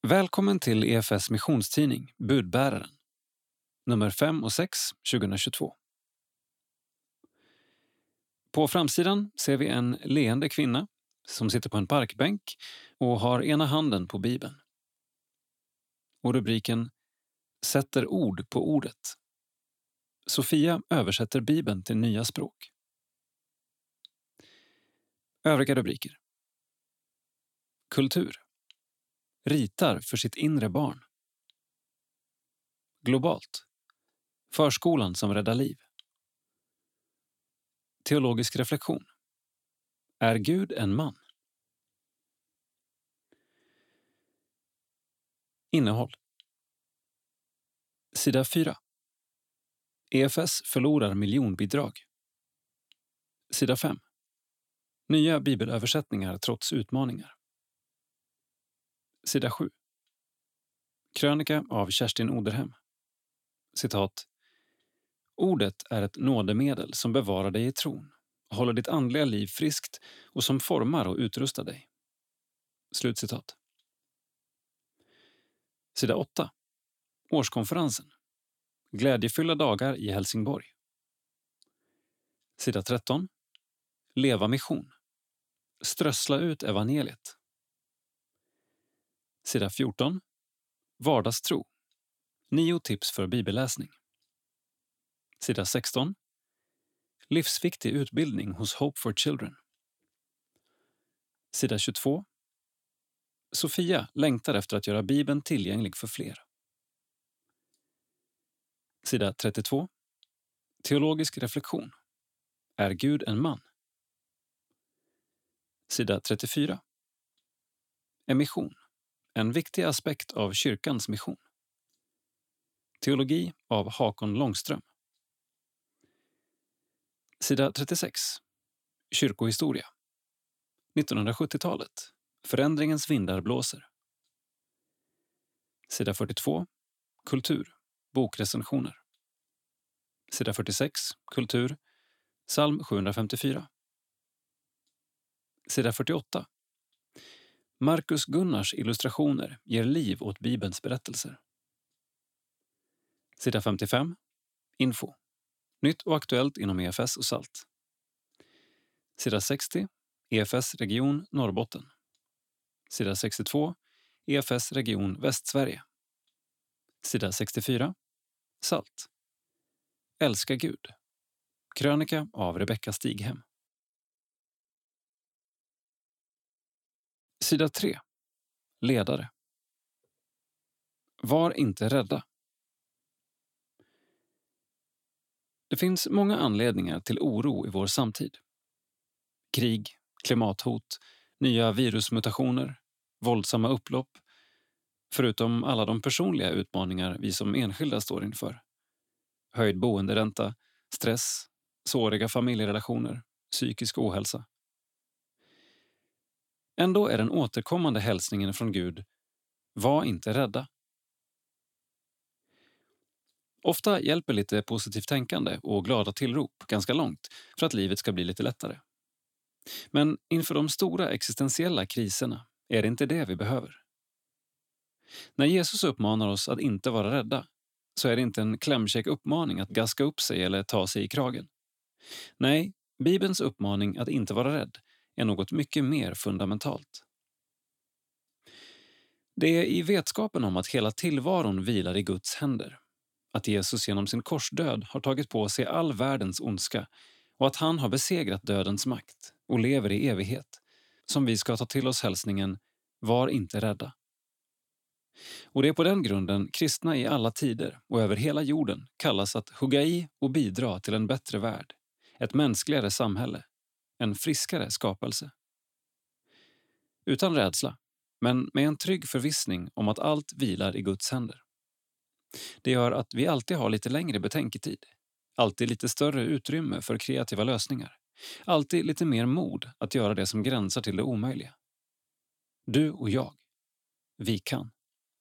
Välkommen till EFS missionstidning Budbäraren, nummer 5 och 6 2022. På framsidan ser vi en leende kvinna som sitter på en parkbänk och har ena handen på Bibeln. Och rubriken sätter ord på ordet. Sofia översätter Bibeln till nya språk. Övriga rubriker. Kultur. Ritar för sitt inre barn. Globalt. Förskolan som räddar liv. Teologisk reflektion. Är Gud en man? Innehåll. Sida 4. EFS förlorar miljonbidrag. Sida 5. Nya bibelöversättningar trots utmaningar. Sida 7. Krönika av Kerstin Oderhem. Citat. Ordet är ett nådemedel som bevarar dig i tron, håller ditt andliga liv friskt och som formar och utrustar dig. Slutcitat. Sida 8. Årskonferensen. Glädjefyllda dagar i Helsingborg. Sida 13. Leva mission. Strössla ut evangeliet. Sida 14. Vardagstro. 9 tips för bibelläsning. Sida 16. Livsviktig utbildning hos Hope for Children. Sida 22. Sofia längtar efter att göra Bibeln tillgänglig för fler. Sida 32. Teologisk reflektion. Är Gud en man? Sida 34. Emission. En viktig aspekt av kyrkans mission. Teologi av Hakon Långström. Sida 36. Kyrkohistoria. 1970-talet. Förändringens vindar blåser. Sida 42. Kultur. Bokrecensioner. Sida 46. Kultur. Psalm 754. Sida 48. Marcus Gunnars illustrationer ger liv åt Bibelns berättelser. Sida 55. Info. Nytt och aktuellt inom EFS och SALT. Sida 60. EFS region Norrbotten. Sida 62. EFS region Västsverige. Sida 64. SALT. Älska Gud. Krönika av Rebecka Stighem. Sida 3. Ledare. Var inte rädda. Det finns många anledningar till oro i vår samtid. Krig, klimathot, nya virusmutationer, våldsamma upplopp, förutom alla de personliga utmaningar vi som enskilda står inför. Höjd boenderänta, stress, såriga familjerelationer, psykisk ohälsa. Ändå är den återkommande hälsningen från Gud: var inte rädda. Ofta hjälper lite positivt tänkande och glada tillrop ganska långt för att livet ska bli lite lättare. Men inför de stora existentiella kriserna är det inte det vi behöver. När Jesus uppmanar oss att inte vara rädda så är det inte en klämkäck uppmaning att gaska upp sig eller ta sig i kragen. Nej, Bibelns uppmaning att inte vara rädd är något mycket mer fundamentalt. Det är i vetskapen om att hela tillvaron vilar i Guds händer, att Jesus genom sin korsdöd har tagit på sig all världens ondska och att han har besegrat dödens makt och lever i evighet, som vi ska ta till oss hälsningen: var inte rädda. Och det är på den grunden kristna i alla tider och över hela jorden kallas att hugga i och bidra till en bättre värld, ett mänskligare samhälle, en friskare skapelse. Utan rädsla, men med en trygg förvissning om att allt vilar i Guds händer. Det gör att vi alltid har lite längre betänketid, alltid lite större utrymme för kreativa lösningar, alltid lite mer mod att göra det som gränsar till det omöjliga. Du och jag, vi kan.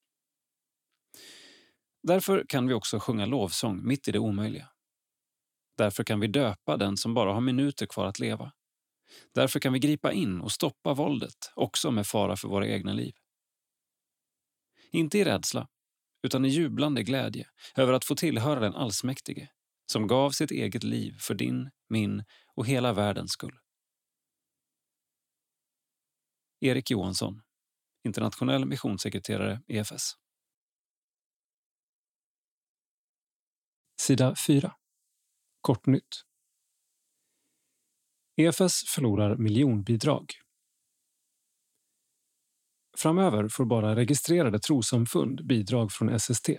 Därför kan vi också sjunga lovsång mitt i det omöjliga. Därför kan vi döpa den som bara har minuter kvar att leva. Därför kan vi gripa in och stoppa våldet, också med fara för våra egna liv. Inte i rädsla, utan i jublande glädje över att få tillhöra den allsmäktige, som gav sitt eget liv för din, min och hela världens skull. Erik Johansson, internationell missionssekreterare EFS. Sida 4. Kortnytt. EFS förlorar miljonbidrag. Framöver får bara registrerade trossamfund bidrag från SST.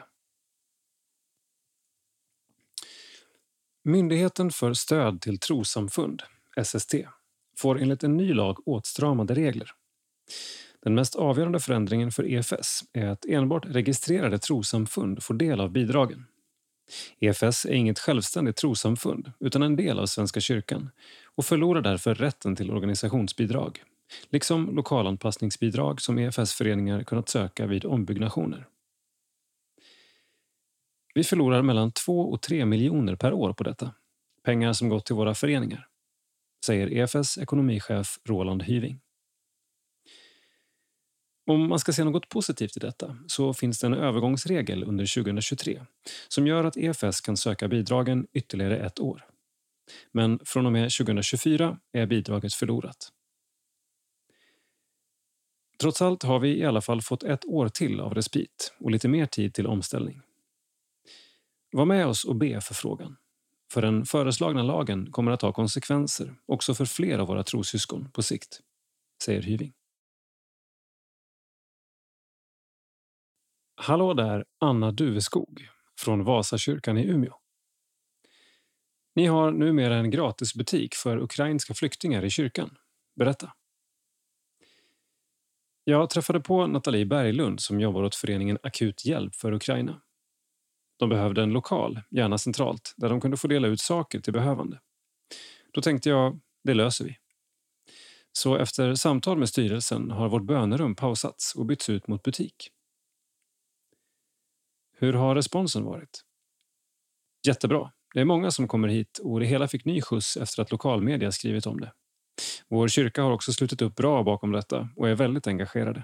Myndigheten för stöd till trossamfund, SST, får enligt en ny lag åtstramade regler. Den mest avgörande förändringen för EFS är att enbart registrerade trossamfund får del av bidragen. EFS är inget självständigt trossamfund utan en del av Svenska kyrkan och förlorar därför rätten till organisationsbidrag, liksom lokalanpassningsbidrag som EFS-föreningar kunnat söka vid ombyggnationer. Vi förlorar mellan 2 och 3 miljoner per år på detta, pengar som gått till våra föreningar, säger EFS ekonomichef Roland Hyving. Om man ska se något positivt i detta så finns det en övergångsregel under 2023 som gör att EFS kan söka bidragen ytterligare ett år. Men från och med 2024 är bidraget förlorat. Trots allt har vi i alla fall fått ett år till av respit och lite mer tid till omställning. Var med oss och be för frågan. För den föreslagna lagen kommer att ha konsekvenser också för fler av våra trossyskon på sikt, säger Hyving. Hallå där, Anna Duveskog från Vasakyrkan i Umeå. Ni har numera en gratisbutik för ukrainska flyktingar i kyrkan. Berätta. Jag träffade på Nathalie Berglund som jobbar åt föreningen Akut hjälp för Ukraina. De behövde en lokal, gärna centralt, där de kunde få dela ut saker till behövande. Då tänkte jag, det löser vi. Så efter samtal med styrelsen har vårt bönerum pausats och bytts ut mot butik. Hur har responsen varit? Jättebra. Det är många som kommer hit och det hela fick ny skjuts efter att lokalmedia skrivit om det. Vår kyrka har också slutit upp bra bakom detta och är väldigt engagerade.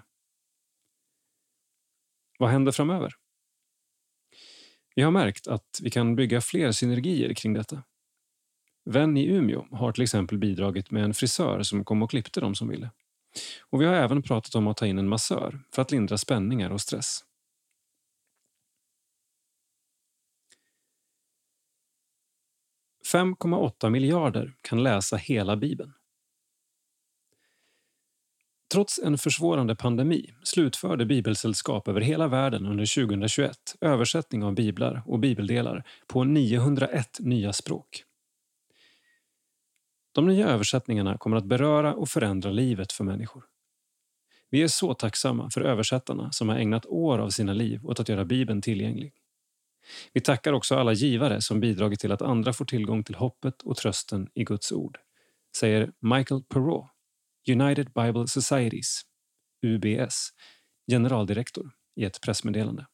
Vad händer framöver? Vi har märkt att vi kan bygga fler synergier kring detta. Vän i Umeå har till exempel bidragit med en frisör som kom och klippte dem som ville. Och vi har även pratat om att ta in en massör för att lindra spänningar och stress. $5,8 miljarder kan läsa hela Bibeln. Trots en försvårande pandemi slutförde bibelsällskap över hela världen under 2021 översättning av biblar och bibeldelar på 901 nya språk. De nya översättningarna kommer att beröra och förändra livet för människor. Vi är så tacksamma för översättarna som har ägnat år av sina liv åt att göra Bibeln tillgänglig. Vi tackar också alla givare som bidragit till att andra får tillgång till hoppet och trösten i Guds ord, säger Michael Perrault, United Bible Societies, UBS, generaldirektor i ett pressmeddelande.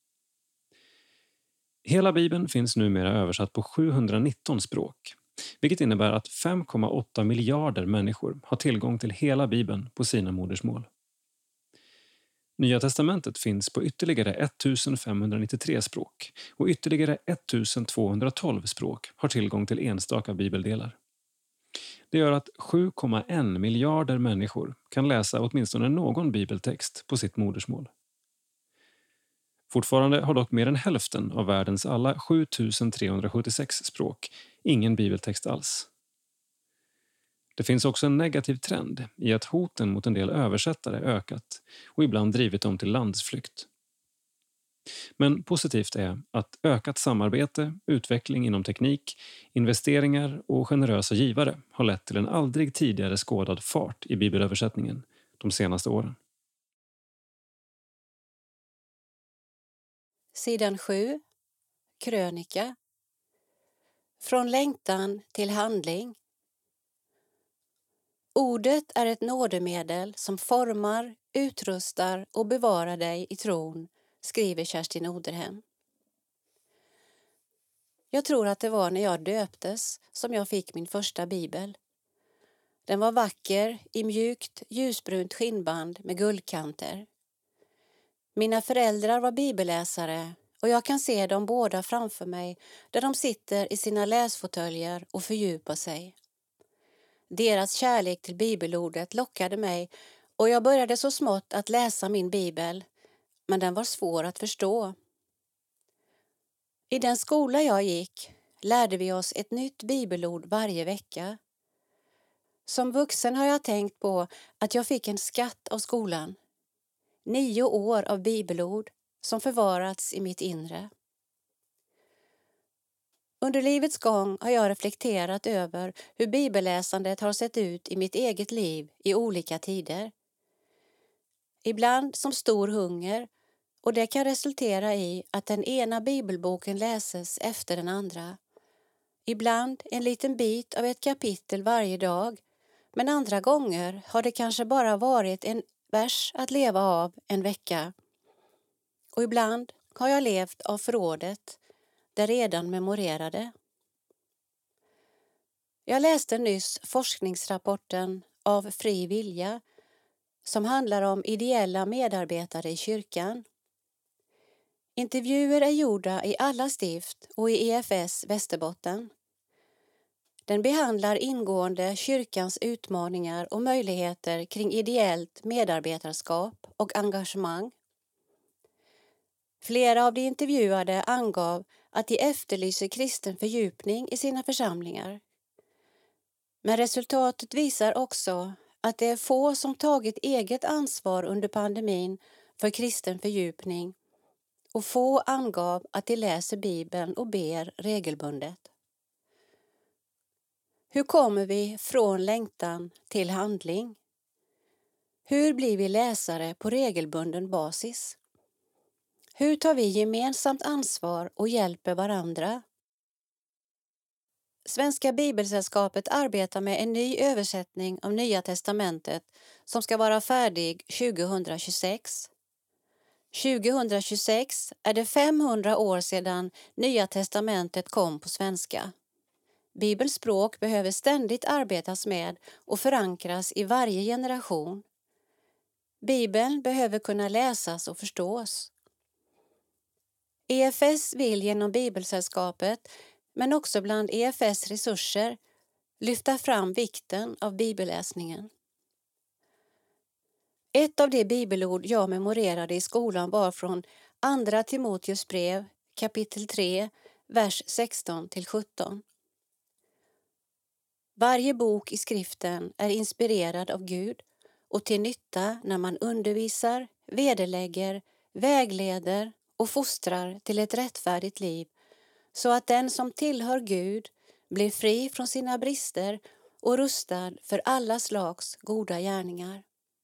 Hela Bibeln finns numera översatt på 719 språk, vilket innebär att 5,8 miljarder människor har tillgång till hela Bibeln på sina modersmål. Nya testamentet finns på ytterligare 1593 språk och ytterligare 1212 språk har tillgång till enstaka bibeldelar. Det gör att 7,1 miljarder människor kan läsa åtminstone någon bibeltext på sitt modersmål. Fortfarande har dock mer än hälften av världens alla 7376 språk ingen bibeltext alls. Det finns också en negativ trend i att hoten mot en del översättare ökat och ibland drivit dem till landsflykt. Men positivt är att ökat samarbete, utveckling inom teknik, investeringar och generösa givare har lett till en aldrig tidigare skådad fart i bibelöversättningen de senaste åren. Sidan 7. Krönika. Från längtan till handling. Ordet är ett nådemedel som formar, utrustar och bevarar dig i tron, skriver Kerstin Oderhem. Jag tror att det var när jag döptes som jag fick min första bibel. Den var vacker i mjukt, ljusbrunt skinnband med guldkanter. Mina föräldrar var bibelläsare och jag kan se dem båda framför mig där de sitter i sina läsfåtöljer och fördjupar sig. Deras kärlek till bibelordet lockade mig och jag började så smått att läsa min bibel, men den var svår att förstå. I den skola jag gick lärde vi oss ett nytt bibelord varje vecka. Som vuxen har jag tänkt på att jag fick en skatt av skolan. 9 år av bibelord som förvarats i mitt inre. Under livets gång har jag reflekterat över hur bibelläsandet har sett ut i mitt eget liv i olika tider. Ibland som stor hunger, och det kan resultera i att den ena bibelboken läses efter den andra. Ibland en liten bit av ett kapitel varje dag, men andra gånger har det kanske bara varit en vers att leva av en vecka. Och ibland har jag levt av förrådet, det redan memorerade. Jag läste nyss forskningsrapporten Av fri vilja som handlar om ideella medarbetare i kyrkan. Intervjuer är gjorda i alla stift och i EFS Västerbotten. Den behandlar ingående kyrkans utmaningar och möjligheter kring ideellt medarbetarskap och engagemang. Flera av de intervjuade angav att de efterlyser kristen fördjupning i sina församlingar. Men resultatet visar också att det är få som tagit eget ansvar under pandemin för kristen fördjupning, och få angav att de läser Bibeln och ber regelbundet. Hur kommer vi från längtan till handling? Hur blir vi läsare på regelbunden basis? Hur tar vi gemensamt ansvar och hjälper varandra? Svenska Bibelsällskapet arbetar med en ny översättning av Nya testamentet som ska vara färdig 2026. 2026 är det 500 år sedan Nya testamentet kom på svenska. Bibelspråk behöver ständigt arbetas med och förankras i varje generation. Bibeln behöver kunna läsas och förstås. EFS vill genom Bibelsällskapet, men också bland EFS resurser, lyfta fram vikten av bibelläsningen. Ett av de bibelord jag memorerade i skolan var från Andra Timoteus brev, kapitel 3, vers 16-17. Varje bok i skriften är inspirerad av Gud och till nytta när man undervisar, vederlägger, vägleder och fostrar till ett rättfärdigt liv, så att den som tillhör Gud blir fri från sina brister och rustad för alla slags goda gärningar.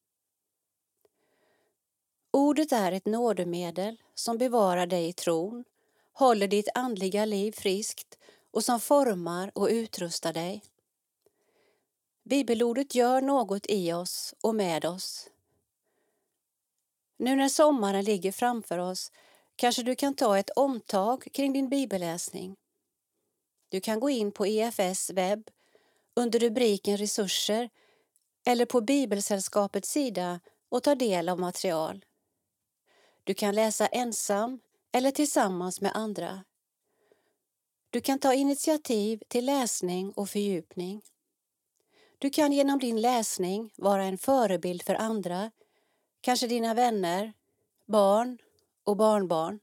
Ordet är ett nådemedel som bevarar dig i tron, håller ditt andliga liv friskt och som formar och utrustar dig. Bibelordet gör något i oss och med oss. Nu när sommaren ligger framför oss kanske du kan ta ett omtag kring din bibelläsning. Du kan gå in på EFS webb under rubriken Resurser eller på Bibelsällskapets sida och ta del av material. Du kan läsa ensam eller tillsammans med andra. Du kan ta initiativ till läsning och fördjupning. Du kan genom din läsning vara en förebild för andra, kanske dina vänner, barn och barnbarn.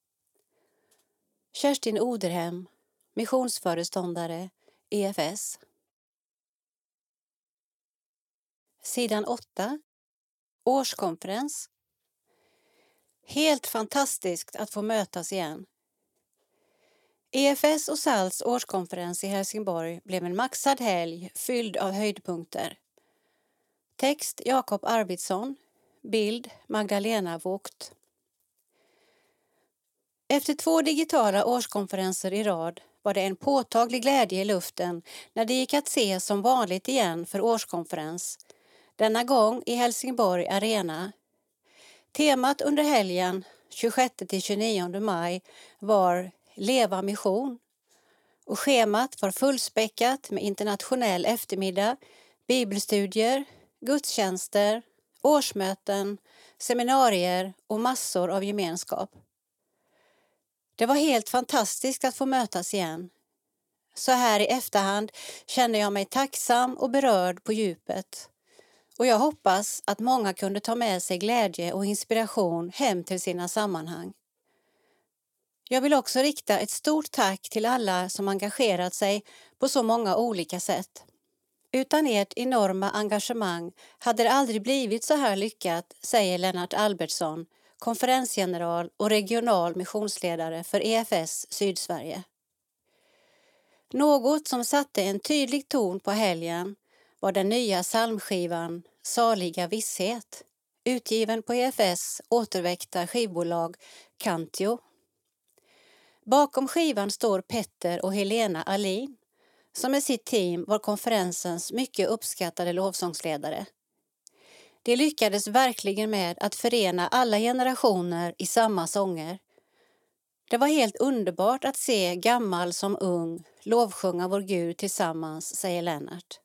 Kerstin Oderhem, missionsföreståndare, EFS. Sidan 8. Årskonferens. Helt fantastiskt att få mötas igen. EFS och SALS årskonferens i Helsingborg blev en maxad helg fylld av höjdpunkter. Text Jakob Arvidsson, bild Magdalena Vogt. Efter 2 digitala årskonferenser i rad var det en påtaglig glädje i luften när det gick att se som vanligt igen för årskonferens. Denna gång i Helsingborg Arena. Temat under helgen 26-29 maj var Leva mission. Och schemat var fullspäckat med internationell eftermiddag, bibelstudier, gudstjänster, årsmöten, seminarier och massor av gemenskap. Det var helt fantastiskt att få mötas igen. Så här i efterhand känner jag mig tacksam och berörd på djupet. Och jag hoppas att många kunde ta med sig glädje och inspiration hem till sina sammanhang. Jag vill också rikta ett stort tack till alla som engagerat sig på så många olika sätt. Utan ert enorma engagemang hade det aldrig blivit så här lyckat, säger Lennart Albertsson, konferensgeneral och regional missionsledare för EFS Sydsverige. Något som satte en tydlig ton på helgen var den nya psalmskivan Saliga visshet, utgiven på EFS återväckta skivbolag Cantio. Bakom skivan står Petter och Helena Alin, som med sitt team var konferensens mycket uppskattade lovsångsledare. De lyckades verkligen med att förena alla generationer i samma sånger. Det var helt underbart att se gammal som ung lovsjunga vår Gud tillsammans, säger Lennart.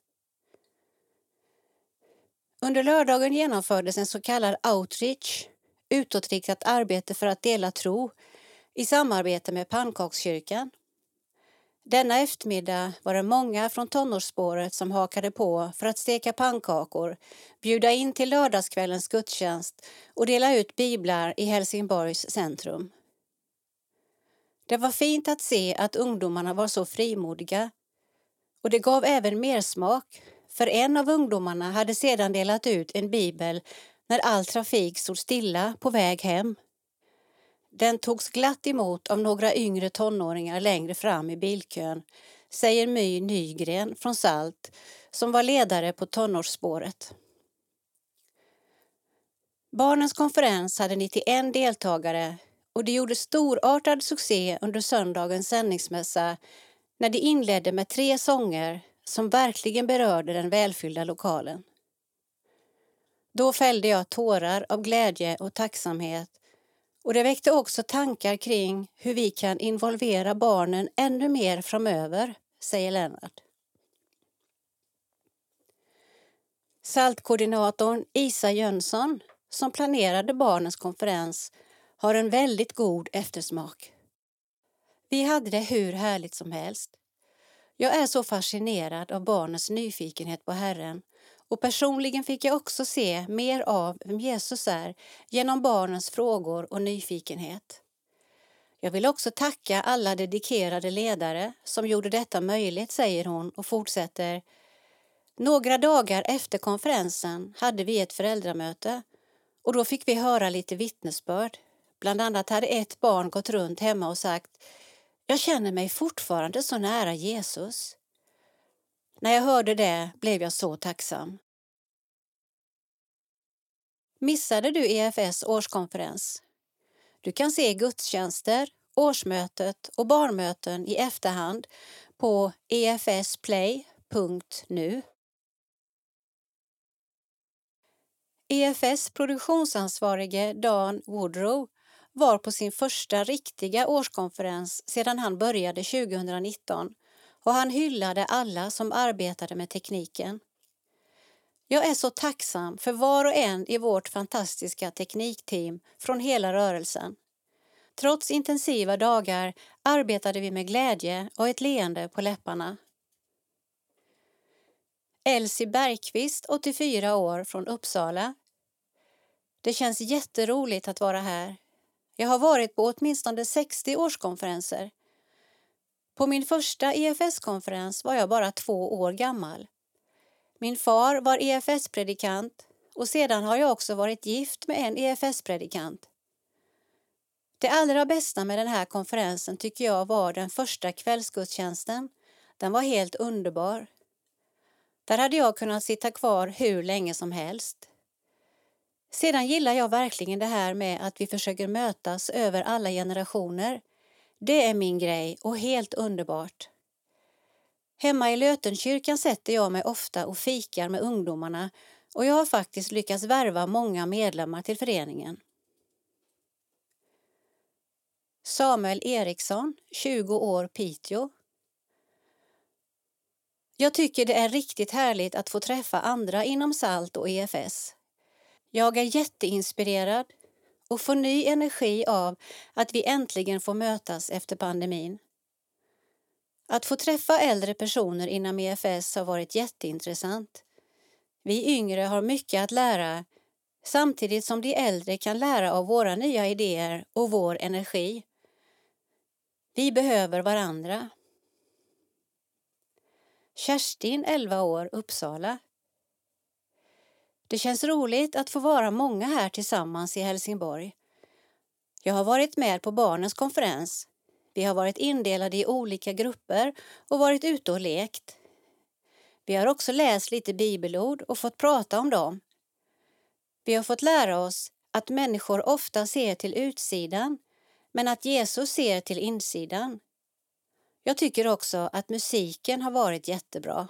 Under lördagen genomfördes en så kallad outreach, utåtriktat arbete för att dela tro, i samarbete med Pannkakskyrkan. Denna eftermiddag var det många från tonårsspåret som hakade på för att steka pannkakor, bjuda in till lördagskvällens gudstjänst och dela ut biblar i Helsingborgs centrum. Det var fint att se att ungdomarna var så frimodiga, och det gav även mer smak, för en av ungdomarna hade sedan delat ut en bibel när all trafik stod stilla på väg hem. Den togs glatt emot av några yngre tonåringar längre fram i bilkön, säger My Nygren från Salt, som var ledare på tonårsspåret. Barnens konferens hade 91 deltagare och de gjorde storartad succé under söndagens sändningsmässa när de inledde med 3 sånger som verkligen berörde den välfyllda lokalen. Då fällde jag tårar av glädje och tacksamhet, och det väckte också tankar kring hur vi kan involvera barnen ännu mer framöver, säger Lennart. Saltkoordinatorn Isa Jönsson, som planerade barnens konferens, har en väldigt god eftersmak. Vi hade det hur härligt som helst. Jag är så fascinerad av barnens nyfikenhet på Herren, och personligen fick jag också se mer av vem Jesus är genom barnens frågor och nyfikenhet. Jag vill också tacka alla dedikerade ledare som gjorde detta möjligt, säger hon och fortsätter. Några dagar efter konferensen hade vi ett föräldramöte och då fick vi höra lite vittnesbörd. Bland annat hade ett barn gått runt hemma och sagt: jag känner mig fortfarande så nära Jesus. När jag hörde det blev jag så tacksam. Missade du EFS årskonferens? Du kan se gudstjänster, årsmötet och barnmöten i efterhand på efsplay.nu. EFS produktionsansvarige Dan Woodrow var på sin första riktiga årskonferens sedan han började 2019, och han hyllade alla som arbetade med tekniken. Jag är så tacksam för var och en i vårt fantastiska teknikteam från hela rörelsen. Trots intensiva dagar arbetade vi med glädje och ett leende på läpparna. Elsie Bergqvist, 84 år, från Uppsala. Det känns jätteroligt att vara här. Jag har varit på åtminstone 60 årskonferenser. På min första EFS-konferens var jag bara 2 år gammal. Min far var EFS-predikant och sedan har jag också varit gift med en EFS-predikant. Det allra bästa med den här konferensen tycker jag var den första kvällsgudstjänsten. Den var helt underbar. Där hade jag kunnat sitta kvar hur länge som helst. Sedan gillar jag verkligen det här med att vi försöker mötas över alla generationer. Det är min grej och helt underbart. Hemma i Lötenkyrkan sätter jag mig ofta och fikar med ungdomarna, och jag har faktiskt lyckats värva många medlemmar till föreningen. Samuel Eriksson, 20 år, Piteå. Jag tycker det är riktigt härligt att få träffa andra inom Salt och EFS. Jag är jätteinspirerad och får ny energi av att vi äntligen får mötas efter pandemin. Att få träffa äldre personer inom EFS har varit jätteintressant. Vi yngre har mycket att lära, samtidigt som de äldre kan lära av våra nya idéer och vår energi. Vi behöver varandra. Kerstin, 11 år, Uppsala. Det känns roligt att få vara många här tillsammans i Helsingborg. Jag har varit med på barnens konferens. Vi har varit indelade i olika grupper och varit ute och lekt. Vi har också läst lite bibelord och fått prata om dem. Vi har fått lära oss att människor ofta ser till utsidan, men att Jesus ser till insidan. Jag tycker också att musiken har varit jättebra.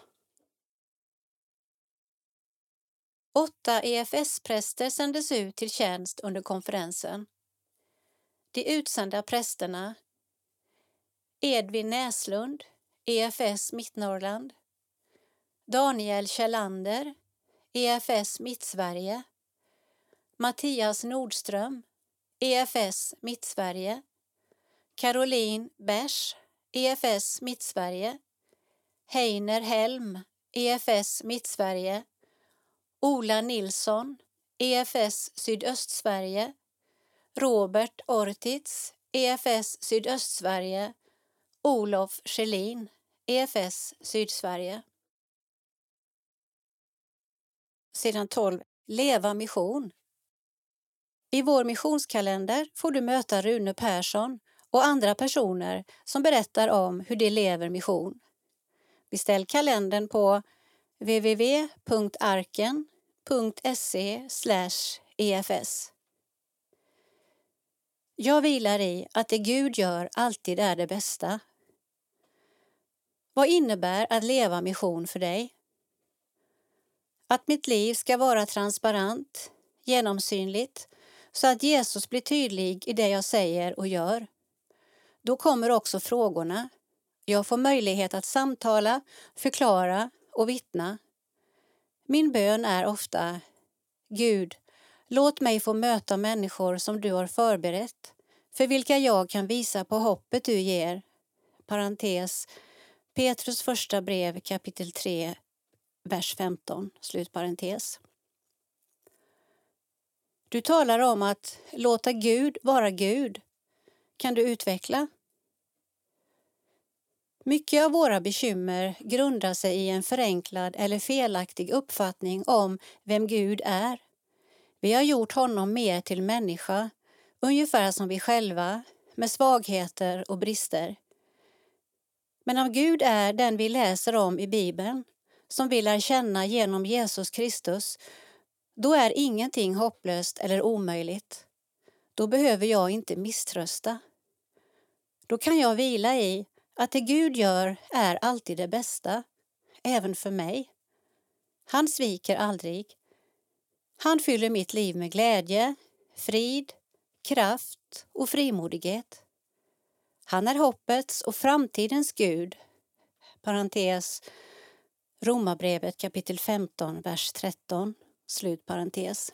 8 EFS-präster sändes ut till tjänst under konferensen. De utsända prästerna: Edvin Näslund, EFS Mittnorrland. Daniel Kjellander, EFS Mittsverige. Mattias Nordström, EFS Mittsverige. Caroline Bärs, EFS Mittsverige. Heiner Helm, EFS Mittsverige. Ola Nilsson, EFS Sydöstsverige. Robert Ortiz, EFS Sydöstsverige. Olof Schelin, EFS Sydsverige. Sidan 12. Leva mission. I vår missionskalender får du möta Rune Persson och andra personer som berättar om hur de lever mission. Beställ kalendern på www.arken.se/EFS. Jag vilar i att det Gud gör alltid är det bästa. Vad innebär att leva mission för dig? Att mitt liv ska vara transparent, genomsynligt, så att Jesus blir tydlig i det jag säger och gör. Då kommer också frågorna. Jag får möjlighet att samtala, förklara och vittna. Min bön är ofta: Gud, låt mig få möta människor som du har förberett, för vilka jag kan visa på hoppet du ger. Parentes, Petrus första brev kapitel 3, vers 15, slutparentes. Du talar om att låta Gud vara Gud. Kan du utveckla? Mycket av våra bekymmer grundar sig i en förenklad eller felaktig uppfattning om vem Gud är. Vi har gjort honom mer till människa, ungefär som vi själva, med svagheter och brister. Men om Gud är den vi läser om i Bibeln, som vi lär känna genom Jesus Kristus, då är ingenting hopplöst eller omöjligt. Då behöver jag inte misströsta. Då kan jag vila i att det Gud gör är alltid det bästa, även för mig. Han sviker aldrig. Han fyller mitt liv med glädje, frid, kraft och frimodighet. Han är hoppets och framtidens Gud. Parentes, Romarbrevet kapitel 15, vers 13, slutparentes.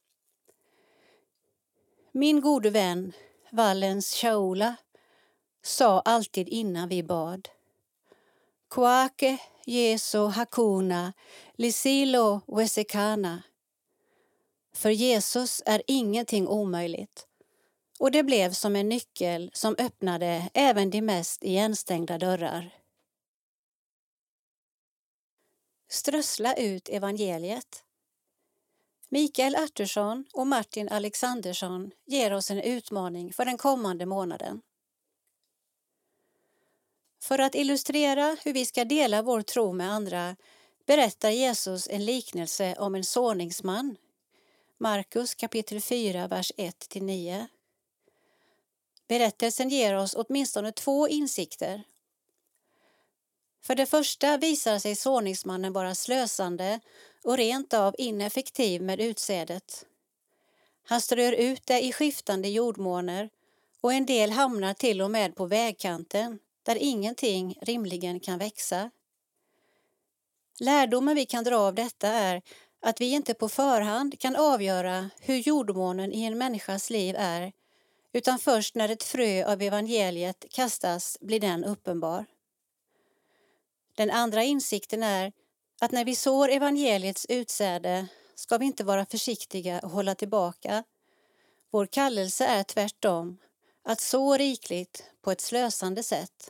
Min gode vän, Valens Shaula, sa alltid innan vi bad: Quake Jesu hakuna, lisilo wesekana. För Jesus är ingenting omöjligt. Och det blev som en nyckel som öppnade även de mest igenstängda dörrar. Strössla ut evangeliet. Mikael Artursson och Martin Alexandersson ger oss en utmaning för den kommande månaden. För att illustrera hur vi ska dela vår tro med andra berättar Jesus en liknelse om en såningsman. Markus kapitel 4, vers 1-9. Berättelsen ger oss åtminstone 2 insikter. För det första visar sig såningsmannen vara slösande och rent av ineffektiv med utsädet. Han strör ut det i skiftande jordmåner och en del hamnar till och med på vägkanten där ingenting rimligen kan växa. Lärdomen vi kan dra av detta är att vi inte på förhand kan avgöra hur jordmånen i en människas liv är, utan först när ett frö av evangeliet kastas blir den uppenbar. Den andra insikten är att när vi sår evangeliets utsäde ska vi inte vara försiktiga och hålla tillbaka. Vår kallelse är tvärtom att så rikligt på ett slösande sätt.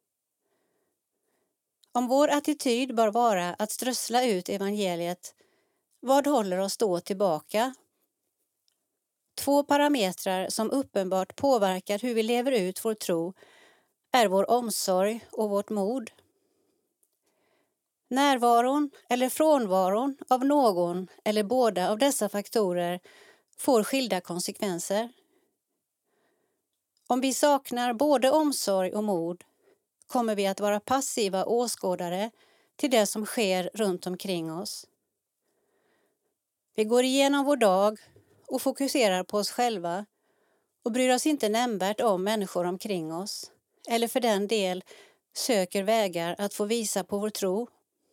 Om vår attityd bör vara att strössla ut evangeliet, vad håller oss då tillbaka? 2 parametrar som uppenbart påverkar hur vi lever ut vår tro är vår omsorg och vårt mod. Närvaron eller frånvaron av någon eller båda av dessa faktorer får skilda konsekvenser. Om vi saknar både omsorg och mod kommer vi att vara passiva åskådare till det som sker runt omkring oss. Vi går igenom vår dag och fokuserar på oss själva och bryr oss inte nämnvärt om människor omkring oss, eller för den del söker vägar att få visa på vår tro.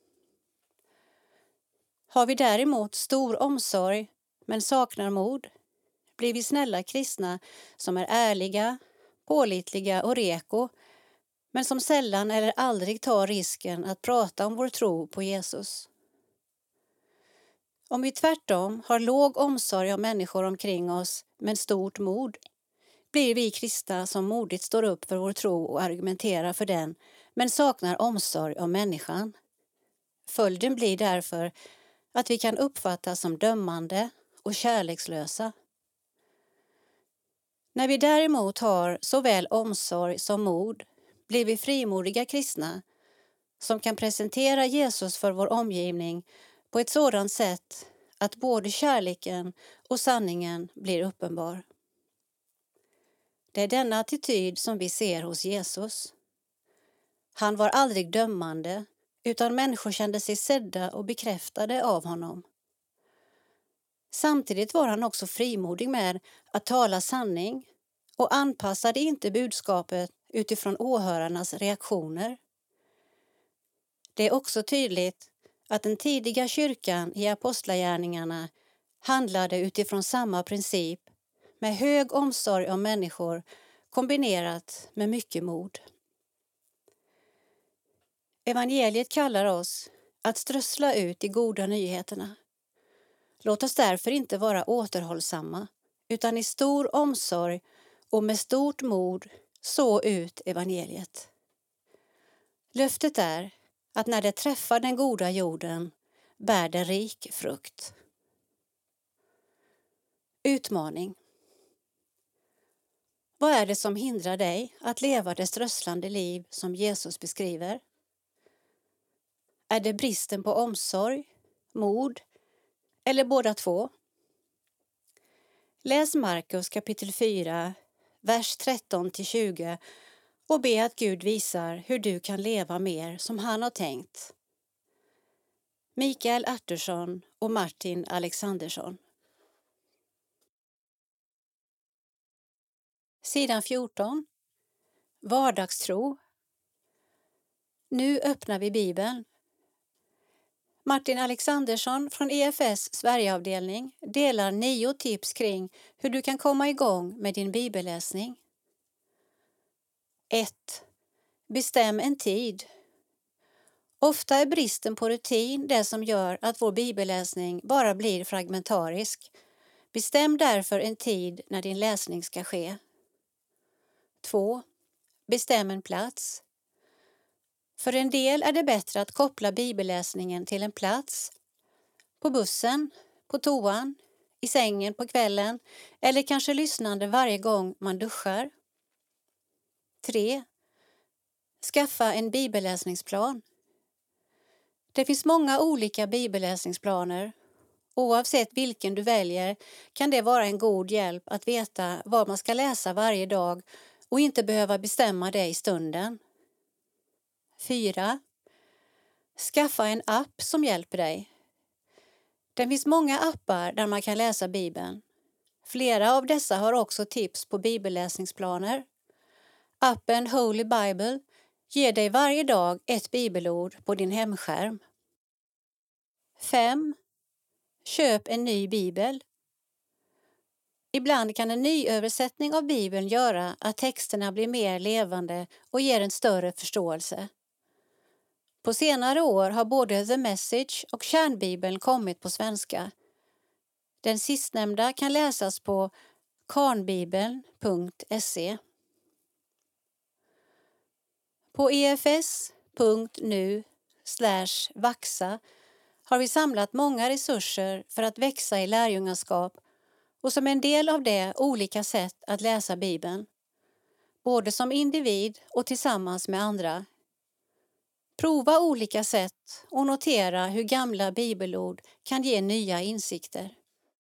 Har vi däremot stor omsorg men saknar mod, blir vi snälla kristna som är ärliga, pålitliga och reko, men som sällan eller aldrig tar risken att prata om vår tro på Jesus. Om vi tvärtom har låg omsorg om människor omkring oss men stort mod, blir vi kristna som modigt står upp för vår tro och argumenterar för den, men saknar omsorg om människan. Följden blir därför att vi kan uppfattas som dömande och kärlekslösa. När vi däremot har såväl omsorg som mod, blir vi frimodiga kristna som kan presentera Jesus för vår omgivning på ett sådant sätt att både kärleken och sanningen blir uppenbar. Det är denna attityd som vi ser hos Jesus. Han var aldrig dömande, utan människor kände sig sedda och bekräftade av honom. Samtidigt var han också frimodig med att tala sanning och anpassade inte budskapet utifrån åhörarnas reaktioner. Det är också tydligt att den tidiga kyrkan i apostlagärningarna handlade utifrån samma princip, med hög omsorg om människor kombinerat med mycket mod. Evangeliet kallar oss att strössla ut de goda nyheterna. Låt oss därför inte vara återhållsamma, utan i stor omsorg och med stort mod så ut evangeliet. Löftet är att när det träffar den goda jorden bär det rik frukt. Utmaning. Vad är det som hindrar dig att leva det strösslande liv som Jesus beskriver? Är det bristen på omsorg, mod eller båda två? Läs Markus kapitel 4, vers 13-20 och be att Gud visar hur du kan leva mer som han har tänkt. Mikael Artursson och Martin Alexandersson. Sidan 14. Vardagstro. Nu öppnar vi Bibeln. Martin Alexandersson från EFS Sverigeavdelning delar 9 tips kring hur du kan komma igång med din bibelläsning. 1. Bestäm en tid. Ofta är bristen på rutin det som gör att vår bibelläsning bara blir fragmentarisk. Bestäm därför en tid när din läsning ska ske. 2. Bestäm en plats. För en del är det bättre att koppla bibelläsningen till en plats. På bussen, på toan, i sängen på kvällen eller kanske lyssnande varje gång man duschar. 3. Skaffa en bibelläsningsplan. Det finns många olika bibelläsningsplaner. Oavsett vilken du väljer kan det vara en god hjälp att veta vad man ska läsa varje dag och inte behöva bestämma det i stunden. 4. Skaffa en app som hjälper dig. Det finns många appar där man kan läsa Bibeln. Flera av dessa har också tips på bibelläsningsplaner. Appen Holy Bible ger dig varje dag ett bibelord på din hemskärm. 5. Köp en ny bibel. Ibland kan en nyöversättning av Bibeln göra att texterna blir mer levande och ger en större förståelse. På senare år har både The Message och Kärnbibeln kommit på svenska. Den sistnämnda kan läsas på karnbibeln.se. På efs.nu/vaxa har vi samlat många resurser för att växa i lärjungaskap och som en del av det olika sätt att läsa Bibeln, både som individ och tillsammans med andra. Prova olika sätt och notera hur gamla bibelord kan ge nya insikter.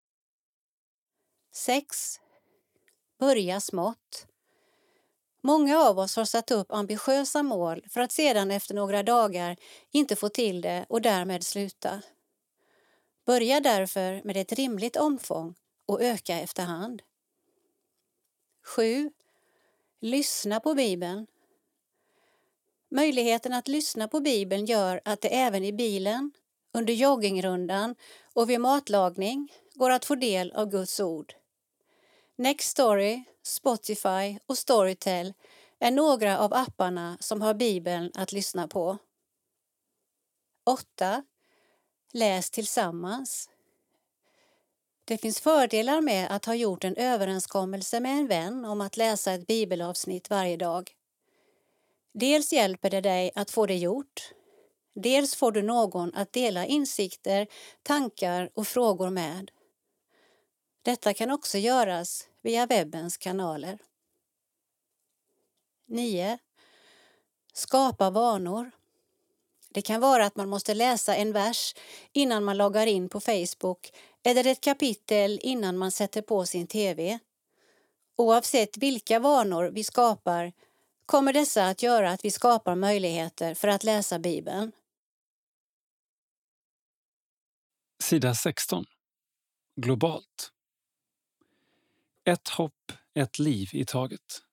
6. Börja smått. Många av oss har satt upp ambitiösa mål för att sedan efter några dagar inte få till det och därmed sluta. Börja därför med ett rimligt omfång och öka efterhand. 7. Lyssna på Bibeln. Möjligheten att lyssna på Bibeln gör att det även i bilen, under joggingrundan och vid matlagning går att få del av Guds ord. Nextory, Spotify och Storytel är några av apparna som har Bibeln att lyssna på. 8. Läs tillsammans. Det finns fördelar med att ha gjort en överenskommelse med en vän om att läsa ett bibelavsnitt varje dag. Dels hjälper det dig att få det gjort. Dels får du någon att dela insikter, tankar och frågor med. Detta kan också göras via webbens kanaler. 9. Skapa vanor. Det kan vara att man måste läsa en vers innan man loggar in på Facebook eller ett kapitel innan man sätter på sin TV. Oavsett vilka vanor vi skapar kommer dessa att göra att vi skapar möjligheter för att läsa Bibeln. Sida 16. Globalt. Ett hopp, ett liv i taget.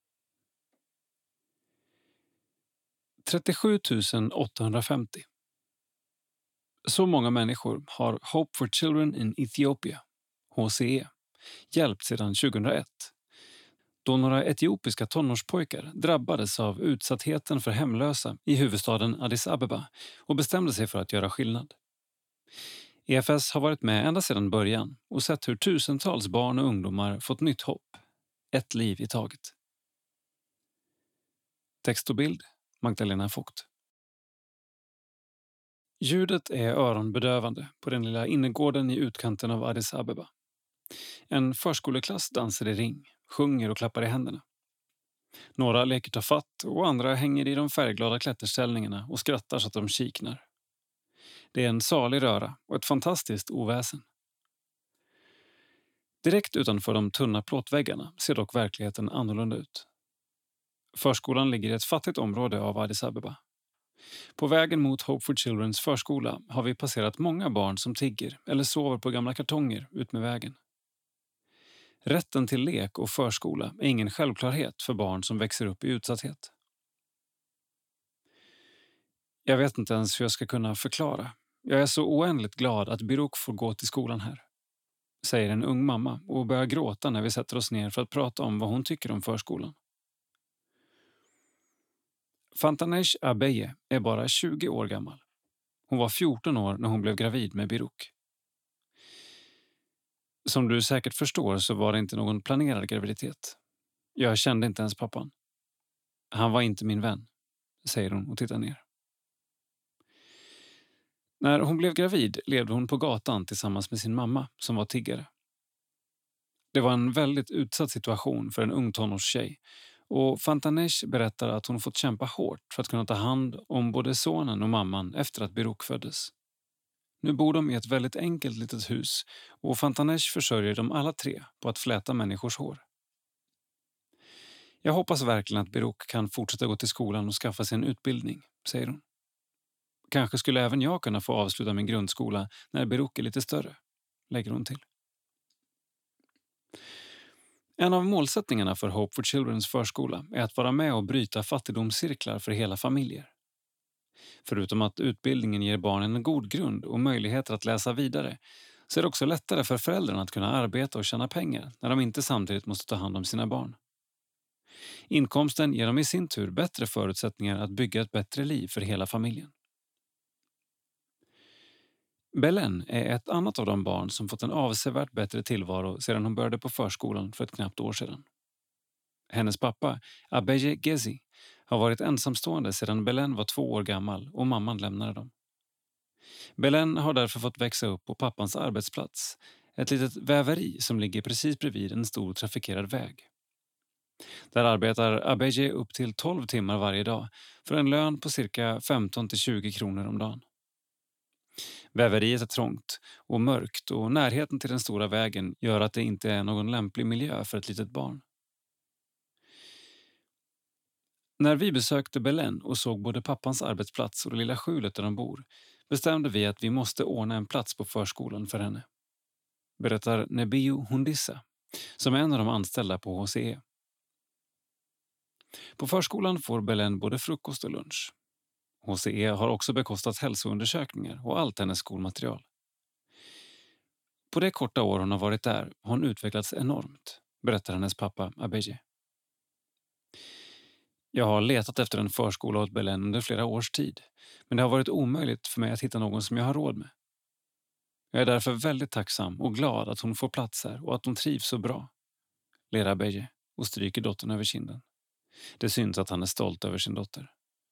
37 850. Så många människor har Hope for Children in Ethiopia, HCE, hjälpt sedan 2001. Då några etiopiska tonårspojkar drabbades av utsattheten för hemlösa i huvudstaden Addis Abeba och bestämde sig för att göra skillnad. EFS har varit med ända sedan början och sett hur tusentals barn och ungdomar fått nytt hopp. Ett liv i taget. Text och bild, Magdalena Vogt. Ljudet är öronbedövande på den lilla innergården i utkanten av Addis Abeba. En förskoleklass dansar i ring, sjunger och klappar i händerna. Några leker ta fatt och andra hänger i de färgglada klätterställningarna och skrattar så att de kiknar. Det är en salig röra och ett fantastiskt oväsen. Direkt utanför de tunna plåtväggarna ser dock verkligheten annorlunda ut. Förskolan ligger i ett fattigt område av Addis Abeba. På vägen mot Hope for Children's förskola har vi passerat många barn som tigger eller sover på gamla kartonger ut med vägen. Rätten till lek och förskola är ingen självklarhet för barn som växer upp i utsatthet. Jag vet inte ens hur jag ska kunna förklara. Jag är så oändligt glad att Biruk får gå till skolan här, säger en ung mamma och börjar gråta när vi sätter oss ner för att prata om vad hon tycker om förskolan. Fantanesh Abeye är bara 20 år gammal. Hon var 14 år när hon blev gravid med Biruk. Som du säkert förstår så var det inte någon planerad graviditet. Jag kände inte ens pappan. Han var inte min vän, säger hon och tittar ner. När hon blev gravid levde hon på gatan tillsammans med sin mamma som var tiggare. Det var en väldigt utsatt situation för en ung tonårstjej och Fantanesh berättar att hon fått kämpa hårt för att kunna ta hand om både sonen och mamman efter att Biruk föddes. Nu bor de i ett väldigt enkelt litet hus och Fantanesh försörjer dem alla tre på att fläta människors hår. Jag hoppas verkligen att Biruk kan fortsätta gå till skolan och skaffa sig en utbildning, säger hon. Kanske skulle även jag kunna få avsluta min grundskola när Biruk är lite större, lägger hon till. En av målsättningarna för Hope for Children's förskola är att vara med och bryta fattigdomscirklar för hela familjer. Förutom att utbildningen ger barnen en god grund och möjligheter att läsa vidare så är det också lättare för föräldrarna att kunna arbeta och tjäna pengar när de inte samtidigt måste ta hand om sina barn. Inkomsten ger dem i sin tur bättre förutsättningar att bygga ett bättre liv för hela familjen. Belen är ett annat av de barn som fått en avsevärt bättre tillvaro sedan hon började på förskolan för ett knappt år sedan. Hennes pappa, Abeje Gezi, har varit ensamstående sedan Belen var 2 år gammal och mamman lämnade dem. Belen har därför fått växa upp på pappans arbetsplats, ett litet väveri som ligger precis bredvid en stor trafikerad väg. Där arbetar Abeje upp till 12 timmar varje dag för en lön på cirka 15-20 kronor om dagen. Väveriet är trångt och mörkt och närheten till den stora vägen gör att det inte är någon lämplig miljö för ett litet barn. När vi besökte Belen och såg både pappans arbetsplats och det lilla skjulet där de bor bestämde vi att vi måste ordna en plats på förskolan för henne. Berättar Nebiu Hundissa, som är en av de anställda på HCE. På förskolan får Belen både frukost och lunch. HCE har också bekostat hälsoundersökningar och allt hennes skolmaterial. På det korta år hon har varit där har hon utvecklats enormt, berättar hennes pappa Abeje. Jag har letat efter en förskola åt Belen under flera års tid, men det har varit omöjligt för mig att hitta någon som jag har råd med. Jag är därför väldigt tacksam och glad att hon får plats här och att hon trivs så bra, ler Abeje och stryker dottern över kinden. Det syns att han är stolt över sin dotter.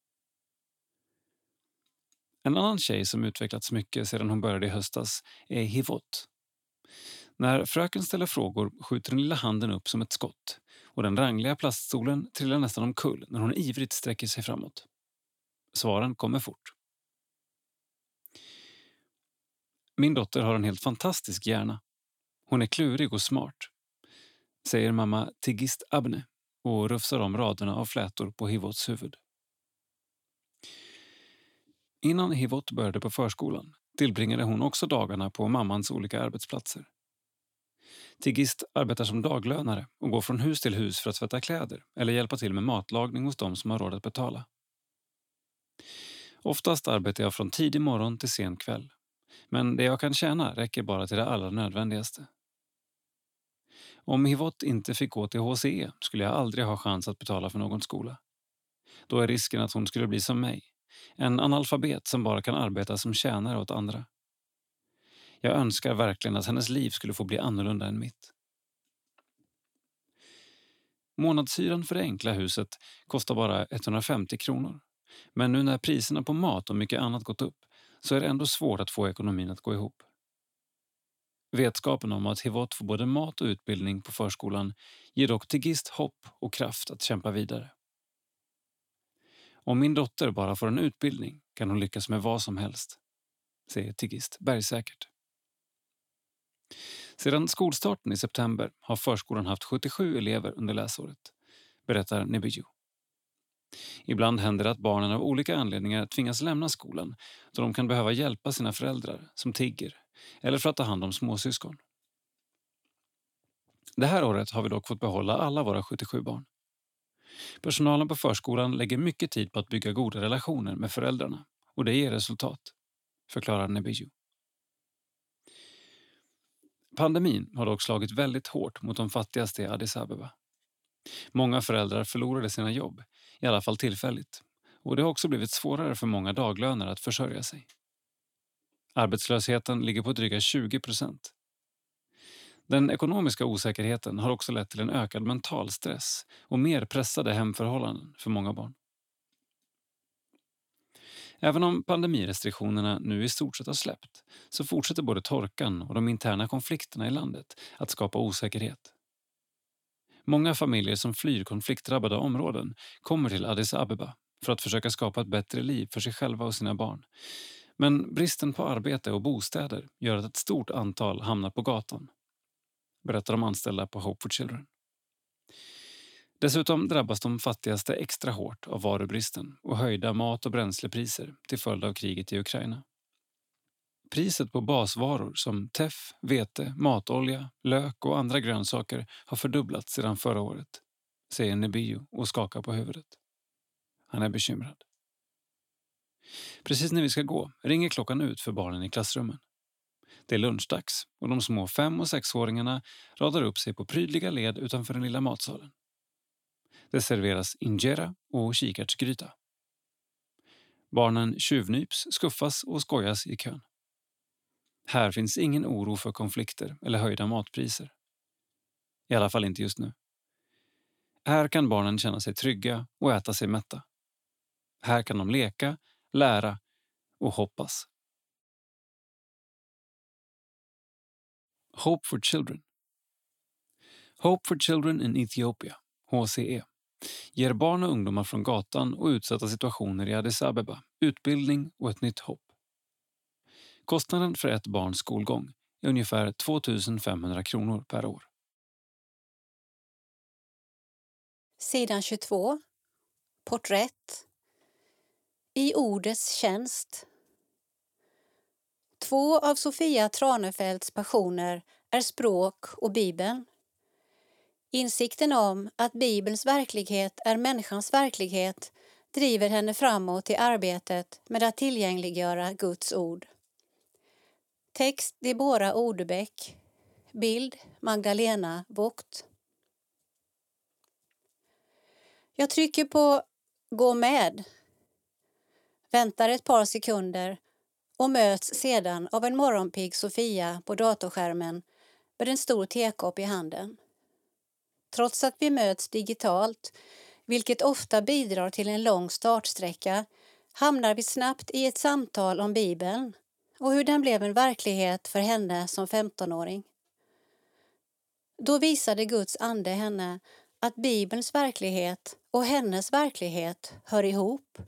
En annan tjej som utvecklats mycket sedan hon började i höstas är Hivot. När fröken ställer frågor skjuter den lilla handen upp som ett skott och den rangliga plaststolen trillar nästan omkull när hon ivrigt sträcker sig framåt. Svaren kommer fort. Min dotter har en helt fantastisk hjärna. Hon är klurig och smart, säger mamma Tigist Abne och rufsar om raderna av flätor på Hivots huvud. Innan Hivot började på förskolan tillbringade hon också dagarna på mammans olika arbetsplatser. Tigist arbetar som daglönare och går från hus till hus för att tvätta kläder eller hjälpa till med matlagning hos dem som har råd att betala. Oftast arbetar jag från tidig morgon till sen kväll, men det jag kan tjäna räcker bara till det allra nödvändigaste. Om Hivot inte fick gå till HCE skulle jag aldrig ha chans att betala för någon skola. Då är risken att hon skulle bli som mig, en analfabet som bara kan arbeta som tjänare åt andra. Jag önskar verkligen att hennes liv skulle få bli annorlunda än mitt. Månadshyran för det enkla huset kostar bara 150 kronor. Men nu när priserna på mat och mycket annat gått upp så är det ändå svårt att få ekonomin att gå ihop. Vetskapen om att Hivot får både mat och utbildning på förskolan ger dock Tigist hopp och kraft att kämpa vidare. Om min dotter bara får en utbildning kan hon lyckas med vad som helst, säger Tigist bergsäkert. Sedan skolstarten i september har förskolan haft 77 elever under läsåret, berättar Nebiu. Ibland händer det att barnen av olika anledningar tvingas lämna skolan då de kan behöva hjälpa sina föräldrar som tigger eller för att ta hand om småsyskon. Det här året har vi dock fått behålla alla våra 77 barn. Personalen på förskolan lägger mycket tid på att bygga goda relationer med föräldrarna och det ger resultat, förklarar Nebiu. Pandemin har dock slagit väldigt hårt mot de fattigaste i Addis Abeba. Många föräldrar förlorade sina jobb, i alla fall tillfälligt, och det har också blivit svårare för många daglönare att försörja sig. Arbetslösheten ligger på dryga 20%. Den ekonomiska osäkerheten har också lett till en ökad mental stress och mer pressade hemförhållanden för många barn. Även om pandemirestriktionerna nu i stort sett har släppt så fortsätter både torkan och de interna konflikterna i landet att skapa osäkerhet. Många familjer som flyr konfliktdrabbade områden kommer till Addis Abeba för att försöka skapa ett bättre liv för sig själva och sina barn. Men bristen på arbete och bostäder gör att ett stort antal hamnar på gatan, berättar de anställda på Hope for Children. Dessutom drabbas de fattigaste extra hårt av varubristen och höjda mat- och bränslepriser till följd av kriget i Ukraina. Priset på basvaror som teff, vete, matolja, lök och andra grönsaker har fördubblats sedan förra året, säger Nebiu och skakar på huvudet. Han är bekymrad. Precis när vi ska gå ringer klockan ut för barnen i klassrummen. Det är lunchdags och de små 5- och 6-åringarna radar upp sig på prydliga led utanför den lilla matsalen. Det serveras injera och kikärtsgryta. Barnen tjuvnyps, skuffas och skojas i kön. Här finns ingen oro för konflikter eller höjda matpriser. I alla fall inte just nu. Här kan barnen känna sig trygga och äta sig mätta. Här kan de leka, lära och hoppas. Hope for Children. Hope for Children in Ethiopia, HCE, ger barn och ungdomar från gatan och utsatta situationer i Addis Abeba utbildning och ett nytt hopp. Kostnaden för ett barns skolgång är ungefär 2 500 kronor per år. Sidan 22. Porträtt. I ordets tjänst. 2 av Sofia Tranefeldts passioner är språk och Bibeln. Insikten om att Bibelns verklighet är människans verklighet driver henne framåt i arbetet med att tillgängliggöra Guds ord. Text Deborah Odebäck. Bild Magdalena Vogt. Jag trycker på Gå med. Väntar ett par sekunder och möts sedan av en morgonpigg Sofia på datorskärmen med en stor tekopp i handen. Trots att vi möts digitalt, vilket ofta bidrar till en lång startsträcka, hamnar vi snabbt i ett samtal om Bibeln och hur den blev en verklighet för henne som 15-åring. Då visade Guds ande henne att Bibelns verklighet och hennes verklighet hör ihop.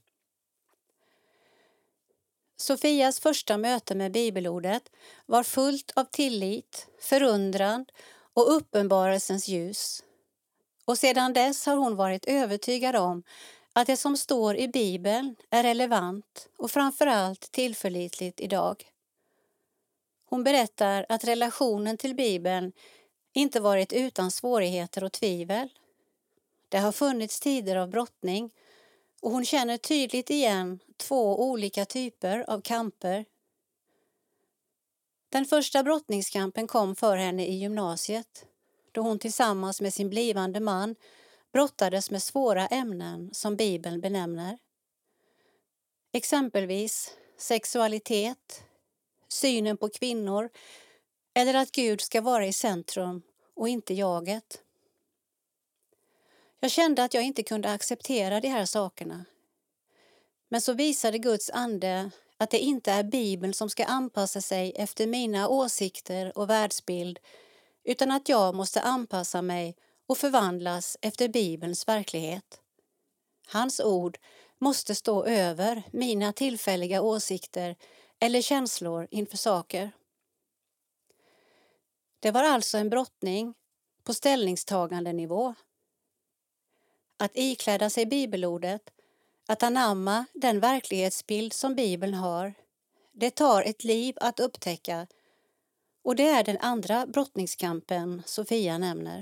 Sofias första möte med bibelordet var fullt av tillit, förundran och uppenbarelsens ljus. Och sedan dess har hon varit övertygad om att det som står i Bibeln är relevant och framförallt tillförlitligt idag. Hon berättar att relationen till Bibeln inte varit utan svårigheter och tvivel. Det har funnits tider av brottning och hon känner tydligt igen 2 olika typer av kamper. Den första brottningskampen kom för henne i gymnasiet, då hon tillsammans med sin blivande man brottades med svåra ämnen som Bibeln benämner. Exempelvis sexualitet, synen på kvinnor eller att Gud ska vara i centrum och inte jaget. Jag kände att jag inte kunde acceptera de här sakerna. Men så visade Guds ande att det inte är Bibeln som ska anpassa sig efter mina åsikter och världsbild, utan att jag måste anpassa mig och förvandlas efter Bibelns verklighet. Hans ord måste stå över mina tillfälliga åsikter eller känslor inför saker. Det var alltså en brottning på ställningstagande nivå. Att ikläda sig bibelordet, att anamma den verklighetsbild som Bibeln har, det tar ett liv att upptäcka, och det är den andra brottningskampen Sofia nämner.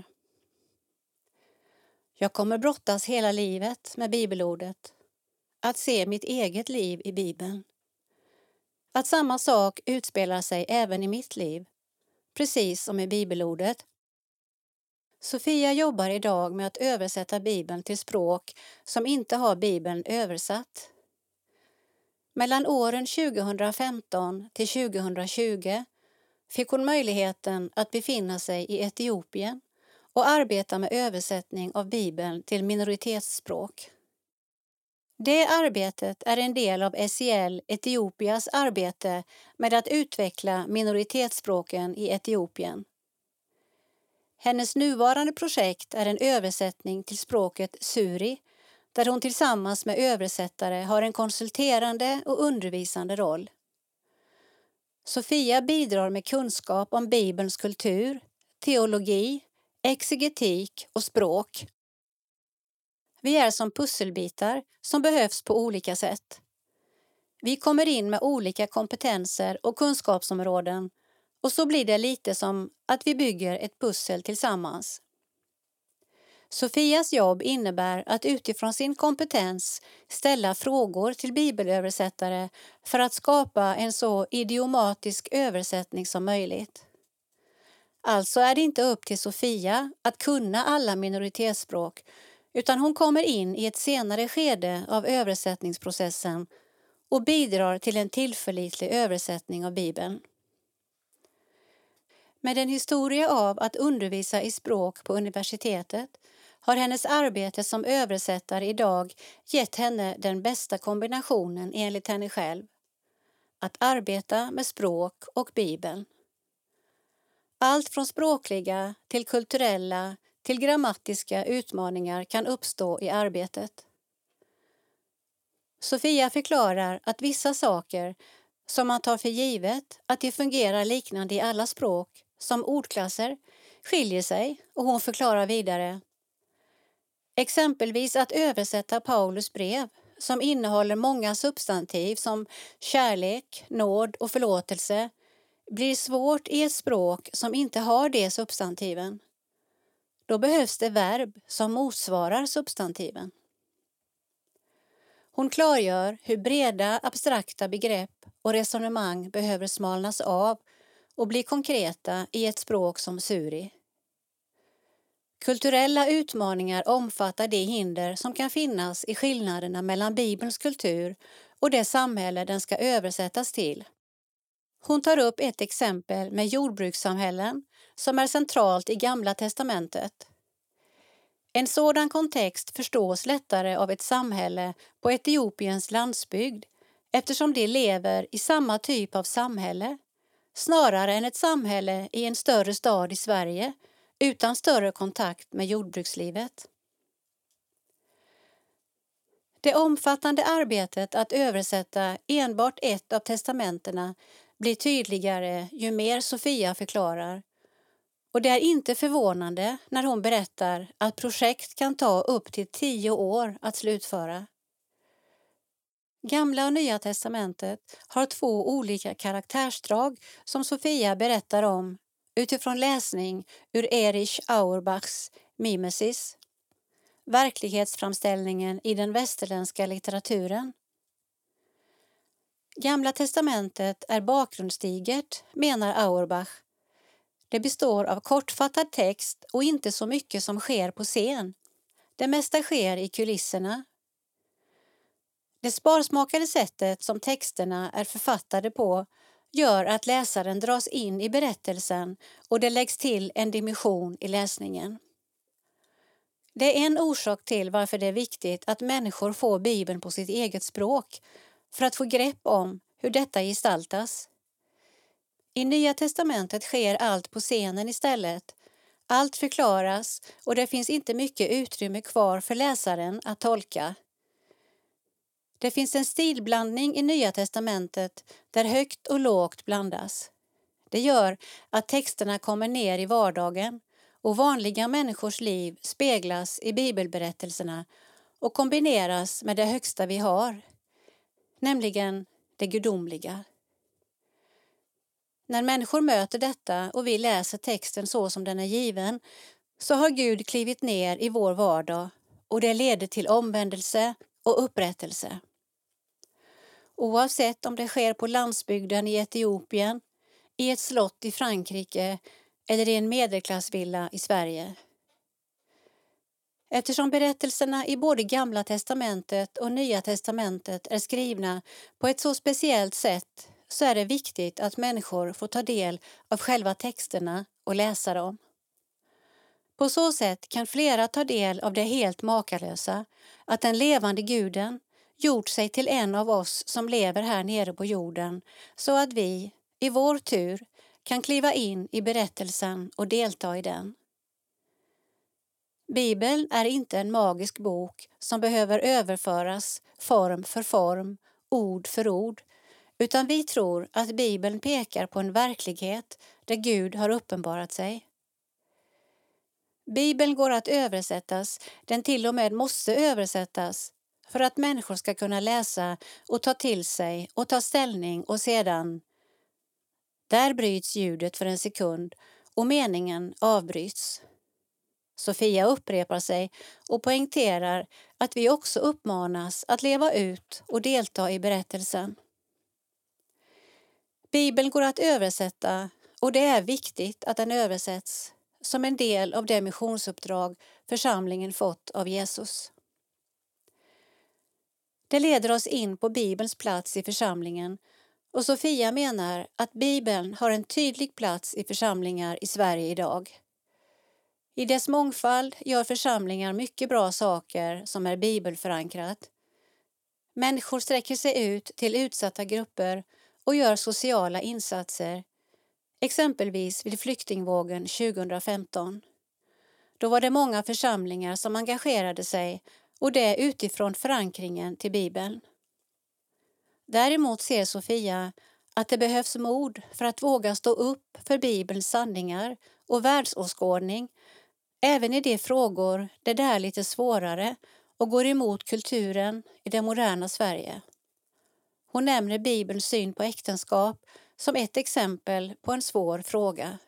Jag kommer brottas hela livet med bibelordet, att se mitt eget liv i Bibeln. Att samma sak utspelar sig även i mitt liv, precis som i bibelordet. Sofia jobbar idag med att översätta Bibeln till språk som inte har Bibeln översatt. Mellan åren 2015 till 2020 fick hon möjligheten att befinna sig i Etiopien och arbeta med översättning av Bibeln till minoritetsspråk. Det arbetet är en del av SIL Etiopias arbete med att utveckla minoritetsspråken i Etiopien. Hennes nuvarande projekt är en översättning till språket suri, där hon tillsammans med översättare har en konsulterande och undervisande roll. Sofia bidrar med kunskap om Bibelns kultur, teologi, exegetik och språk. Vi är som pusselbitar som behövs på olika sätt. Vi kommer in med olika kompetenser och kunskapsområden, och så blir det lite som att vi bygger ett pussel tillsammans. Sofias jobb innebär att utifrån sin kompetens ställa frågor till bibelöversättare för att skapa en så idiomatisk översättning som möjligt. Alltså är det inte upp till Sofia att kunna alla minoritetsspråk, utan hon kommer in i ett senare skede av översättningsprocessen och bidrar till en tillförlitlig översättning av Bibeln. Med en historia av att undervisa i språk på universitetet har hennes arbete som översättare idag gett henne den bästa kombinationen enligt henne själv. Att arbeta med språk och Bibeln. Allt från språkliga till kulturella till grammatiska utmaningar kan uppstå i arbetet. Sofia förklarar att vissa saker som man tar för givet att det fungerar liknande i alla språk, som ordklasser, skiljer sig, och hon förklarar vidare. Exempelvis att översätta Paulus brev, som innehåller många substantiv som kärlek, nåd och förlåtelse, blir svårt i ett språk som inte har de substantiven. Då behövs det verb som motsvarar substantiven. Hon klargör hur breda abstrakta begrepp och resonemang behöver smalnas av och bli konkreta i ett språk som suri. Kulturella utmaningar omfattar de hinder som kan finnas i skillnaderna mellan Bibelns kultur och det samhälle den ska översättas till. Hon tar upp ett exempel med jordbrukssamhällen som är centralt i Gamla testamentet. En sådan kontext förstås lättare av ett samhälle på Etiopiens landsbygd eftersom de lever i samma typ av samhälle, snarare än ett samhälle i en större stad i Sverige utan större kontakt med jordbrukslivet. Det omfattande arbetet att översätta enbart ett av testamenterna blir tydligare ju mer Sofia förklarar. Och det är inte förvånande när hon berättar att projekt kan ta upp till 10 år att slutföra. Gamla och Nya testamentet har 2 olika karaktärsdrag som Sofia berättar om utifrån läsning ur Erich Auerbachs Mimesis, verklighetsframställningen i den västerländska litteraturen. Gamla testamentet är bakgrundsdigert, menar Auerbach. Det består av kortfattad text och inte så mycket som sker på scen. Det mesta sker i kulisserna. Det sparsmakade sättet som texterna är författade på gör att läsaren dras in i berättelsen och det läggs till en dimension i läsningen. Det är en orsak till varför det är viktigt att människor får Bibeln på sitt eget språk för att få grepp om hur detta gestaltas. I Nya testamentet sker allt på scenen istället. Allt förklaras och det finns inte mycket utrymme kvar för läsaren att tolka. Det finns en stilblandning i Nya testamentet där högt och lågt blandas. Det gör att texterna kommer ner i vardagen och vanliga människors liv speglas i bibelberättelserna och kombineras med det högsta vi har, nämligen det gudomliga. När människor möter detta och vi läser texten så som den är given så har Gud klivit ner i vår vardag och det leder till omvändelse och upprättelse. Oavsett om det sker på landsbygden i Etiopien, i ett slott i Frankrike eller i en medelklassvilla i Sverige. Eftersom berättelserna i både Gamla testamentet och Nya testamentet är skrivna på ett så speciellt sätt så är det viktigt att människor får ta del av själva texterna och läsa dem. På så sätt kan flera ta del av det helt makalösa, att den levande guden gjort sig till en av oss som lever här nere på jorden så att vi, i vår tur, kan kliva in i berättelsen och delta i den. Bibeln är inte en magisk bok som behöver överföras form för form, ord för ord, utan vi tror att Bibeln pekar på en verklighet där Gud har uppenbarat sig. Bibeln går att översättas, den till och med måste översättas, för att människor ska kunna läsa och ta till sig och ta ställning och sedan. Där bryts ljudet för en sekund och meningen avbryts. Sofia upprepar sig och poängterar att vi också uppmanas att leva ut och delta i berättelsen. Bibeln går att översätta och det är viktigt att den översätts som en del av det missionsuppdrag församlingen fått av Jesus. Det leder oss in på Bibelns plats i församlingen och Sofia menar att Bibeln har en tydlig plats i församlingar i Sverige idag. I dess mångfald gör församlingar mycket bra saker som är bibelförankrat. Människor sträcker sig ut till utsatta grupper och gör sociala insatser, exempelvis vid flyktingvågen 2015. Då var det många församlingar som engagerade sig och det utifrån förankringen till Bibeln. Däremot ser Sofia att det behövs mod för att våga stå upp för Bibelns sanningar och världsåskådning, även i de frågor där det är lite svårare och går emot kulturen i det moderna Sverige. Hon nämner Bibelns syn på äktenskap som ett exempel på en svår fråga.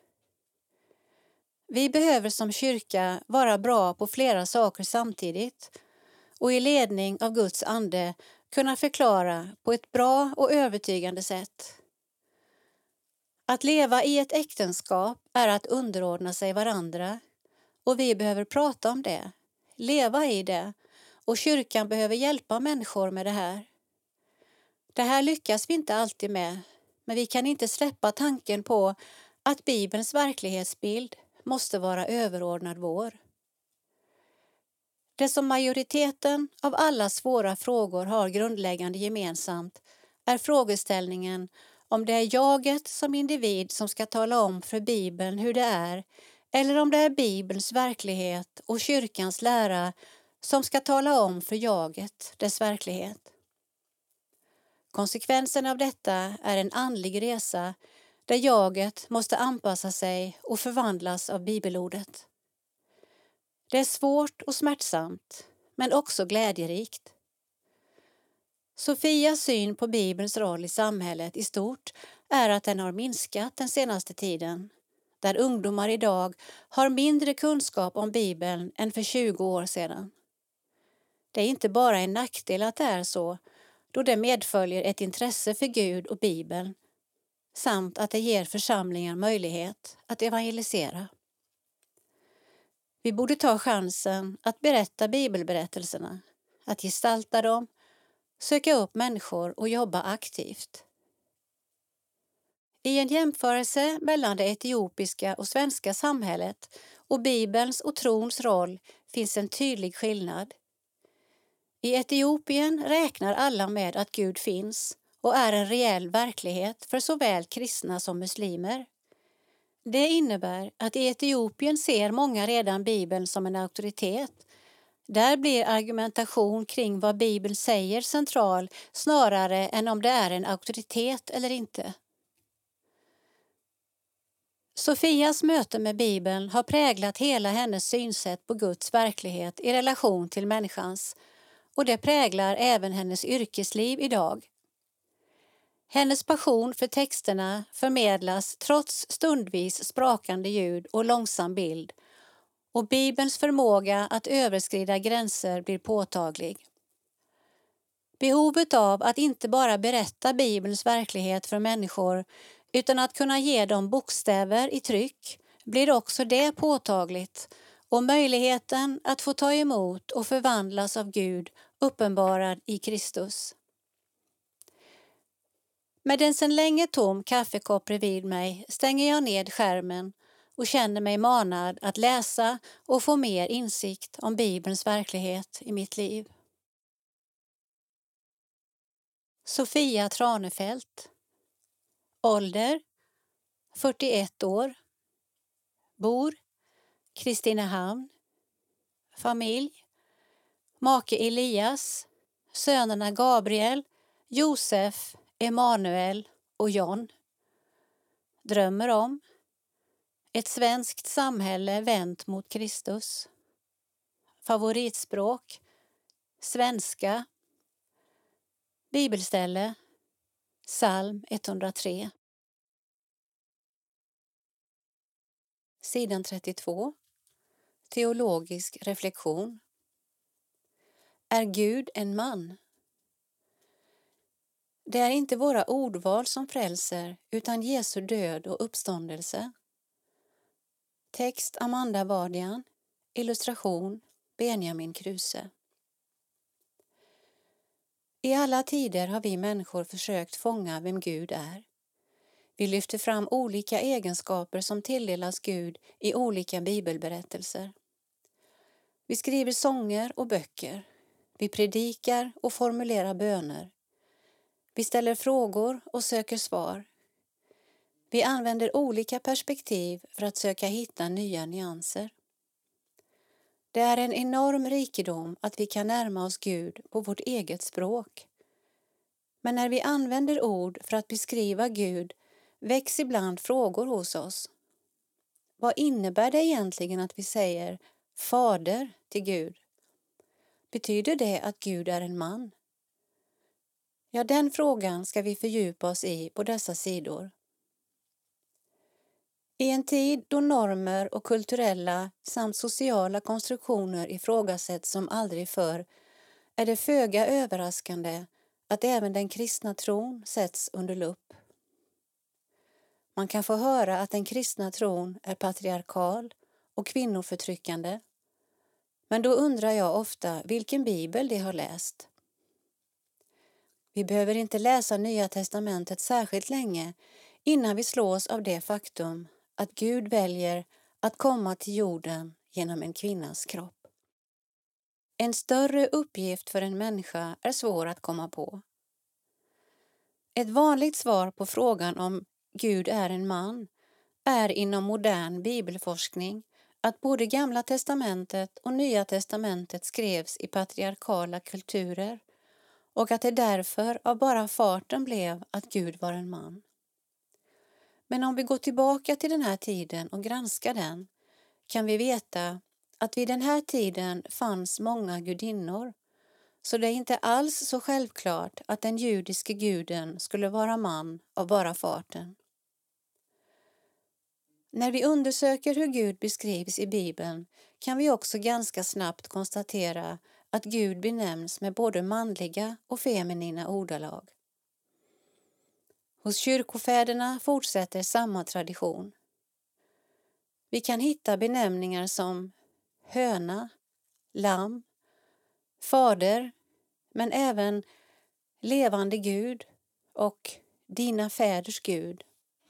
Vi behöver som kyrka vara bra på flera saker samtidigt och i ledning av Guds ande kunna förklara på ett bra och övertygande sätt. Att leva i ett äktenskap är att underordna sig varandra och vi behöver prata om det, leva i det och kyrkan behöver hjälpa människor med det här. Det här lyckas vi inte alltid med, men vi kan inte släppa tanken på att Bibelns verklighetsbild måste vara överordnad vår. Det som majoriteten av alla svåra frågor har grundläggande gemensamt är frågeställningen om det är jaget som individ som ska tala om för Bibeln hur det är eller om det är Bibelns verklighet och kyrkans lära som ska tala om för jaget dess verklighet. Konsekvensen av detta är en andlig resa där jaget måste anpassa sig och förvandlas av bibelordet. Det är svårt och smärtsamt, men också glädjerikt. Sofias syn på Bibelns roll i samhället i stort är att den har minskat den senaste tiden, där ungdomar idag har mindre kunskap om Bibeln än för 20 år sedan. Det är inte bara en nackdel att det är så, då det medföljer ett intresse för Gud och Bibeln, samt att det ger församlingar möjlighet att evangelisera. Vi borde ta chansen att berätta bibelberättelserna, att gestalta dem, söka upp människor och jobba aktivt. I en jämförelse mellan det etiopiska och svenska samhället och Bibelns och trons roll finns en tydlig skillnad. I Etiopien räknar alla med att Gud finns och är en reell verklighet för såväl kristna som muslimer. Det innebär att i Etiopien ser många redan Bibeln som en auktoritet. Där blir argumentation kring vad Bibeln säger central snarare än om det är en auktoritet eller inte. Sofias möte med Bibeln har präglat hela hennes synsätt på Guds verklighet i relation till människans, och det präglar även hennes yrkesliv idag. Hennes passion för texterna förmedlas trots stundvis sprakande ljud och långsam bild, och Bibelns förmåga att överskrida gränser blir påtaglig. Behovet av att inte bara berätta Bibelns verklighet för människor utan att kunna ge dem bokstäver i tryck blir också det påtagligt, och möjligheten att få ta emot och förvandlas av Gud uppenbarad i Kristus. Med en sedan länge tom kaffekopp bredvid mig stänger jag ned skärmen och känner mig manad att läsa och få mer insikt om Bibelns verklighet i mitt liv. Sofia Tranefelt. Ålder 41 år. Bor Kristinehamn. Familj: make Elias, sönerna Gabriel, Josef, Emanuel och John. Drömmer om ett svenskt samhälle vänt mot Kristus. Favoritspråk: svenska. Bibelställe: Psalm 103. Sidan 32. Teologisk reflektion. Är Gud en man? Det är inte våra ordval som frälser utan Jesu död och uppståndelse. Text Amanda Vardian. Illustration Benjamin Kruse. I alla tider har vi människor försökt fånga vem Gud är. Vi lyfter fram olika egenskaper som tilldelas Gud i olika bibelberättelser. Vi skriver sånger och böcker. Vi predikar och formulerar böner. Vi ställer frågor och söker svar. Vi använder olika perspektiv för att söka hitta nya nyanser. Det är en enorm rikedom att vi kan närma oss Gud på vårt eget språk. Men när vi använder ord för att beskriva Gud väcks ibland frågor hos oss. Vad innebär det egentligen att vi säger Fader till Gud? Betyder det att Gud är en man? Ja, den frågan ska vi fördjupa oss i på dessa sidor. I en tid då normer och kulturella samt sociala konstruktioner ifrågasätts som aldrig förr är det föga överraskande att även den kristna tron sätts under lupp. Man kan få höra att den kristna tron är patriarkal och kvinnoförtryckande. Men då undrar jag ofta vilken bibel de har läst. Vi behöver inte läsa Nya testamentet särskilt länge innan vi slås av det faktum att Gud väljer att komma till jorden genom en kvinnas kropp. En större uppgift för en människa är svår att komma på. Ett vanligt svar på frågan om Gud är en man är inom modern bibelforskning att både Gamla testamentet och Nya testamentet skrevs i patriarkala kulturer och att det därför av bara farten blev att Gud var en man. Men om vi går tillbaka till den här tiden och granskar den kan vi veta att vid den här tiden fanns många gudinnor, så det är inte alls så självklart att den judiske guden skulle vara man av bara farten. När vi undersöker hur Gud beskrivs i Bibeln kan vi också ganska snabbt konstatera att Gud benämns med både manliga och feminina ordalag. Hos kyrkofäderna fortsätter samma tradition. Vi kan hitta benämningar som höna, lamm, fader, men även levande Gud och dina fäders Gud.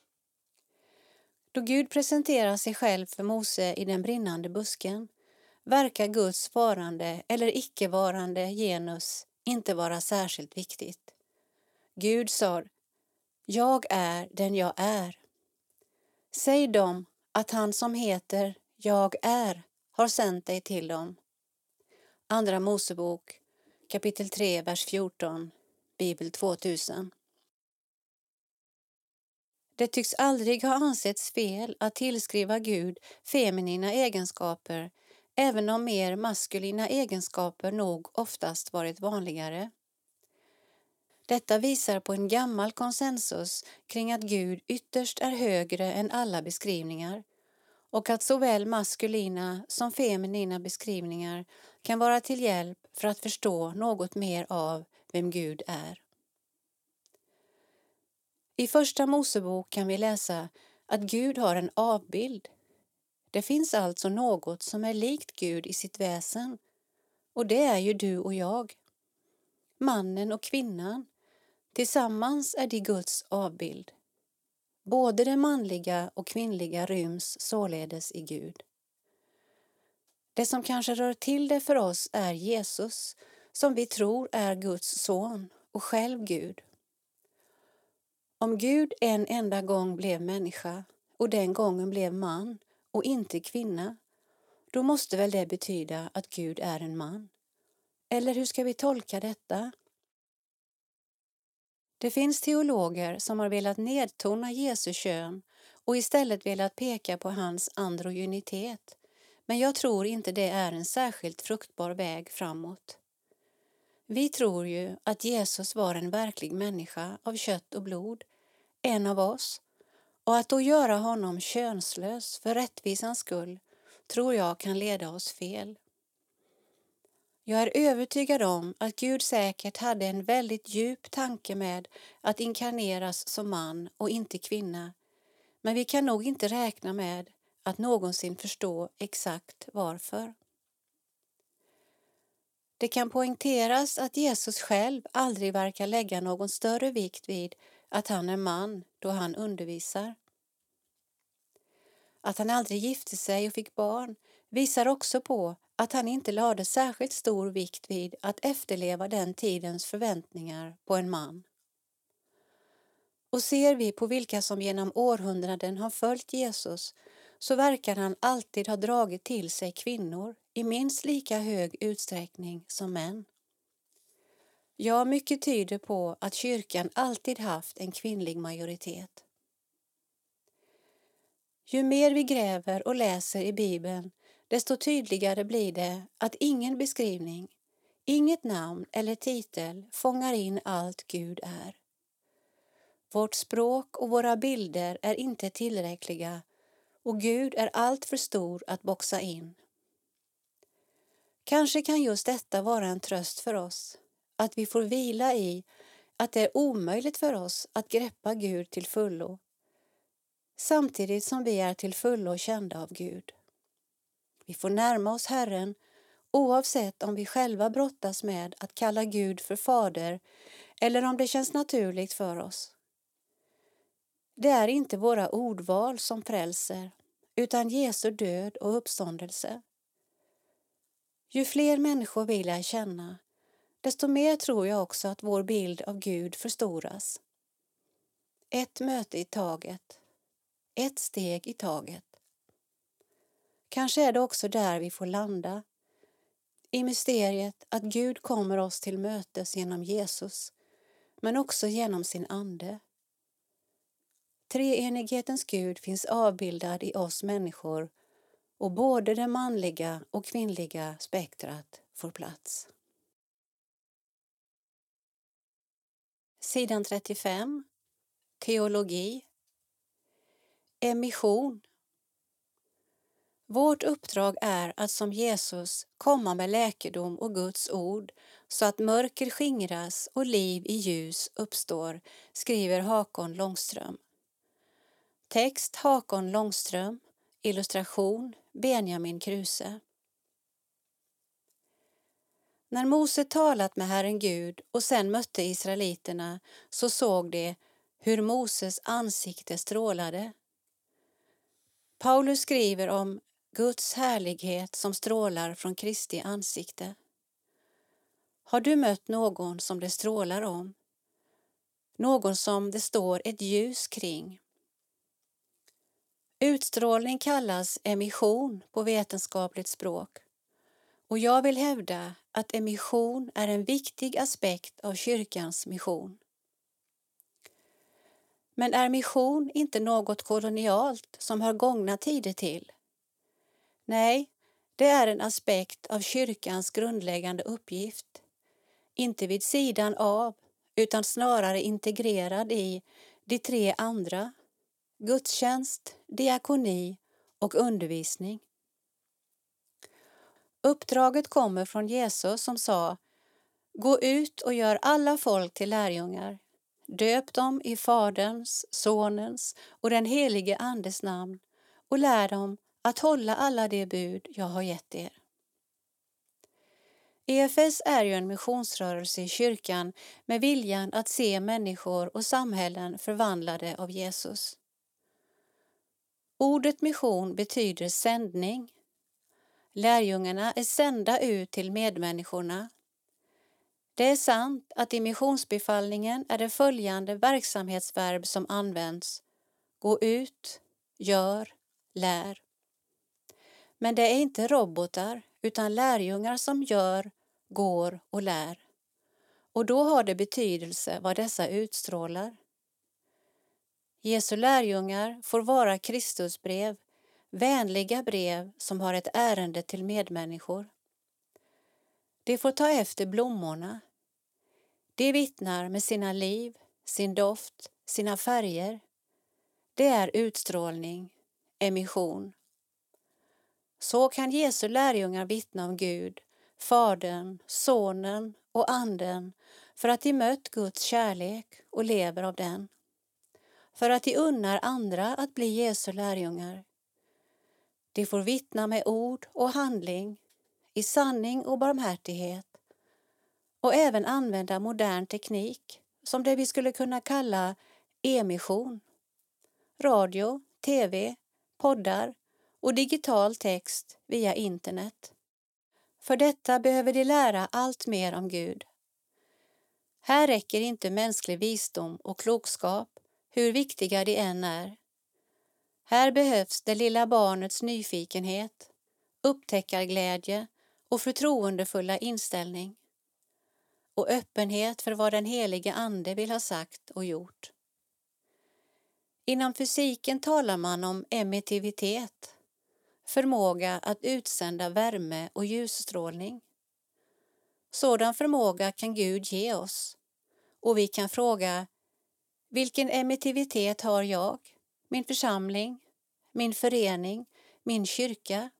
Då Gud presenterar sig själv för Mose i den brinnande busken verkar Guds varande eller icke-varande genus inte vara särskilt viktigt. Gud sa: Jag är den jag är. Säg dem att han som heter Jag är har sänt dig till dem. Andra Mosebok, kapitel 3, vers 14, Bibel 2000. Det tycks aldrig ha ansetts fel att tillskriva Gud feminina egenskaper, även om mer maskulina egenskaper nog oftast varit vanligare. Detta visar på en gammal konsensus kring att Gud ytterst är högre än alla beskrivningar och att såväl maskulina som feminina beskrivningar kan vara till hjälp för att förstå något mer av vem Gud är. I Första Mosebok kan vi läsa att Gud har en avbild. Det finns alltså något som är likt Gud i sitt väsen, och det är ju du och jag. Mannen och kvinnan, tillsammans är de Guds avbild. Både det manliga och kvinnliga ryms således i Gud. Det som kanske rör till det för oss är Jesus, som vi tror är Guds son och själv Gud. Om Gud en enda gång blev människa och den gången blev man och inte kvinna, då måste väl det betyda att Gud är en man. Eller hur ska vi tolka detta? Det finns teologer som har velat nedtona Jesu kön och istället velat peka på hans androgynitet, men jag tror inte det är en särskilt fruktbar väg framåt. Vi tror ju att Jesus var en verklig människa av kött och blod, en av oss, och att då göra honom könslös för rättvisans skull tror jag kan leda oss fel. Jag är övertygad om att Gud säkert hade en väldigt djup tanke med att inkarneras som man och inte kvinna, men vi kan nog inte räkna med att någonsin förstå exakt varför. Det kan poängteras att Jesus själv aldrig verkar lägga någon större vikt vid att han är man då han undervisar. Att han aldrig gifte sig och fick barn visar också på att han inte lade särskilt stor vikt vid att efterleva den tidens förväntningar på en man. Och ser vi på vilka som genom århundraden har följt Jesus så verkar han alltid ha dragit till sig kvinnor i minst lika hög utsträckning som män. Ja, mycket tyder på att kyrkan alltid haft en kvinnlig majoritet. Ju mer vi gräver och läser i Bibeln, desto tydligare blir det att ingen beskrivning, inget namn eller titel fångar in allt Gud är. Vårt språk och våra bilder är inte tillräckliga och Gud är allt för stor att boxa in. Kanske kan just detta vara en tröst för oss, att vi får vila i att det är omöjligt för oss att greppa Gud till fullo, samtidigt som vi är till fullo kända av Gud. Vi får närma oss Herren oavsett om vi själva brottas med att kalla Gud för fader eller om det känns naturligt för oss. Det är inte våra ordval som frälser, utan Jesu död och uppståndelse. Ju fler människor vi lär känna, desto mer tror jag också att vår bild av Gud förstoras. Ett möte i taget, ett steg i taget. Kanske är det också där vi får landa, i mysteriet att Gud kommer oss till mötes genom Jesus, men också genom sin ande. Treenighetens Gud finns avbildad i oss människor och både det manliga och kvinnliga spektrat får plats. Sidan 35. Teologi. Emission. Vårt uppdrag är att som Jesus komma med läkedom och Guds ord så att mörker skingras och liv i ljus uppstår, skriver Hakon Långström. Text Hakon Långström, illustration Benjamin Kruse. När Mose talat med Herren Gud och sen mötte israeliterna så såg de hur Moses ansikte strålade. Paulus skriver om Guds härlighet som strålar från Kristi ansikte. Har du mött någon som det strålar om? Någon som det står ett ljus kring? Utstrålning kallas emission på vetenskapligt språk. Och jag vill hävda att emission är en viktig aspekt av kyrkans mission. Men är mission inte något kolonialt som hör gångna tider till? Nej, det är en aspekt av kyrkans grundläggande uppgift. Inte vid sidan av, utan snarare integrerad i de tre andra: gudstjänst, diakoni och undervisning. Uppdraget kommer från Jesus som sa: gå ut och gör alla folk till lärjungar. Döp dem i Faderns, Sonens och den helige Andes namn och lär dem att hålla alla de bud jag har gett er. EFS är ju en missionsrörelse i kyrkan med viljan att se människor och samhällen förvandlade av Jesus. Ordet mission betyder sändning. Lärjungarna är sända ut till medmänniskorna. Det är sant att i missionsbefallningen är det följande verksamhetsverb som används: gå ut, gör, lär. Men det är inte robotar utan lärjungar som gör, går och lär. Och då har det betydelse vad dessa utstrålar. Jesu lärjungar får vara Kristusbrev, vänliga brev som har ett ärende till medmänniskor. De får ta efter blommorna. De vittnar med sina liv, sin doft, sina färger. Det är utstrålning, emission. Så kan Jesu lärjungar vittna om Gud, Fadern, Sonen och Anden, för att de mött Guds kärlek och lever av den. För att de unnar andra att bli Jesu lärjungar. De får vittna med ord och handling, i sanning och barmhärtighet, och även använda modern teknik som det vi skulle kunna kalla emission, radio, tv, poddar och digital text via internet. För detta behöver de lära allt mer om Gud. Här räcker inte mänsklig visdom och klokskap, hur viktiga de än är. Här behövs det lilla barnets nyfikenhet, upptäckarglädje och förtroendefulla inställning. Och öppenhet för vad den helige Ande vill ha sagt och gjort. Inom fysiken talar man om emittivitet, förmåga att utsända värme och ljusstrålning. Sådan förmåga kan Gud ge oss, och vi kan fråga: vilken emittivitet har jag, min församling, min förening, min kyrka?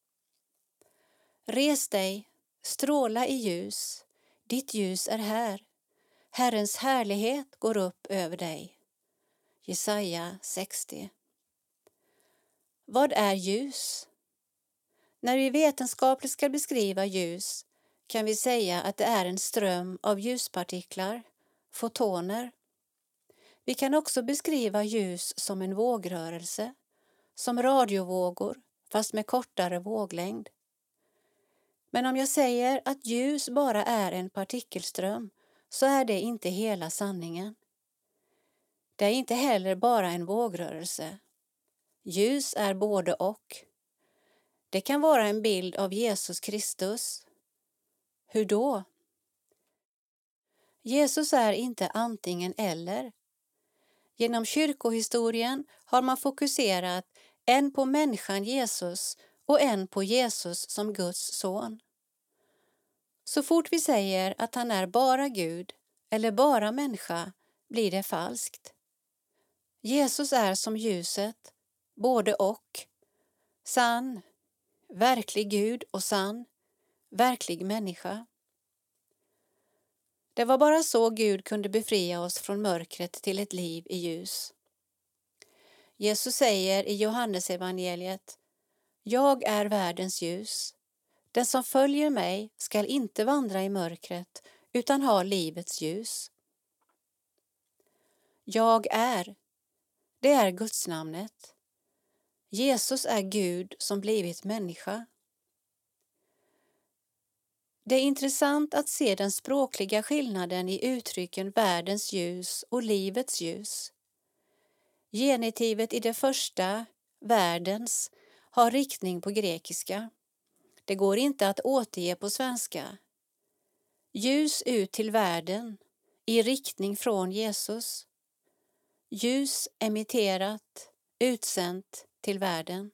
Res dig, stråla i ljus, ditt ljus är här, Herrens härlighet går upp över dig. Jesaja 60. Vad är ljus? När vi vetenskapligt ska beskriva ljus kan vi säga att det är en ström av ljuspartiklar, fotoner. Vi kan också beskriva ljus som en vågrörelse, som radiovågor fast med kortare våglängd. Men om jag säger att ljus bara är en partikelström så är det inte hela sanningen. Det är inte heller bara en vågrörelse. Ljus är både och. Det kan vara en bild av Jesus Kristus. Hur då? Jesus är inte antingen eller. Genom kyrkohistorien har man fokuserat en på människan Jesus och en på Jesus som Guds son. Så fort vi säger att han är bara Gud eller bara människa blir det falskt. Jesus är som ljuset, både och, sann, verklig Gud och sann, verklig människa. Det var bara så Gud kunde befria oss från mörkret till ett liv i ljus. Jesus säger i Johannesevangeliet: Jag är världens ljus. Den som följer mig skall inte vandra i mörkret utan ha livets ljus. Jag är. Det är Guds namnet. Jesus är Gud som blivit människa. Det är intressant att se den språkliga skillnaden i uttrycken världens ljus och livets ljus. Genitivet i det första, världens, har riktning på grekiska. Det går inte att återge på svenska. Ljus ut till världen, i riktning från Jesus. Ljus emitterat, utsänt till världen.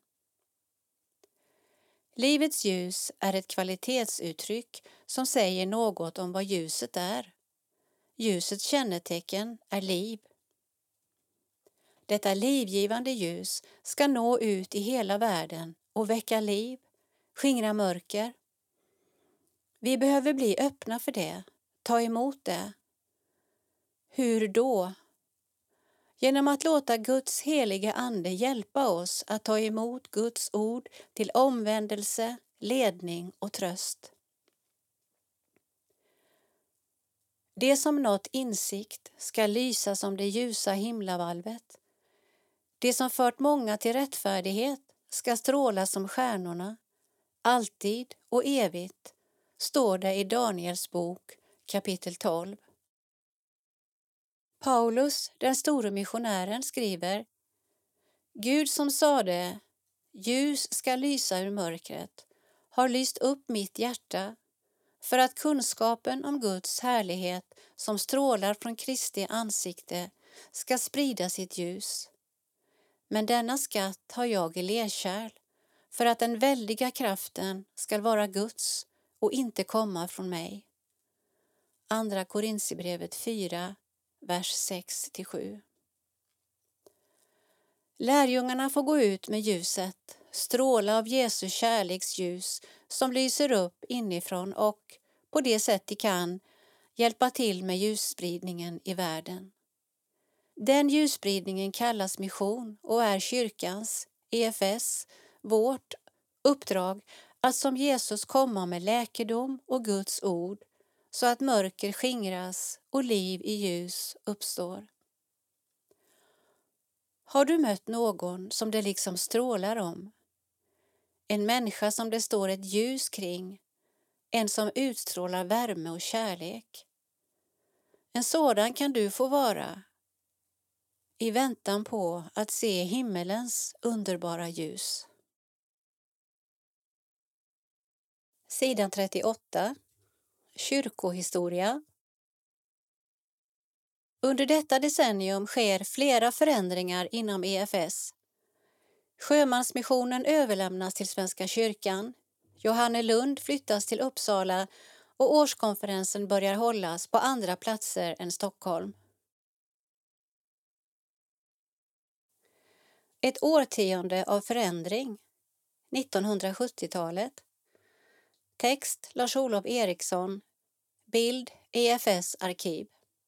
Livets ljus är ett kvalitetsuttryck som säger något om vad ljuset är. Ljusets kännetecken är liv. Detta livgivande ljus ska nå ut i hela världen och väcka liv, skingra mörker. Vi behöver bli öppna för det, ta emot det. Hur då? Genom att låta Guds heliga Ande hjälpa oss att ta emot Guds ord till omvändelse, ledning och tröst. Det som nått insikt ska lysa som det ljusa himlavalvet. Det som fört många till rättfärdighet ska stråla som stjärnorna, alltid och evigt, står det i Daniels bok kapitel 12. Paulus, den store missionären, skriver: Gud som sade, ljus ska lysa ur mörkret, har lyst upp mitt hjärta för att kunskapen om Guds härlighet som strålar från Kristi ansikte ska sprida sitt ljus. Men denna skatt har jag i lerkärl för att den väldiga kraften ska vara Guds och inte komma från mig. Andra Korinthierbrevet 4, vers 6-7. Lärjungarna får gå ut med ljuset, stråla av Jesu kärleks ljus som lyser upp inifrån och, på det sätt de kan, hjälpa till med ljusspridningen i världen. Den ljusspridningen kallas mission och är kyrkans, EFS, vårt uppdrag att som Jesus komma med läkedom och Guds ord så att mörker skingras och liv i ljus uppstår. Har du mött någon som det liksom strålar om? En människa som det står ett ljus kring, en som utstrålar värme och kärlek. En sådan kan du få vara i väntan på att se himmelens underbara ljus. Sidan 38. Kyrkohistoria. Under detta decennium sker flera förändringar inom EFS. Sjömansmissionen överlämnas till Svenska kyrkan, Johannelund flyttas till Uppsala och årskonferensen börjar hållas på andra platser än Stockholm. Ett årtionde av förändring, 1970-talet. Text Lars-Olof Eriksson, bild EFS arkiv.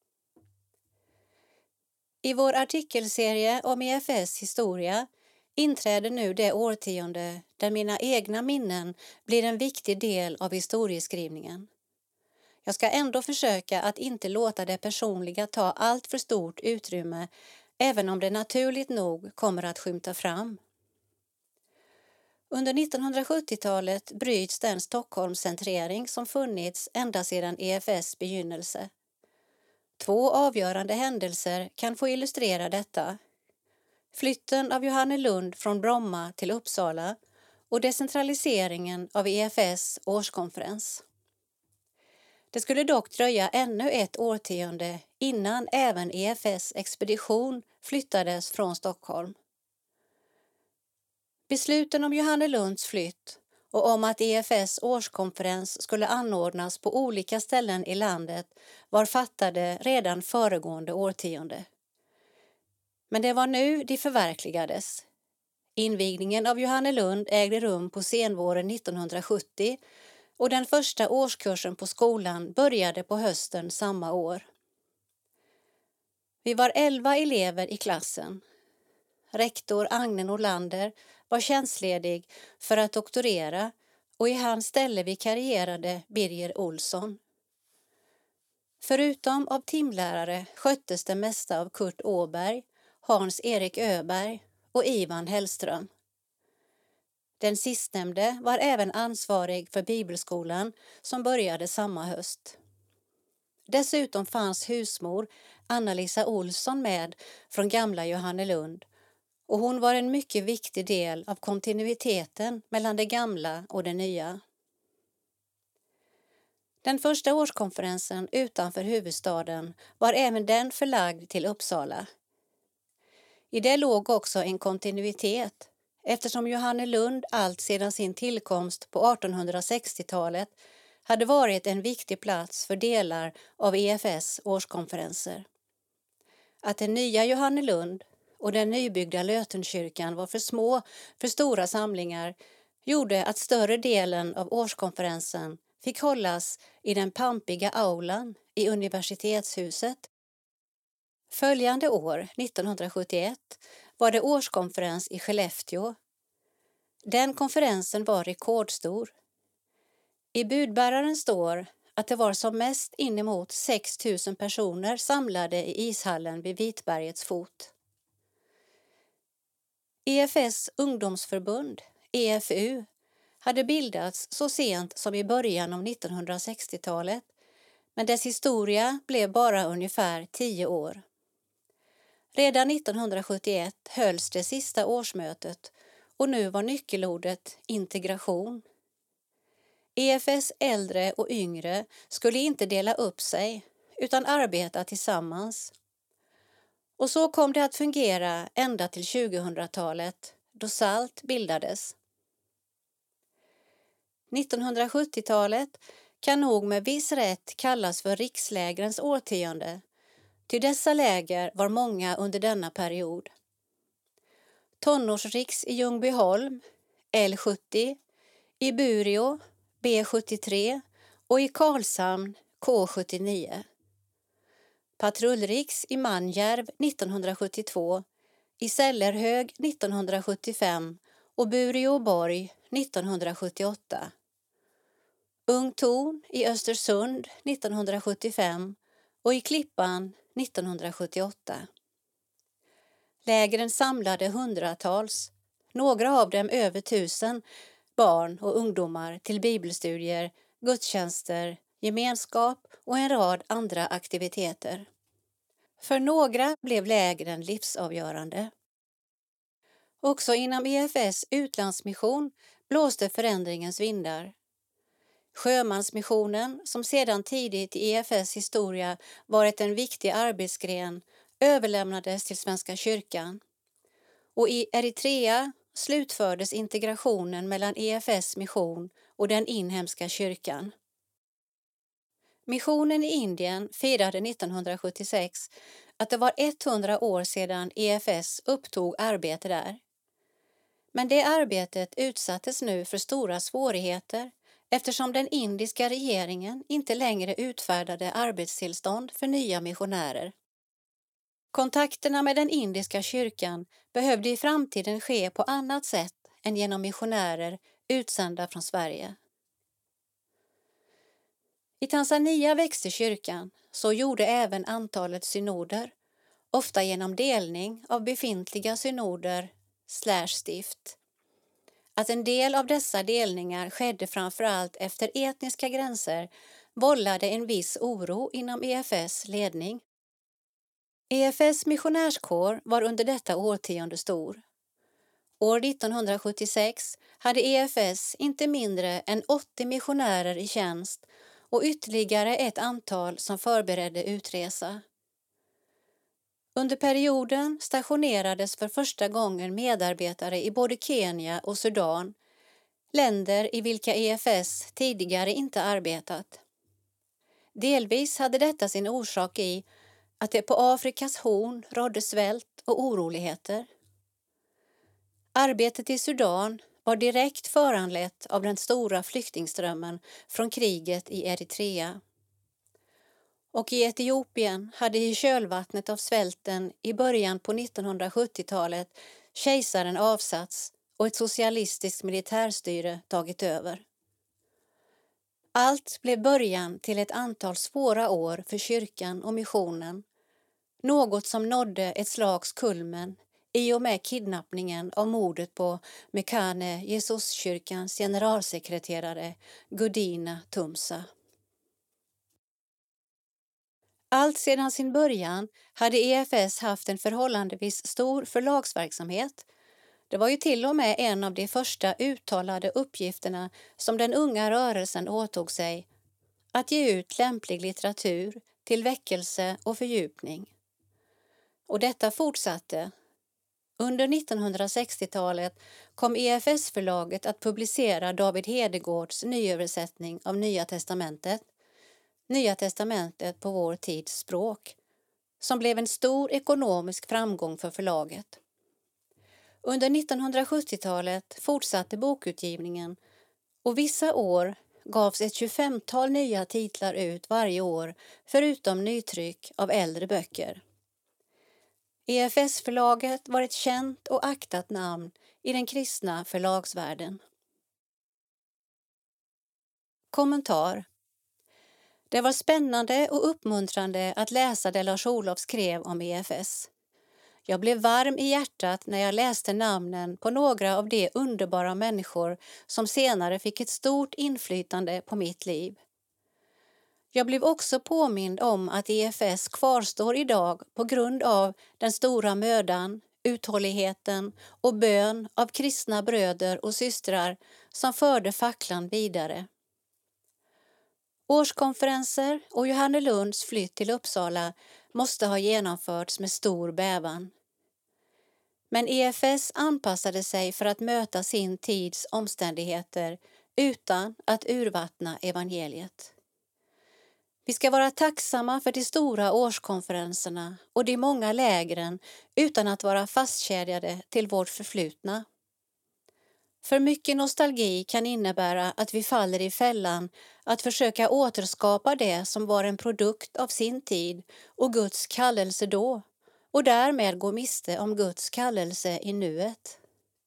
I vår artikelserie om EFS historia inträder nu det årtionde där mina egna minnen blir en viktig del av historieskrivningen. Jag ska ändå försöka att inte låta det personliga ta allt för stort utrymme, även om det naturligt nog kommer att skymta fram. Under 1970-talet bryts den Stockholmscentrering som funnits ända sedan EFS begynnelse. 2 avgörande händelser kan få illustrera detta. Flytten av Johannelund från Bromma till Uppsala och decentraliseringen av EFS årskonferens. Det skulle dock dröja ännu ett årtionde innan även EFS expedition flyttades från Stockholm. Besluten om Johannelunds flytt och om att EFS årskonferens skulle anordnas på olika ställen i landet var fattade redan föregående årtionde. Men det var nu de förverkligades. Invigningen av Johannelund ägde rum på senvåren 1970 och den första årskursen på skolan började på hösten samma år. Vi var 11 elever i klassen. Rektor Agne Norlander var tjänstledig för att doktorera och i hans ställe vikarierade Birger Olsson. Förutom av timlärare sköttes det mesta av Kurt Åberg, Hans-Erik Öberg och Ivan Hellström. Den sistnämnde var även ansvarig för bibelskolan som började samma höst. Dessutom fanns husmor Anna-Lisa Olsson med från gamla Johannelund och hon var en mycket viktig del av kontinuiteten mellan det gamla och det nya. Den första årskonferensen utanför huvudstaden var även den förlagd till Uppsala. I det låg också en kontinuitet eftersom Johannelund allt sedan sin tillkomst på 1860-talet hade varit en viktig plats för delar av EFS årskonferenser. Att den nya Johannelund och den nybyggda Lötenkyrkan var för små för stora samlingar gjorde att större delen av årskonferensen fick hållas i den pampiga aulan i universitetshuset. Följande år, 1971, var det årskonferens i Skellefteå. Den konferensen var rekordstor. I budbäraren står att det var som mest inemot 6 000 personer samlade i ishallen vid Vitbergets fot. EFS ungdomsförbund, EFU, hade bildats så sent som i början av 1960-talet, men dess historia blev bara ungefär 10 år. Redan 1971 hölls det sista årsmötet och nu var nyckelordet integration. EFS äldre och yngre skulle inte dela upp sig utan arbeta tillsammans. Och så kom det att fungera ända till 2000-talet då SALT bildades. 1970-talet kan nog med viss rätt kallas för rikslägrens årtionde, ty dessa läger var många under denna period. tonårsriks i Ljungbyholm, L70, i Bureå, B73 och i Karlshamn, K79. Patrullriks i Manjärv 1972, i Sällerhög 1975 och Bureåborg 1978. Ung Torn i Östersund 1975 och i Klippan 1978. Lägren samlade hundratals, några av dem över 1000, barn och ungdomar till bibelstudier, gudstjänster, gemenskap och en rad andra aktiviteter. För några blev lägren livsavgörande. Också inom EFS utlandsmission blåste förändringens vindar. Sjömansmissionen, som sedan tidigt i EFS historia varit en viktig arbetsgren, överlämnades till Svenska kyrkan. Och i Eritrea slutfördes integrationen mellan EFS mission och den inhemska kyrkan. Missionen i Indien firade 1976 att det var 100 år sedan EFS upptog arbete där. Men det arbetet utsattes nu för stora svårigheter eftersom den indiska regeringen inte längre utfärdade arbetstillstånd för nya missionärer. Kontakterna med den indiska kyrkan behövde i framtiden ske på annat sätt än genom missionärer utsända från Sverige. I Tanzania växte kyrkan, så gjorde även antalet synoder, ofta genom delning av befintliga synoder /stift. Att en del av dessa delningar skedde framförallt efter etniska gränser vållade en viss oro inom EFS ledning. EFS missionärskår var under detta årtionde stor. År 1976 hade EFS inte mindre än 80 missionärer i tjänst och ytterligare ett antal som förberedde utresa. Under perioden stationerades för första gången medarbetare i både Kenya och Sudan, länder i vilka EFS tidigare inte arbetat. Delvis hade detta sin orsak i att det på Afrikas horn rådde svält och oroligheter. Arbetet i Sudan var direkt föranlett av den stora flyktingströmmen från kriget i Eritrea. Och i Etiopien hade i kölvattnet av svälten i början på 1970-talet kejsaren avsatts och ett socialistiskt militärstyre tagit över. Allt blev början till ett antal svåra år för kyrkan och missionen, något som nådde ett slags kulmen i och med kidnappningen av mordet på Mekane Jesuskyrkans generalsekreterare Gudina Tumsa. Allt sedan sin början hade EFS haft en förhållandevis stor förlagsverksamhet. Det var ju till och med en av de första uttalade uppgifterna som den unga rörelsen åtog sig, att ge ut lämplig litteratur till väckelse och fördjupning. Och detta fortsatte. Under 1960-talet kom EFS-förlaget att publicera David Hedegårds nyöversättning av Nya testamentet på vår tids språk, som blev en stor ekonomisk framgång för förlaget. Under 1970-talet fortsatte bokutgivningen och vissa år gavs ett 25-tal nya titlar ut varje år förutom nytryck av äldre böcker. EFS-förlaget var ett känt och aktat namn i den kristna förlagsvärlden. Kommentar. Det var spännande och uppmuntrande att läsa det Lars-Olof skrev om EFS. Jag blev varm i hjärtat när jag läste namnen på några av de underbara människor som senare fick ett stort inflytande på mitt liv. Jag blev också påmind om att EFS kvarstår idag på grund av den stora mödan, uthålligheten och bön av kristna bröder och systrar som förde facklan vidare. Årskonferenser och Johannelunds flytt till Uppsala måste ha genomförts med stor bävan. Men EFS anpassade sig för att möta sin tids omständigheter utan att urvattna evangeliet. Vi ska vara tacksamma för de stora årskonferenserna och de många lägren utan att vara fastkedjade till vårt förflutna. För mycket nostalgi kan innebära att vi faller i fällan att försöka återskapa det som var en produkt av sin tid och Guds kallelse då, och därmed gå miste om Guds kallelse i nuet.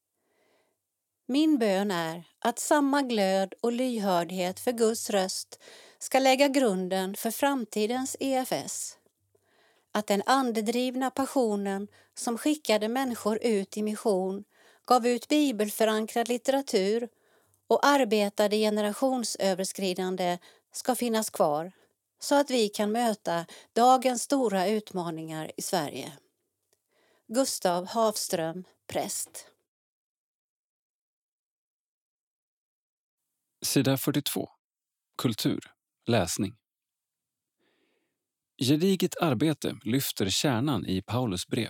Min bön är att samma glöd och lyhördhet för Guds röst ska lägga grunden för framtidens EFS. Att den andedrivna passionen som skickade människor ut i mission, gav ut bibelförankrad litteratur och arbetade generationsöverskridande ska finnas kvar, så att vi kan möta dagens stora utmaningar i Sverige. Gustav Hafström, präst. Sida 42. Kultur. Läsning. Gediget arbete lyfter kärnan i Paulus brev.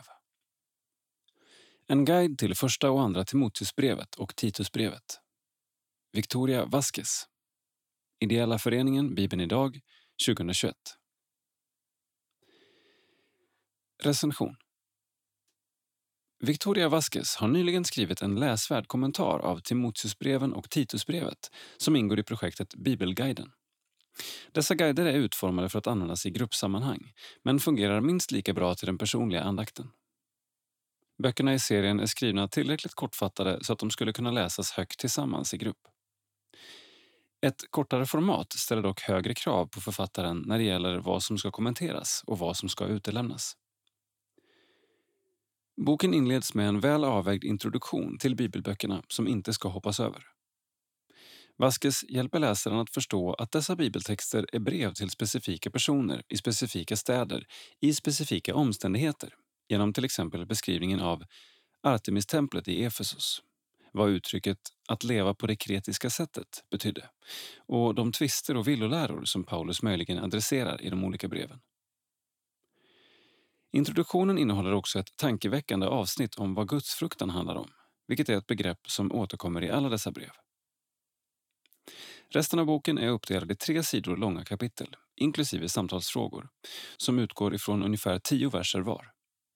En guide till första och andra Timoteusbrevet och Titusbrevet. Victoria Vasquez. Ideella föreningen Bibeln idag 2021. Recension. Victoria Vasquez har nyligen skrivit en läsvärd kommentar av Timoteusbreven och Titusbrevet som ingår i projektet Bibelguiden. Dessa guider är utformade för att användas i gruppsammanhang, men fungerar minst lika bra till den personliga andakten. Böckerna i serien är skrivna tillräckligt kortfattade så att de skulle kunna läsas högt tillsammans i grupp. Ett kortare format ställer dock högre krav på författaren när det gäller vad som ska kommenteras och vad som ska utelämnas. Boken inleds med en väl avvägd introduktion till bibelböckerna som inte ska hoppas över. Vasquez hjälper läsaren att förstå att dessa bibeltexter är brev till specifika personer i specifika städer i specifika omständigheter genom till exempel beskrivningen av Artemistemplet i Efesos, vad uttrycket att leva på det kretiska sättet betydde och de tvister och villoläror som Paulus möjligen adresserar i de olika breven. Introduktionen innehåller också ett tankeväckande avsnitt om vad gudsfruktan handlar om, vilket är ett begrepp som återkommer i alla dessa brev. Resten av boken är uppdelad i 3 sidor långa kapitel, inklusive samtalsfrågor, som utgår ifrån ungefär 10 verser var.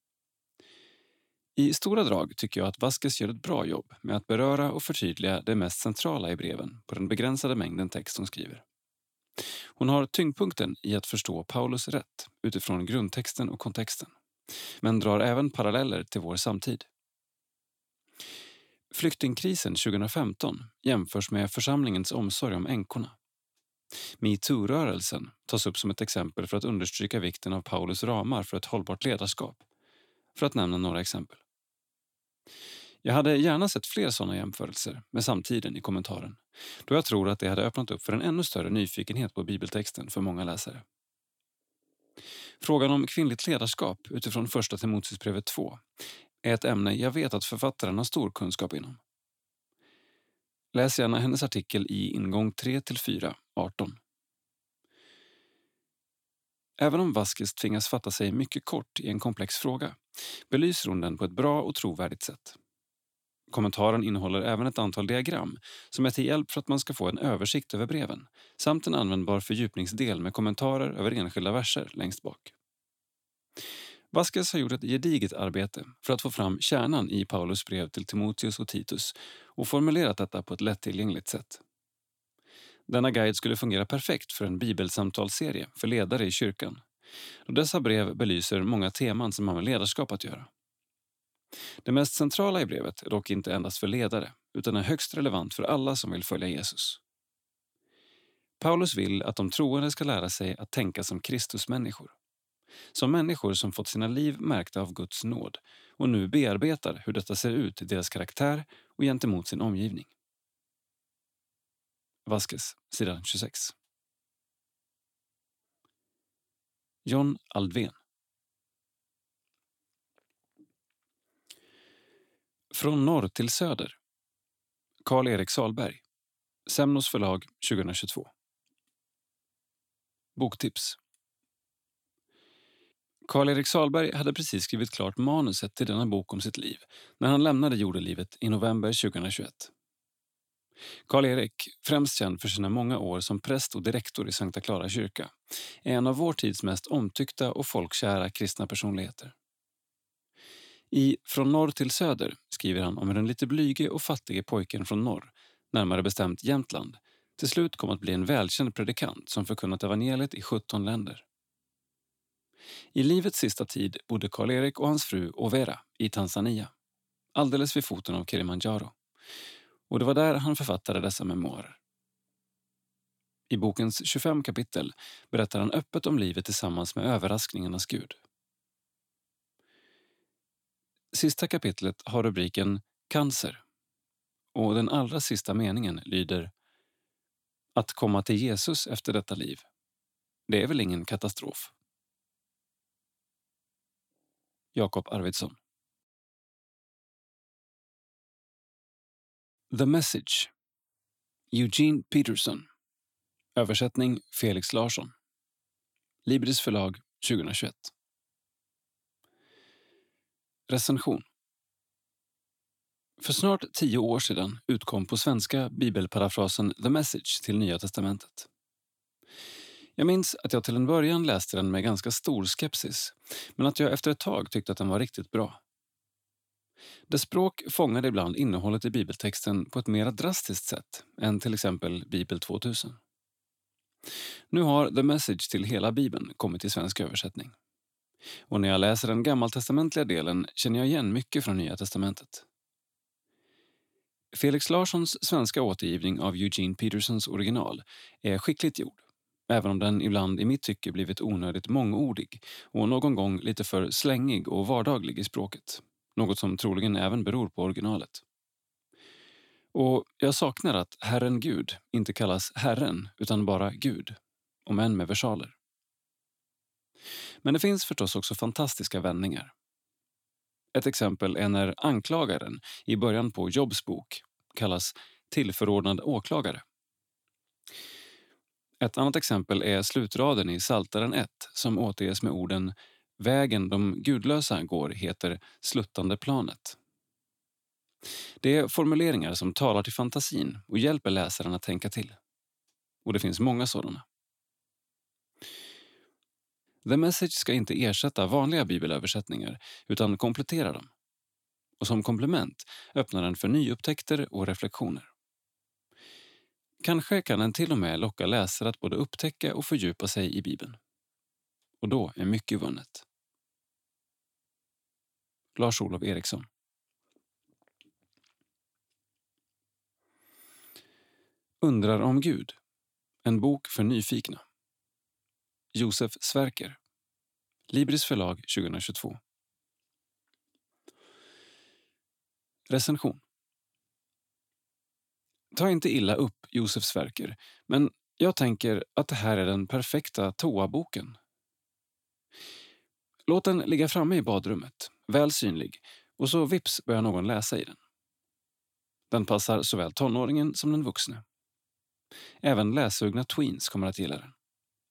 I stora drag tycker jag att Vasquez gör ett bra jobb med att beröra och förtydliga det mest centrala i breven på den begränsade mängden text hon skriver. Hon har tyngdpunkten i att förstå Paulus rätt utifrån grundtexten och kontexten, men drar även paralleller till vår samtid. Flyktingkrisen 2015 jämförs med församlingens omsorg om änkorna. MeToo-rörelsen tas upp som ett exempel för att understryka vikten av Paulus ramar för ett hållbart ledarskap, för att nämna några exempel. Jag hade gärna sett fler sådana jämförelser med samtiden i kommentaren, då jag tror att det hade öppnat upp för en ännu större nyfikenhet på bibeltexten för många läsare. Frågan om kvinnligt ledarskap utifrån första Timoteusbrevet 2 är ett ämne jag vet att författaren har stor kunskap inom. Läs gärna hennes artikel i ingång 3-4, 18. Även om Vasquez tvingas fatta sig mycket kort i en komplex fråga, belyser hon den på ett bra och trovärdigt sätt. Kommentaren innehåller även ett antal diagram som är till hjälp för att man ska få en översikt över breven, samt en användbar fördjupningsdel med kommentarer över enskilda verser längst bak. Vasquez har gjort ett gediget arbete för att få fram kärnan i Paulus brev till Timoteus och Titus och formulerat detta på ett lättillgängligt sätt. Denna guide skulle fungera perfekt för en bibelsamtalsserie för ledare i kyrkan, och dessa brev belyser många teman som har med ledarskap att göra. Det mest centrala i brevet är dock inte endast för ledare, utan är högst relevant för alla som vill följa Jesus. Paulus vill att de troende ska lära sig att tänka som Kristusmänniskor. Som människor som fått sina liv märkta av Guds nåd och nu bearbetar hur detta ser ut i deras karaktär och gentemot sin omgivning. Vasquez, sidan 26. John Aldven. Från norr till söder. Karl-Erik Salberg. Semnos förlag 2022. Boktips. Karl-Erik Salberg hade precis skrivit klart manuset till denna bok om sitt liv när han lämnade jordelivet i november 2021. Karl-Erik, främst känd för sina många år som präst och direktor i Sankta Clara kyrka, är en av vår tids mest omtyckta och folkkära kristna personligheter. I Från norr till söder skriver han om hur den lite blyge och fattige pojken från norr, närmare bestämt Jämtland, till slut kom att bli en välkänd predikant som förkunnat evangeliet i 17 länder. I livets sista tid bodde Karl-Erik och hans fru Overa i Tanzania, alldeles vid foten av Kilimanjaro. Och det var där han författade dessa memoarer. I bokens 25 kapitel berättar han öppet om livet tillsammans med överraskningarnas Gud. Sista kapitlet har rubriken Cancer och den allra sista meningen lyder: Att komma till Jesus efter detta liv, det är väl ingen katastrof. Jakob Arvidsson. The Message. Eugene Peterson. Översättning Felix Larsson. Libris förlag 2021. Recension. För snart 10 år sedan utkom på svenska bibelparafrasen The Message till Nya testamentet. Jag minns att jag till en början läste den med ganska stor skepsis, men att jag efter ett tag tyckte att den var riktigt bra. Dess språk fångade ibland innehållet i bibeltexten på ett mer drastiskt sätt än till exempel Bibel 2000. Nu har The Message till hela Bibeln kommit i svensk översättning. Och när jag läser den gammaltestamentliga delen känner jag igen mycket från Nya testamentet. Felix Larssons svenska återgivning av Eugene Petersons original är skickligt gjord, även om den ibland i mitt tycke blivit onödigt mångordig och någon gång lite för slängig och vardaglig i språket, något som troligen även beror på originalet. Och jag saknar att Herren Gud inte kallas Herren utan bara Gud, om än med versaler. Men det finns förstås också fantastiska vändningar. Ett exempel är när anklagaren i början på Jobs bok kallas tillförordnad åklagare. Ett annat exempel är slutraden i Psaltaren 1 som återges med orden "Vägen de gudlösa går heter sluttande planet". Det är formuleringar som talar till fantasin och hjälper läsaren att tänka till. Och det finns många sådana. The Message ska inte ersätta vanliga bibelöversättningar utan komplettera dem. Och som komplement öppnar den för nyupptäckter och reflektioner. Kanske kan den till och med locka läsare att både upptäcka och fördjupa sig i Bibeln. Och då är mycket vunnet. Lars-Olof Eriksson. Undrar om Gud. En bok för nyfikna. Josef Sverker. Libris förlag 2022. Recension. Ta inte illa upp, Josef Sverker, men jag tänker att det här är den perfekta toaboken. Låt den ligga framme i badrummet, väl synlig, och så vips börjar någon läsa i den. Den passar såväl tonåringen som den vuxne. Även läsugna tweens kommer att gilla den.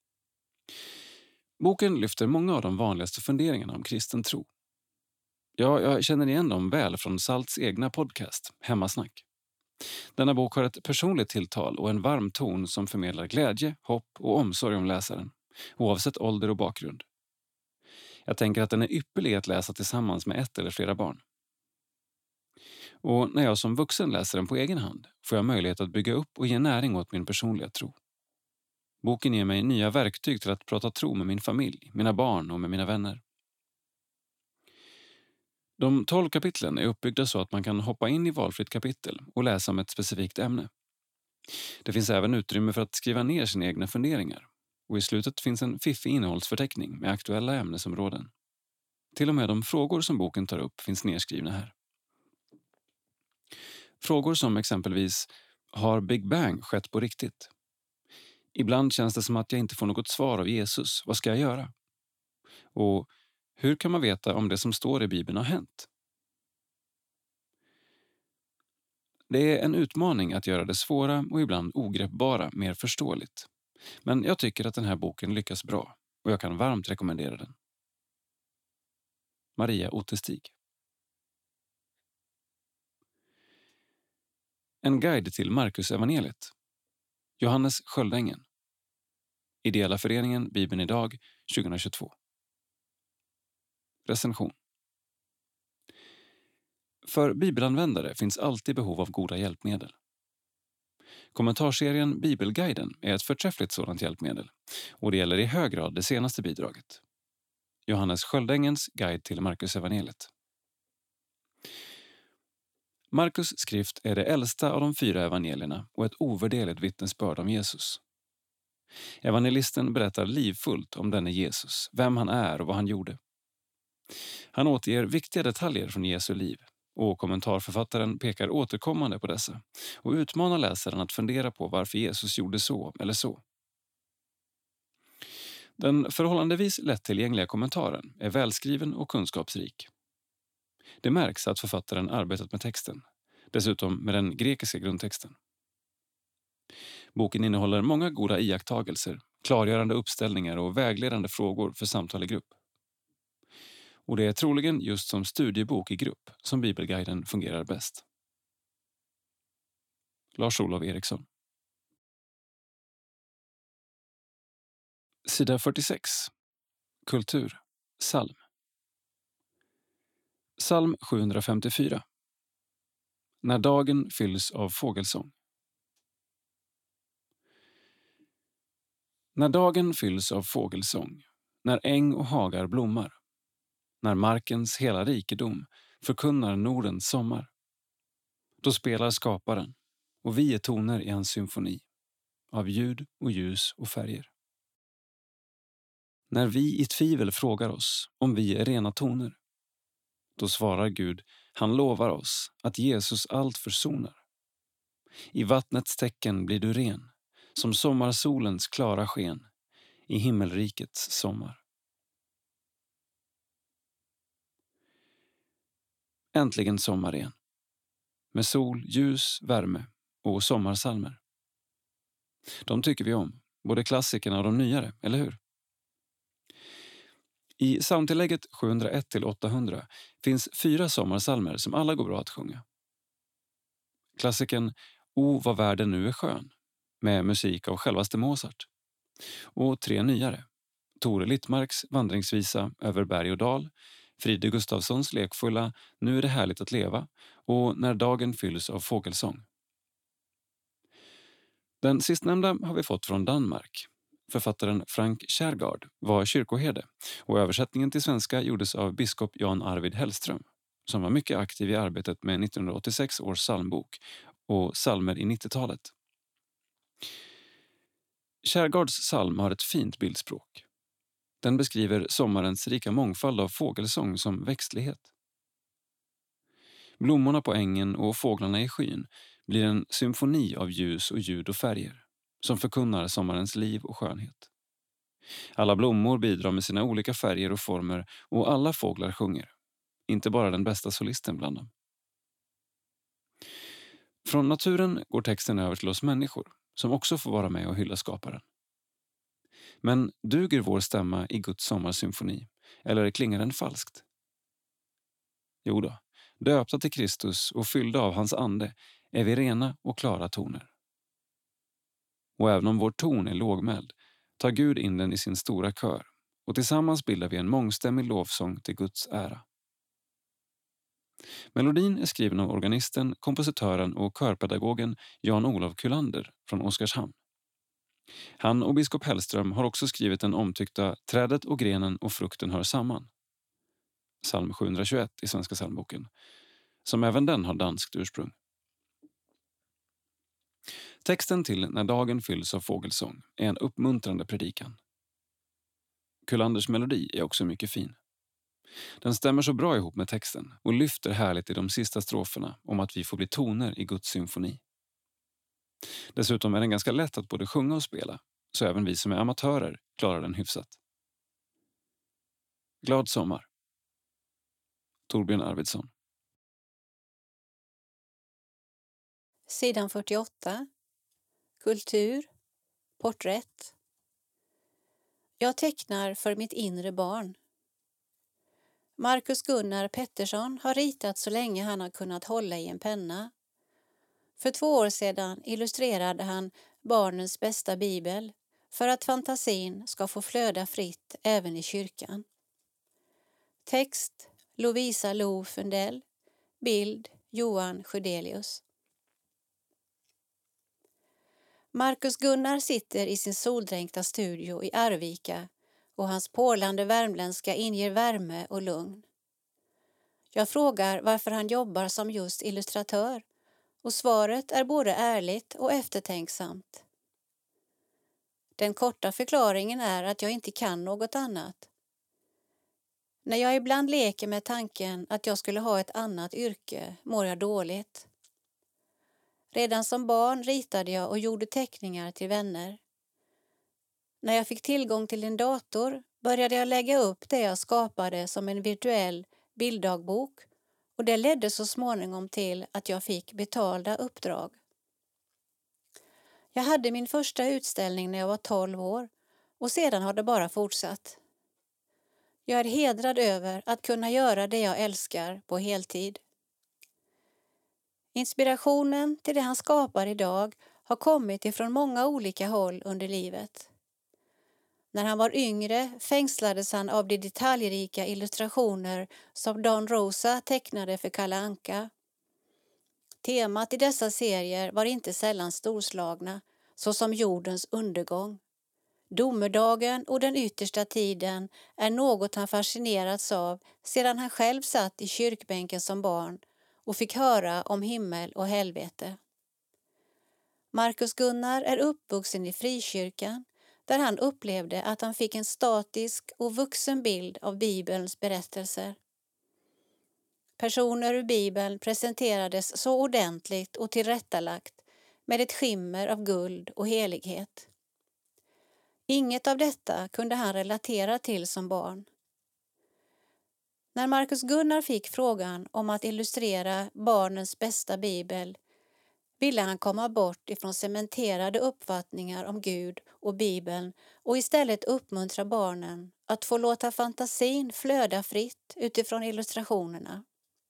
Boken lyfter många av de vanligaste funderingarna om kristen tro. Ja, jag känner igen dem väl från Salts egna podcast, Hemmasnack. Denna bok har ett personligt tilltal och en varm ton som förmedlar glädje, hopp och omsorg om läsaren, oavsett ålder och bakgrund. Jag tänker att den är ypperlig att läsa tillsammans med ett eller flera barn. Och när jag som vuxen läser den på egen hand får jag möjlighet att bygga upp och ge näring åt min personliga tro. Boken ger mig nya verktyg till att prata tro med min familj, mina barn och med mina vänner. De 12 kapitlen är uppbyggda så att man kan hoppa in i valfritt kapitel och läsa om ett specifikt ämne. Det finns även utrymme för att skriva ner sina egna funderingar. Och i slutet finns en fiffig innehållsförteckning med aktuella ämnesområden. Till och med de frågor som boken tar upp finns nedskrivna här. Frågor som exempelvis: har Big Bang skett på riktigt? Ibland känns det som att jag inte får något svar av Jesus. Vad ska jag göra? Och hur kan man veta om det som står i Bibeln har hänt? Det är en utmaning att göra det svåra och ibland ogreppbara mer förståeligt. Men jag tycker att den här boken lyckas bra och jag kan varmt rekommendera den. Maria Otestig. En guide till Markus evangeliet. Johannes Sköldängen. Ideella föreningen Bibeln idag 2022. Recension. För bibelanvändare finns alltid behov av goda hjälpmedel. Kommentarserien Bibelguiden är ett förträffligt sådant hjälpmedel, och det gäller i hög grad det senaste bidraget. Johannes Sköldängens guide till Markus evangeliet. Markus skrift är det äldsta av de 4 evangelierna och ett ovärderligt vittnesbörd om Jesus. Evangelisten berättar livfullt om denne Jesus, vem han är och vad han gjorde. Han återger viktiga detaljer från Jesu liv, och kommentarförfattaren pekar återkommande på dessa och utmanar läsaren att fundera på varför Jesus gjorde så eller så. Den förhållandevis lättillgängliga kommentaren är välskriven och kunskapsrik. Det märks att författaren arbetat med texten, dessutom med den grekiska grundtexten. Boken innehåller många goda iakttagelser, klargörande uppställningar och vägledande frågor för samtal i grupp. Och det är troligen just som studiebok i grupp som Bibelguiden fungerar bäst. Lars-Olof Eriksson. Sida 46. Kultur. Psalm. Psalm 754. När dagen fylls av fågelsång. När dagen fylls av fågelsång, när äng och hagar blommar, när markens hela rikedom förkunnar Nordens sommar, då spelar skaparen, och vi är toner i hans symfoni, av ljud och ljus och färger. När vi i tvivel frågar oss om vi är rena toner, då svarar Gud, han lovar oss att Jesus allt försonar. I vattnets tecken blir du ren, som sommarsolens klara sken, i himmelrikets sommar. Äntligen sommar igen. Med sol, ljus, värme och sommarsalmer. De tycker vi om, både klassikerna och de nyare, eller hur? I psalmtillägget 701-800 finns 4 sommarsalmer som alla går bra att sjunga. Klassikern O vad världen nu är skön, med musik av självaste Mozart. Och 3 nyare. Tore Littmarks vandringsvisa Över berg och dal, Fride Gustafssons lekfulla Nu är det härligt att leva och När dagen fylls av fågelsång. Den sistnämnda har vi fått från Danmark. Författaren Frank Kjærgaard var kyrkoherde och översättningen till svenska gjordes av biskop Jan Arvid Hellström, som var mycket aktiv i arbetet med 1986 års psalmbok och psalmer i 90-talet. Kjærgaards psalm har ett fint bildspråk. Den beskriver sommarens rika mångfald av fågelsång som växtlighet. Blommorna på ängen och fåglarna i skyn blir en symfoni av ljus och ljud och färger som förkunnar sommarens liv och skönhet. Alla blommor bidrar med sina olika färger och former och alla fåglar sjunger, inte bara den bästa solisten bland dem. Från naturen går texten över till oss människor som också får vara med och hylla skaparen. Men duger vår stämma i Guds sommarsymfoni, eller klingar den falskt? Jo då, döpta till Kristus och fyllda av hans ande är vi rena och klara toner. Och även om vår ton är lågmäld tar Gud in den i sin stora kör och tillsammans bildar vi en mångstämmig lovsång till Guds ära. Melodin är skriven av organisten, kompositören och körpedagogen Jan-Olof Kullander från Oskarshamn. Han och biskop Hellström har också skrivit den omtyckta Trädet och grenen och frukten hör samman. Psalm 721 i Svenska psalmboken, som även den har danskt ursprung. Texten till När dagen fylls av fågelsång är en uppmuntrande predikan. Kullanders melodi är också mycket fin. Den stämmer så bra ihop med texten och lyfter härligt i de sista stroferna om att vi får bli toner i Guds symfoni. Dessutom är den ganska lätt att både sjunga och spela, så även vi som är amatörer klarar den hyfsat. Glad sommar. Torbjörn Arvidsson. Sidan 48. Kultur. Porträtt. Jag tecknar för mitt inre barn. Marcus Gunnar Pettersson har ritat så länge han har kunnat hålla i en penna. För 2 år sedan illustrerade han Barnens bästa bibel för att fantasin ska få flöda fritt även i kyrkan. Text Lovisa Lo Fundell. Bild Johan Sjödelius. Marcus Gunnar sitter i sin soldränkta studio i Arvika och hans porlande värmländska inger värme och lugn. Jag frågar varför han jobbar som just illustratör och svaret är både ärligt och eftertänksamt. Den korta förklaringen är att jag inte kan något annat. När jag ibland leker med tanken att jag skulle ha ett annat yrke mår jag dåligt. Redan som barn ritade jag och gjorde teckningar till vänner. När jag fick tillgång till en dator började jag lägga upp det jag skapade som en virtuell bilddagbok och det ledde så småningom till att jag fick betalda uppdrag. Jag hade min första utställning när jag var 12 år och sedan har det bara fortsatt. Jag är hedrad över att kunna göra det jag älskar på heltid. Inspirationen till det han skapar idag har kommit ifrån många olika håll under livet. När han var yngre fängslades han av de detaljrika illustrationer som Don Rosa tecknade för Kalle Anka. Temat i dessa serier var inte sällan storslagna, såsom jordens undergång. Domedagen och den yttersta tiden är något han fascinerats av sedan han själv satt i kyrkbänken som barn och fick höra om himmel och helvete. Marcus Gunnar är uppvuxen i frikyrkan där han upplevde att han fick en statisk och vuxen bild av Bibelns berättelser. Personer ur Bibeln presenterades så ordentligt och tillrättalagt med ett skimmer av guld och helighet. Inget av detta kunde han relatera till som barn. När Marcus Gunnar fick frågan om att illustrera Barnens bästa bibel ville han komma bort ifrån cementerade uppfattningar om Gud och Bibeln och istället uppmuntra barnen att få låta fantasin flöda fritt utifrån illustrationerna.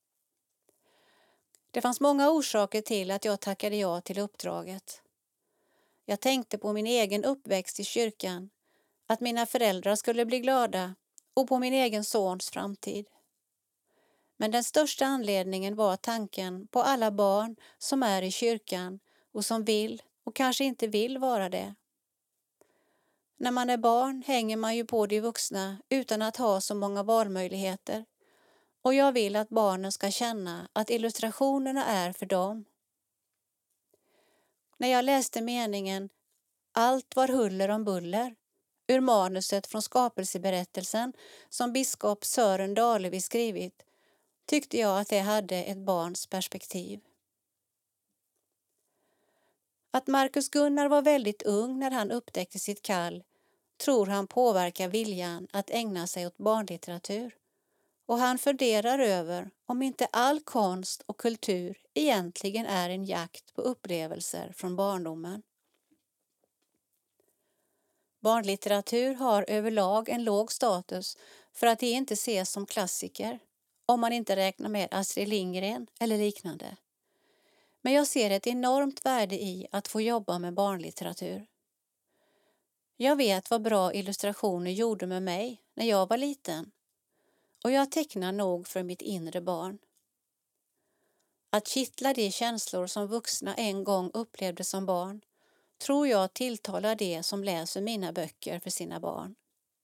Det fanns många orsaker till att jag tackade ja till uppdraget. Jag tänkte på min egen uppväxt i kyrkan, att mina föräldrar skulle bli glada och på min egen sons framtid. Men den största anledningen var tanken på alla barn som är i kyrkan och som vill och kanske inte vill vara det. När man är barn hänger man ju på de vuxna utan att ha så många valmöjligheter. Och jag vill att barnen ska känna att illustrationerna är för dem. När jag läste meningen "Allt var huller om buller" ur manuset från skapelseberättelsen som biskop Sören Dalevi skrivit tyckte jag att det hade ett barns perspektiv. Att Marcus Gunnar var väldigt ung när han upptäckte sitt kall tror han påverkar viljan att ägna sig åt barnlitteratur. Och han funderar över om inte all konst och kultur egentligen är en jakt på upplevelser från barndomen. Barnlitteratur har överlag en låg status för att det inte ses som klassiker, om man inte räknar med Astrid Lindgren eller liknande. Men jag ser ett enormt värde i att få jobba med barnlitteratur. Jag vet vad bra illustrationer gjorde med mig när jag var liten. Och jag tecknar nog för mitt inre barn. Att kittla de känslor som vuxna en gång upplevde som barn tror jag tilltalar de som läser mina böcker för sina barn.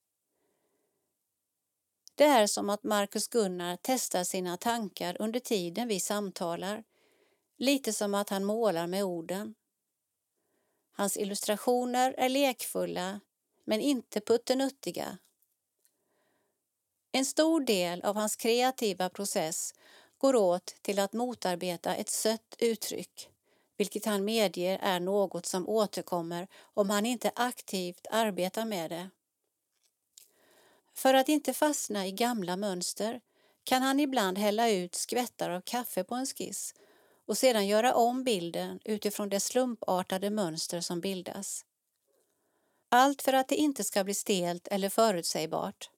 Det är som att Marcus Gunnar testar sina tankar under tiden vi samtalar, lite som att han målar med orden. Hans illustrationer är lekfulla men inte puttenuttiga. En stor del av hans kreativa process går åt till att motarbeta ett sött uttryck, vilket han medger är något som återkommer om han inte aktivt arbetar med det. För att inte fastna i gamla mönster kan han ibland hälla ut skvättar av kaffe på en skiss och sedan göra om bilden utifrån det slumpartade mönster som bildas. Allt för att det inte ska bli stelt eller förutsägbart.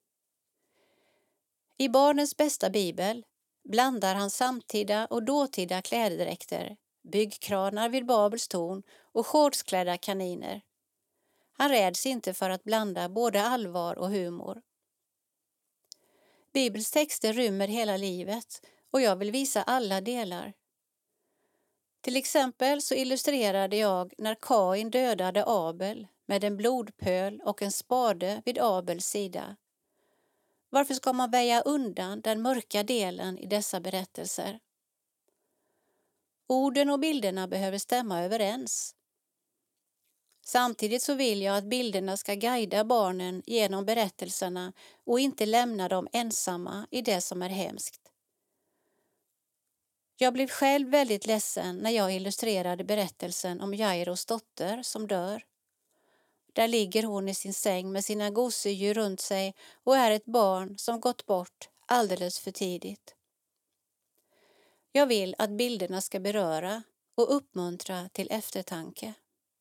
I Barnens bästa bibel blandar han samtida och dåtida klädedräkter byggkranar vid Babels torn och shortsklädda kaniner. Han räds inte för att blanda både allvar och humor. Bibelns texter rymmer hela livet och jag vill visa alla delar. Till exempel så illustrerade jag när Kain dödade Abel med en blodpöl och en spade vid Abels sida. Varför ska man väja undan den mörka delen i dessa berättelser? Orden och bilderna behöver stämma överens. Samtidigt så vill jag att bilderna ska guida barnen genom berättelserna och inte lämna dem ensamma i det som är hemskt. Jag blev själv väldigt ledsen när jag illustrerade berättelsen om Jairos dotter som dör. Där ligger hon i sin säng med sina gosedjur runt sig och är ett barn som gått bort alldeles för tidigt. Jag vill att bilderna ska beröra och uppmuntra till eftertanke.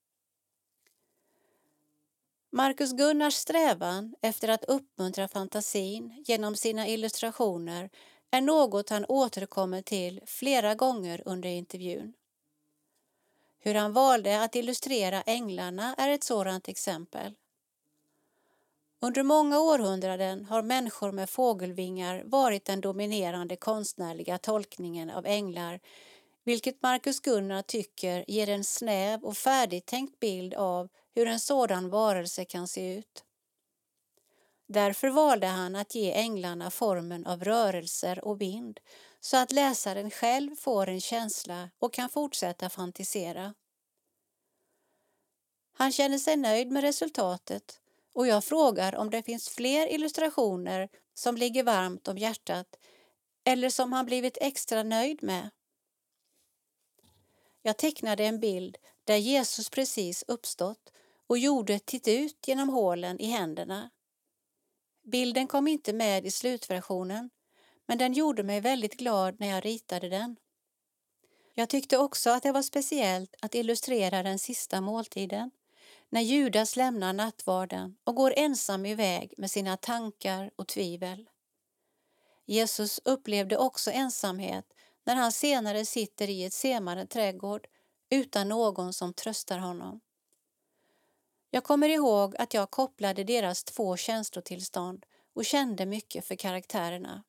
Marcus Gunnars strävan efter att uppmuntra fantasin genom sina illustrationer är något han återkommer till flera gånger under intervjun. Hur han valde att illustrera änglarna är ett sådant exempel. Under många århundraden har människor med fågelvingar varit den dominerande konstnärliga tolkningen av änglar, vilket Marcus Gunnar tycker ger en snäv och färdigtänkt bild av hur en sådan varelse kan se ut. Därför valde han att ge änglarna formen av rörelser och vind så att läsaren själv får en känsla och kan fortsätta fantisera. Han känner sig nöjd med resultatet och jag frågar om det finns fler illustrationer som ligger varmt om hjärtat eller som han blivit extra nöjd med. Jag tecknade en bild där Jesus precis uppstått och gjorde titt ut genom hålen i händerna. Bilden kom inte med i slutversionen, men den gjorde mig väldigt glad när jag ritade den. Jag tyckte också att det var speciellt att illustrera den sista måltiden, när Judas lämnar nattvarden och går ensam iväg med sina tankar och tvivel. Jesus upplevde också ensamhet när han senare sitter i ett Getsemane trädgård utan någon som tröstar honom. Jag kommer ihåg att jag kopplade deras 2 känslotillstånd och kände mycket för karaktärerna.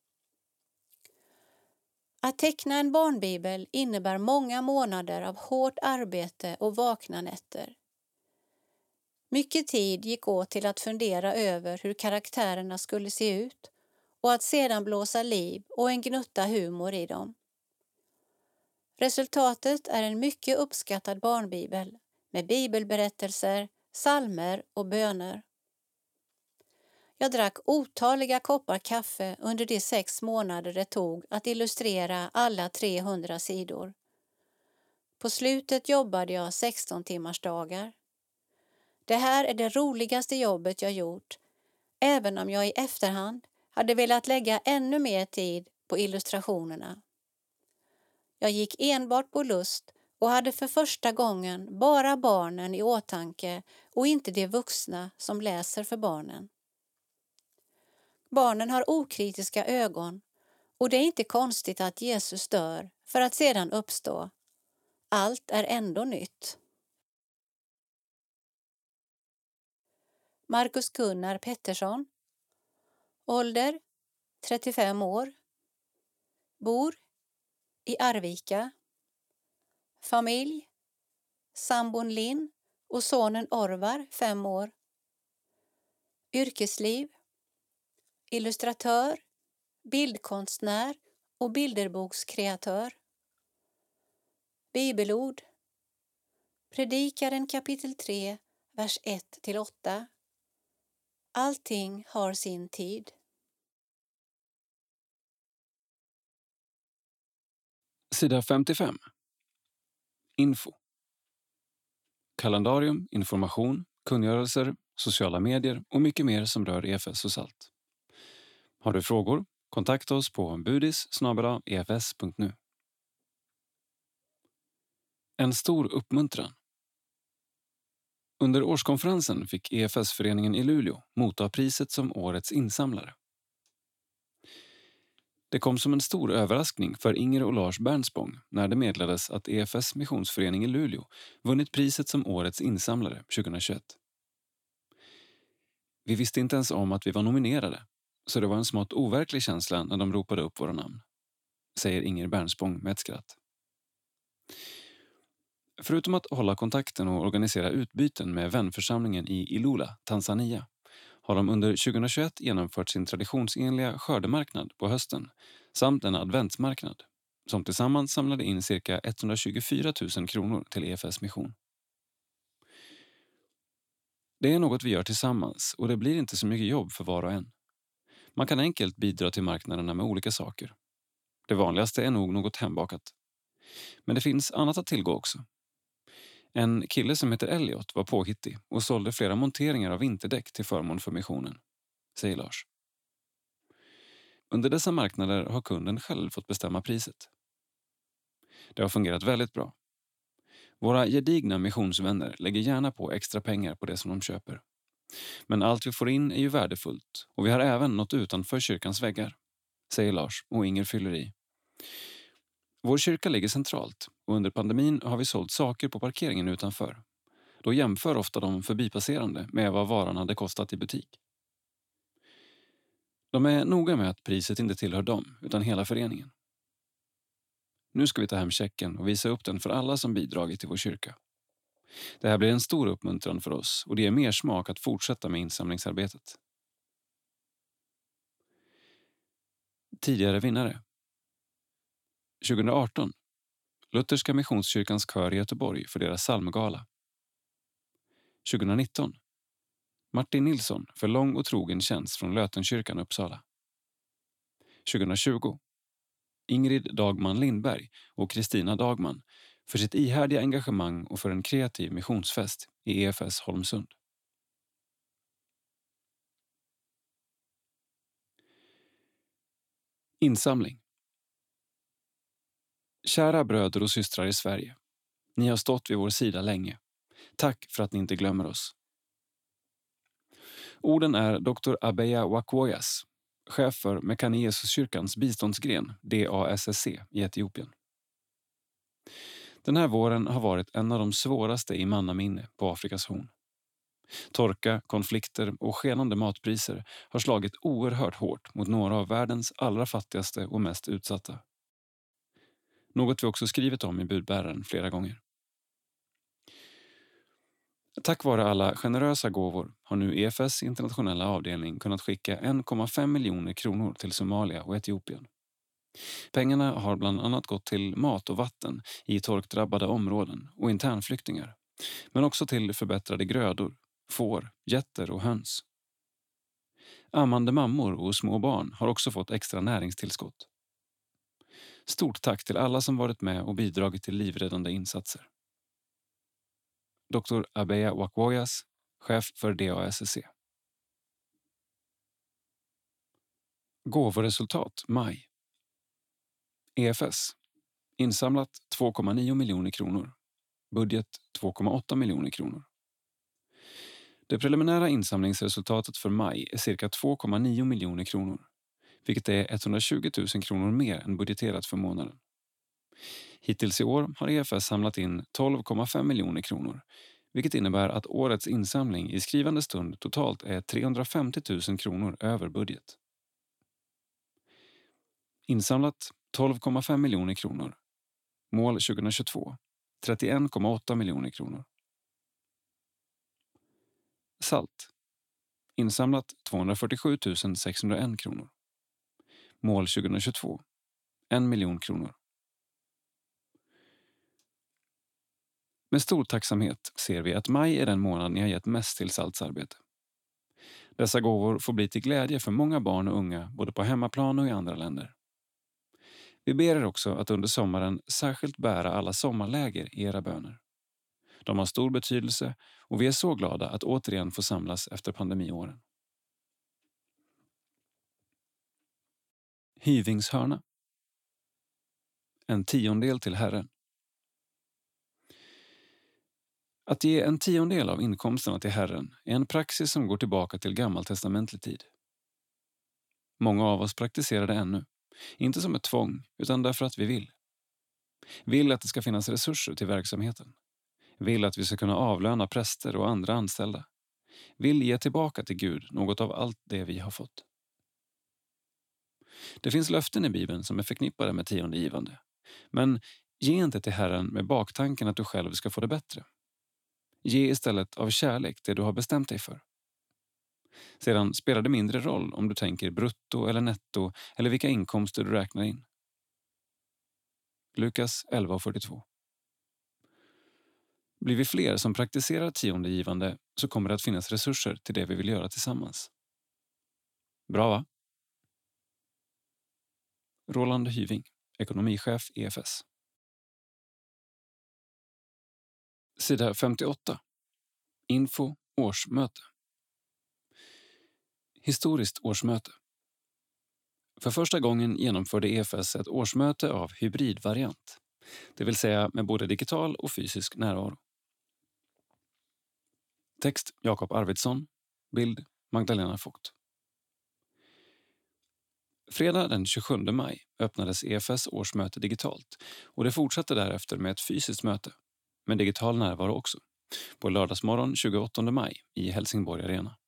Att teckna en barnbibel innebär många månader av hårt arbete och vakna nätter. Mycket tid gick åt till att fundera över hur karaktärerna skulle se ut och att sedan blåsa liv och en gnutta humor i dem. Resultatet är en mycket uppskattad barnbibel med bibelberättelser, psalmer och böner. Jag drack otaliga koppar kaffe under de 6 månader det tog att illustrera alla 300 sidor. På slutet jobbade jag 16 timmars dagar. Det här är det roligaste jobbet jag gjort, även om jag i efterhand hade velat lägga ännu mer tid på illustrationerna. Jag gick enbart på lust och hade för första gången bara barnen i åtanke och inte de vuxna som läser för barnen. Barnen har okritiska ögon och det är inte konstigt att Jesus dör för att sedan uppstå. Allt är ändå nytt. Marcus Gunnar Pettersson. Ålder 35 år. Bor i Arvika. Familj: sambon Linn och sonen Orvar 5 år. Yrkesliv: illustratör, bildkonstnär och bilderbokskreatör. Bibelord: Predikaren kapitel 3, vers 1-8. Allting har sin tid. Sida 55. Info. Kalendarium, information, kungörelser, sociala medier och mycket mer som rör EFS och SALT. Har du frågor? Kontakta oss på budis@efs.nu. En stor uppmuntran. Under årskonferensen fick EFS-föreningen i Luleå motta priset som årets insamlare. Det kom som en stor överraskning för Inger och Lars Bernspång när det meddelades att EFS missionsförening i Luleå vunnit priset som årets insamlare 2021. Vi visste inte ens om att vi var nominerade, så det var en smått overklig känsla när de ropade upp våra namn, säger Inger Bernspång med ett skratt. Förutom att hålla kontakten och organisera utbyten med vänförsamlingen i Ilula, Tanzania, har de under 2021 genomfört sin traditionsenliga skördemarknad på hösten samt en adventsmarknad som tillsammans samlade in cirka 124 000 kronor till EFS mission. Det är något vi gör tillsammans och det blir inte så mycket jobb för var och en. Man kan enkelt bidra till marknaderna med olika saker. Det vanligaste är nog något hembakat. Men det finns annat att tillgå också. En kille som heter Elliot var påhittig och sålde flera monteringar av vinterdäck till förmån för missionen, säger Lars. Under dessa marknader har kunden själv fått bestämma priset. Det har fungerat väldigt bra. Våra gedigna missionsvänner lägger gärna på extra pengar på det som de köper. Men allt vi får in är ju värdefullt och vi har även nått utanför kyrkans väggar, säger Lars och Inger fyller i. Vår kyrka ligger centralt och under pandemin har vi sålt saker på parkeringen utanför. Då jämför ofta de förbipasserande med vad varan hade kostat i butik. De är noga med att priset inte tillhör dem utan hela föreningen. Nu ska vi ta hem checken och visa upp den för alla som bidragit till vår kyrka. Det här blir en stor uppmuntran för oss och det är mer smak att fortsätta med insamlingsarbetet. Tidigare vinnare. 2018. Lutherska Missionskyrkans kör i Göteborg för deras psalmgala. 2019. Martin Nilsson för lång och trogen tjänst från Lötenkyrkan Uppsala. 2020. Ingrid Dagman Lindberg och Kristina Dagman för sitt ihärdiga engagemang och för en kreativ missionsfest i EFS Holmsund. Insamling. Kära bröder och systrar i Sverige. Ni har stått vid vår sida länge. Tack för att ni inte glömmer oss. Orden är Dr. Abeya Wakwoyas, chef för Mekane Jesuskyrkans biståndsgren DASSC i Etiopien. Den här våren har varit en av de svåraste i mannaminne på Afrikas horn. Torka, konflikter och skenande matpriser har slagit oerhört hårt mot några av världens allra fattigaste och mest utsatta. Något vi också skrivit om i budbäraren flera gånger. Tack vare alla generösa gåvor har nu EFS internationella avdelning kunnat skicka 1,5 miljoner kronor till Somalia och Etiopien. Pengarna har bland annat gått till mat och vatten i torkdrabbade områden och internflyktingar, men också till förbättrade grödor, får, getter och höns. Ammande mammor och små barn har också fått extra näringstillskott. Stort tack till alla som varit med och bidragit till livräddande insatser. Dr. Abeya Wakwoyas, chef för DASSC. Gåvoresultat maj. EFS. Insamlat 2,9 miljoner kronor. Budget 2,8 miljoner kronor. Det preliminära insamlingsresultatet för maj är cirka 2,9 miljoner kronor, vilket är 120 000 kronor mer än budgeterat för månaden. Hittills i år har EFS samlat in 12,5 miljoner kronor, vilket innebär att årets insamling i skrivande stund totalt är 350 000 kronor över budget. Insamlat 12,5 miljoner kronor. Mål 2022 31,8 miljoner kronor. Salt. Insamlat 247 601 kronor. Mål 2022 1 miljon kronor. Med stor tacksamhet ser vi att maj är den månad ni har gett mest till Salts arbete. Dessa gåvor får bli till glädje för många barn och unga både på hemmaplan och i andra länder. Vi ber er också att under sommaren särskilt bära alla sommarläger i era böner. De har stor betydelse och vi är så glada att återigen få samlas efter pandemiåren. Hyvingshörna. En 10:e till Herren. Att ge en 10:e av inkomsterna till Herren är en praxis som går tillbaka till gammaltestamentlig tid. Många av oss praktiserar det ännu, Inte som ett tvång, utan därför att vi vill. Vill att det ska finnas resurser till verksamheten. Vill att vi ska kunna avlöna präster och andra anställda. Vill ge tillbaka till Gud något av allt det vi har fått. Det finns löften i Bibeln som är förknippade med tiondegivande. Men ge inte till Herren med baktanken att du själv ska få det bättre. Ge istället av kärlek det du har bestämt dig för. Sedan spelar det mindre roll om du tänker brutto eller netto eller vilka inkomster du räknar in. Lukas 11:42. Blir vi fler som praktiserar tiondegivande så kommer det att finnas resurser till det vi vill göra tillsammans. Bra, va? Roland Hyving, ekonomichef EFS. Sida 58. Info årsmöte. Historiskt årsmöte. För första gången genomförde EFS ett årsmöte av hybridvariant, det vill säga med både digital och fysisk närvaro. Text Jakob Arvidsson, bild Magdalena Vogt. Fredag den 27 maj öppnades EFS årsmöte digitalt och det fortsatte därefter med ett fysiskt möte, med digital närvaro också, på lördagsmorgon 28 maj i Helsingborg Arena.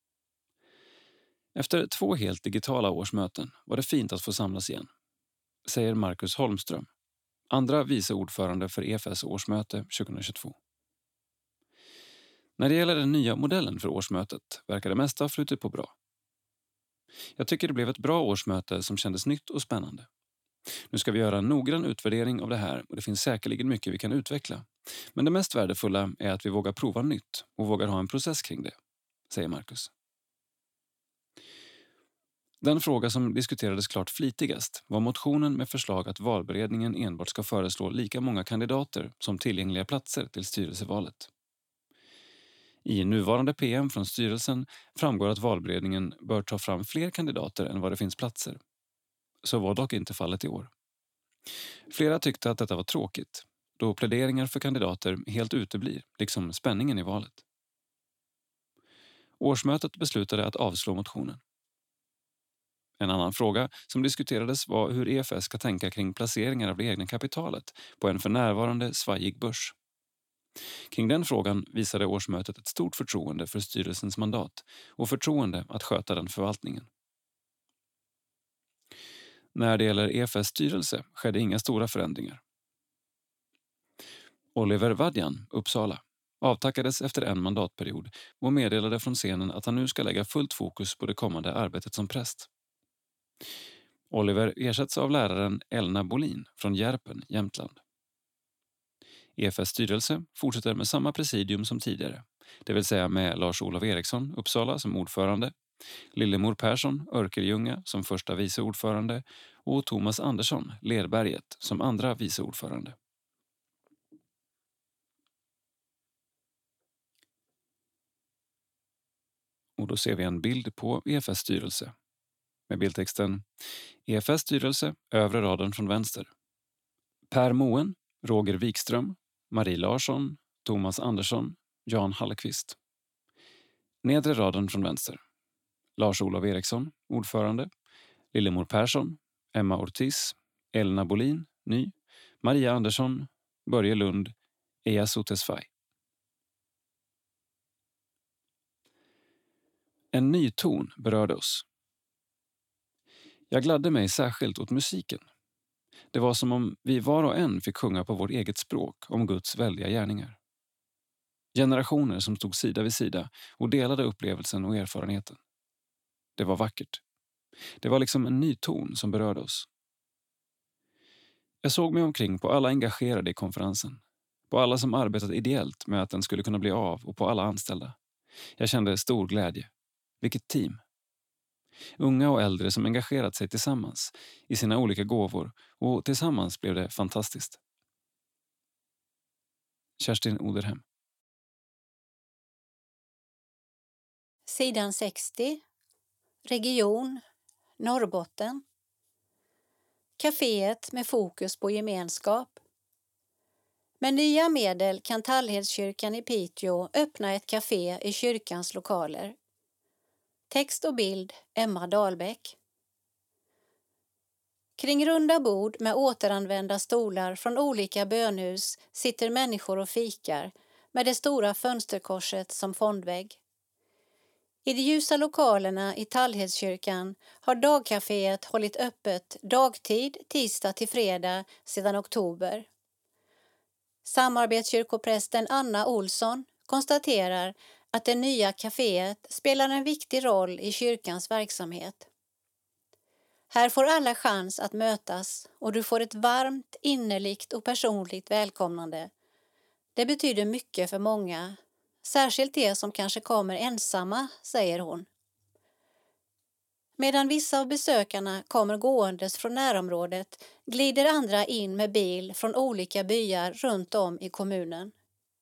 Efter 2 helt digitala årsmöten var det fint att få samlas igen, säger Marcus Holmström, andra vice ordförande för EFS årsmöte 2022. När det gäller den nya modellen för årsmötet verkar det mesta ha flutit på bra. Jag tycker det blev ett bra årsmöte som kändes nytt och spännande. Nu ska vi göra en noggrann utvärdering av det här och det finns säkerligen mycket vi kan utveckla. Men det mest värdefulla är att vi vågar prova nytt och vågar ha en process kring det, säger Marcus. Den fråga som diskuterades klart flitigast var motionen med förslag att valberedningen enbart ska föreslå lika många kandidater som tillgängliga platser till styrelsevalet. I nuvarande PM från styrelsen framgår att valberedningen bör ta fram fler kandidater än vad det finns platser. Så var dock inte fallet i år. Flera tyckte att detta var tråkigt, då pläderingar för kandidater helt uteblir, liksom spänningen i valet. Årsmötet beslutade att avslå motionen. En annan fråga som diskuterades var hur EFS ska tänka kring placeringar av det egna kapitalet på en för närvarande svajig börs. Kring den frågan visade årsmötet ett stort förtroende för styrelsens mandat och förtroende att sköta den förvaltningen. När det gäller EFS styrelse skedde inga stora förändringar. Oliver Vadjan, Uppsala, avtackades efter en mandatperiod och meddelade från scenen att han nu ska lägga fullt fokus på det kommande arbetet som präst. Oliver ersätts av läraren Elna Bolin från Järpen, Jämtland. EFS styrelse fortsätter med samma presidium som tidigare, det vill säga med Lars-Olof Eriksson, Uppsala, som ordförande, Lillemor Persson, Örkelljunga, som första vice ordförande och Thomas Andersson, Lerberget, som andra vice ordförande. Och då ser vi en bild på EFS styrelse med bildtexten EFS styrelse, övre raden från vänster. Per Moen, Roger Wikström, Marie Larsson, Thomas Andersson, Jan Hallqvist. Nedre raden från vänster. Lars-Olof Eriksson, ordförande. Lillemor Persson, Emma Ortiz, Elna Bolin, ny. Maria Andersson, Börje Lund, Eja Sotesfaj. En ny ton berörde oss. Jag gladde mig särskilt åt musiken. Det var som om vi var och en fick sjunga på vårt eget språk om Guds väldiga gärningar. Generationer som stod sida vid sida och delade upplevelsen och erfarenheten. Det var vackert. Det var liksom en ny ton som berörde oss. Jag såg mig omkring på alla engagerade i konferensen. På alla som arbetat ideellt med att den skulle kunna bli av och på alla anställda. Jag kände stor glädje. Vilket team! Unga och äldre som engagerat sig tillsammans i sina olika gåvor och tillsammans blev det fantastiskt. Kerstin Oderhem. Sidan 60. Region Norrbotten. Caféet med fokus på gemenskap. Med nya medel kan Tallhedskyrkan i Piteå öppna ett café i kyrkans lokaler. Text och bild Emma Dahlbäck. Kring runda bord med återanvända stolar från olika bönhus sitter människor och fikar med det stora fönsterkorset som fondvägg. I de ljusa lokalerna i Tallhedskyrkan har dagcaféet hållit öppet dagtid tisdag till fredag sedan oktober. Samarbetskyrkoprästen Anna Olsson konstaterar att det nya kaféet spelar en viktig roll i kyrkans verksamhet. Här får alla chans att mötas och du får ett varmt, innerligt och personligt välkomnande. Det betyder mycket för många, särskilt de som kanske kommer ensamma, säger hon. Medan vissa av besökarna kommer gåendes från närområdet glider andra in med bil från olika byar runt om i kommunen.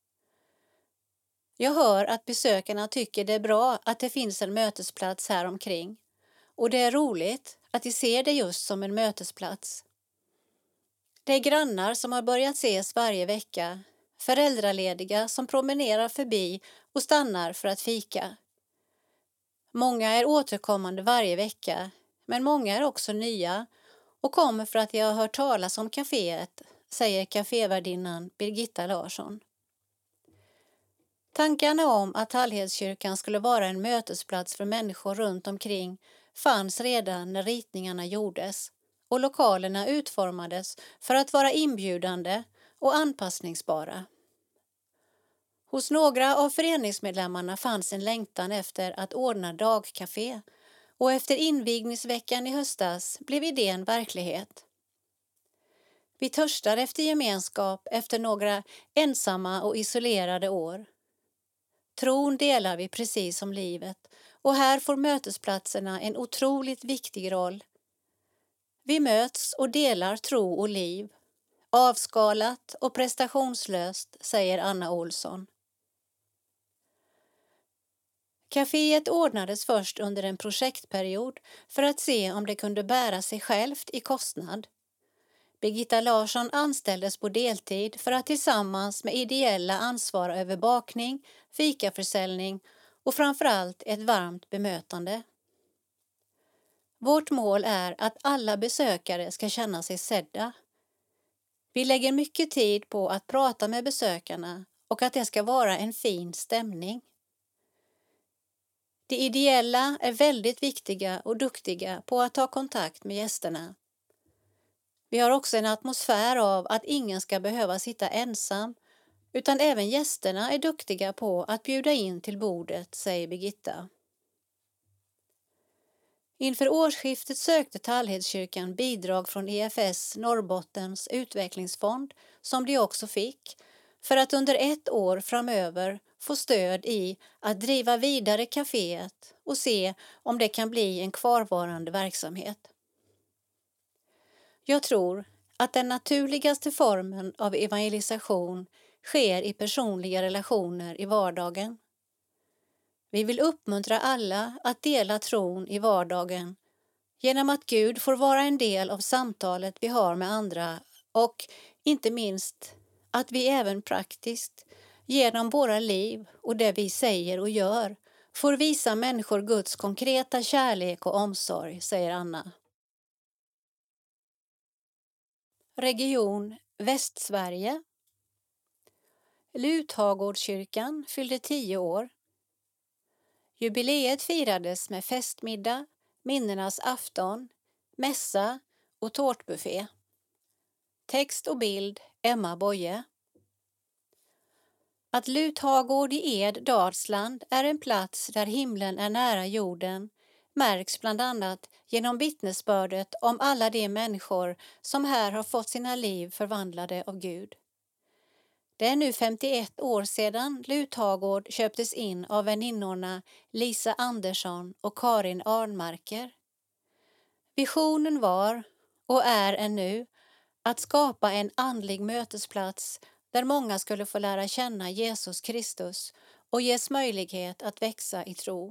Jag hör att besökarna tycker det är bra att det finns en mötesplats här omkring. Och det är roligt att de ser det just som en mötesplats. Det är grannar som har börjat ses varje vecka, föräldralediga som promenerar förbi och stannar för att fika. Många är återkommande varje vecka, men många är också nya och kommer för att de har hört talas om kaféet, säger kafévärdinnan Birgitta Larsson. Tankarna om att Tallhedskyrkan skulle vara en mötesplats för människor runt omkring fanns redan när ritningarna gjordes och lokalerna utformades för att vara inbjudande och anpassningsbara. Hos några av föreningsmedlemmarna fanns en längtan efter att ordna dagcafé och efter invigningsveckan i höstas blev idén verklighet. Vi törstar efter gemenskap efter några ensamma och isolerade år. Tron delar vi precis som livet och här får mötesplatserna en otroligt viktig roll. Vi möts och delar tro och liv, avskalat och prestationslöst, säger Anna Olsson. Caféet ordnades först under en projektperiod för att se om det kunde bära sig självt i kostnad. Birgitta Larsson anställdes på deltid för att tillsammans med ideella ansvara över bakning, fikaförsäljning och framförallt ett varmt bemötande. Vårt mål är att alla besökare ska känna sig sedda. Vi lägger mycket tid på att prata med besökarna och att det ska vara en fin stämning. De ideella är väldigt viktiga och duktiga på att ta kontakt med gästerna. Vi har också en atmosfär av att ingen ska behöva sitta ensam, utan även gästerna är duktiga på att bjuda in till bordet, säger Birgitta. Inför årsskiftet sökte Tallhedskyrkan bidrag från EFS Norrbottens utvecklingsfond, som de också fick, för att under 1 år framöver få stöd i att driva vidare kaféet och se om det kan bli en kvarvarande verksamhet. Jag tror att den naturligaste formen av evangelisation sker i personliga relationer i vardagen. Vi vill uppmuntra alla att dela tron i vardagen genom att Gud får vara en del av samtalet vi har med andra och inte minst att vi även praktiskt genom våra liv och det vi säger och gör får visa människor Guds konkreta kärlek och omsorg, säger Anna. Region Västsverige. Luthagårdskyrkan fyllde 10 år. Jubileet firades med festmiddag, minnenas afton, mässa och tårtbuffé. Text och bild Emma Boye. Att Luthagård i Ed, Dalsland är en plats där himlen är nära jorden märks bland annat genom vittnesbördet om alla de människor som här har fått sina liv förvandlade av Gud. Det är nu 51 år sedan Luthagård köptes in av väninnorna Lisa Andersson och Karin Arnmarker. Visionen var och är ännu att skapa en andlig mötesplats där många skulle få lära känna Jesus Kristus och ges möjlighet att växa i tro.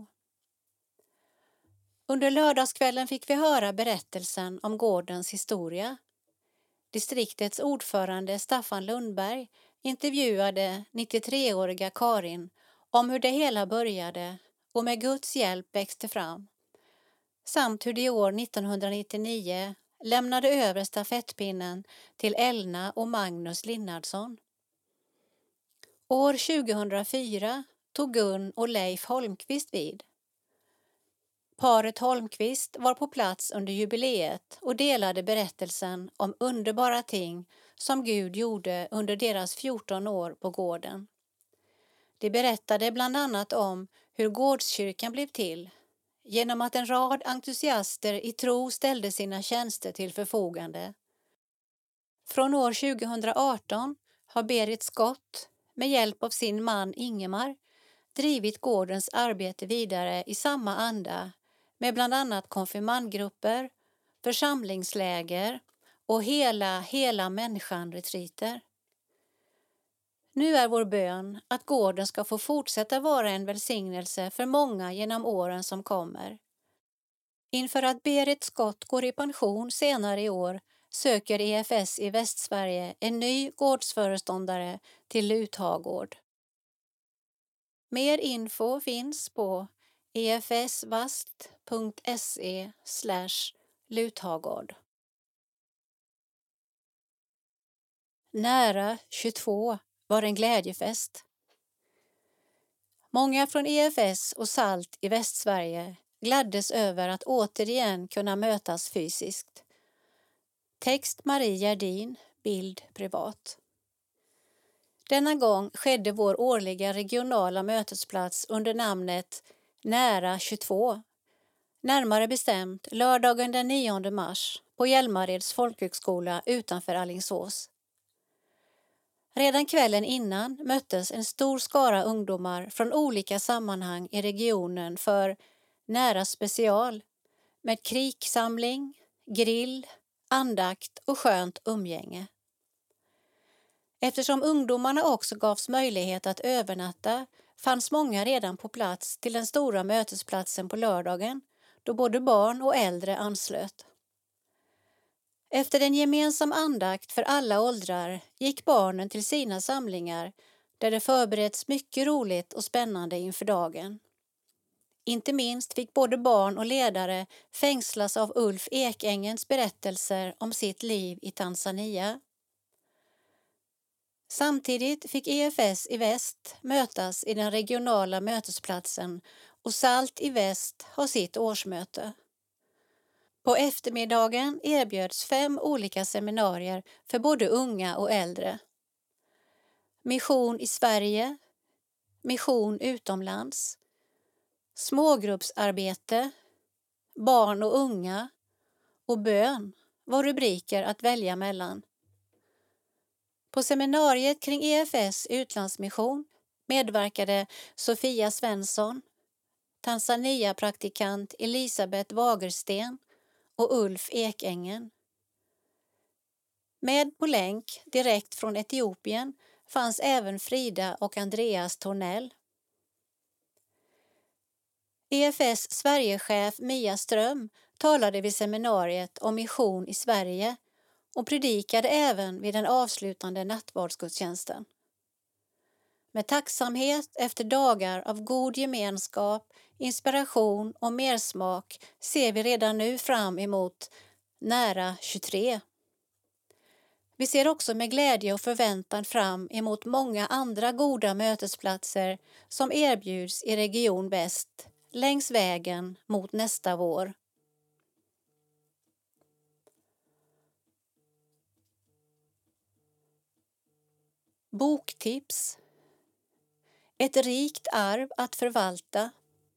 Under lördagskvällen fick vi höra berättelsen om gårdens historia. Distriktets ordförande Staffan Lundberg intervjuade 93-åriga Karin om hur det hela började och med Guds hjälp växte fram, samt hur de år 1999 lämnade över stafettpinnen till Elna och Magnus Linnardsson. År 2004 tog Gun och Leif Holmqvist vid. Paret Holmqvist var på plats under jubileet och delade berättelsen om underbara ting som Gud gjorde under deras 14 år på gården. De berättade bland annat om hur gårdskyrkan blev till, genom att en rad entusiaster i tro ställde sina tjänster till förfogande. Från år 2018 har Berit Skott med hjälp av sin man Ingemar drivit gårdens arbete vidare i samma anda med bland annat konfirmandgrupper, församlingsläger och hela människan-retriter. Nu är vår bön att gården ska få fortsätta vara en välsignelse för många genom åren som kommer. Inför att Berit Skott går i pension senare i år söker EFS i Västsverige en ny gårdsföreståndare till Luthagård. Mer info finns på efsvast.se/Luthagård. Nära 22 var en glädjefest. Många från EFS och SALT i Västsverige gladdes över att återigen kunna mötas fysiskt. Text Marie Gerdin, bild privat. Denna gång skedde vår årliga regionala mötesplats under namnet Nära 22. Närmare bestämt lördagen den 9 mars på Hjälmareds folkhögskola utanför Alingsås. Redan kvällen innan möttes en stor skara ungdomar från olika sammanhang i regionen för Nära special med kriksamling, grill, andakt och skönt umgänge. Eftersom ungdomarna också gavs möjlighet att övernatta fanns många redan på plats till den stora mötesplatsen på lördagen då både barn och äldre anslöt. Efter en gemensam andakt för alla åldrar gick barnen till sina samlingar där det förberetts mycket roligt och spännande inför dagen. Inte minst fick både barn och ledare fängslas av Ulf Ekängens berättelser om sitt liv i Tanzania. Samtidigt fick EFS i väst mötas i den regionala mötesplatsen och SALT i väst har sitt årsmöte. På eftermiddagen erbjöds 5 olika seminarier för både unga och äldre. Mission i Sverige, mission utomlands, smågruppsarbete, barn och unga och bön var rubriker att välja mellan. På seminariet kring EFS utlandsmission medverkade Sofia Svensson, Tanzania-praktikant Elisabeth Wagersten och Ulf Ekängen. Med på länk direkt från Etiopien fanns även Frida och Andreas Tornell. EFS Sverigechef Mia Ström talade vid seminariet om mission i Sverige och predikade även vid den avslutande nattvardsgudstjänsten. Med tacksamhet efter dagar av god gemenskap, inspiration och mersmak ser vi redan nu fram emot Nära 23. Vi ser också med glädje och förväntan fram emot många andra goda mötesplatser som erbjuds i Region Väst längs vägen mot nästa vår. Boktips. Ett rikt arv att förvalta.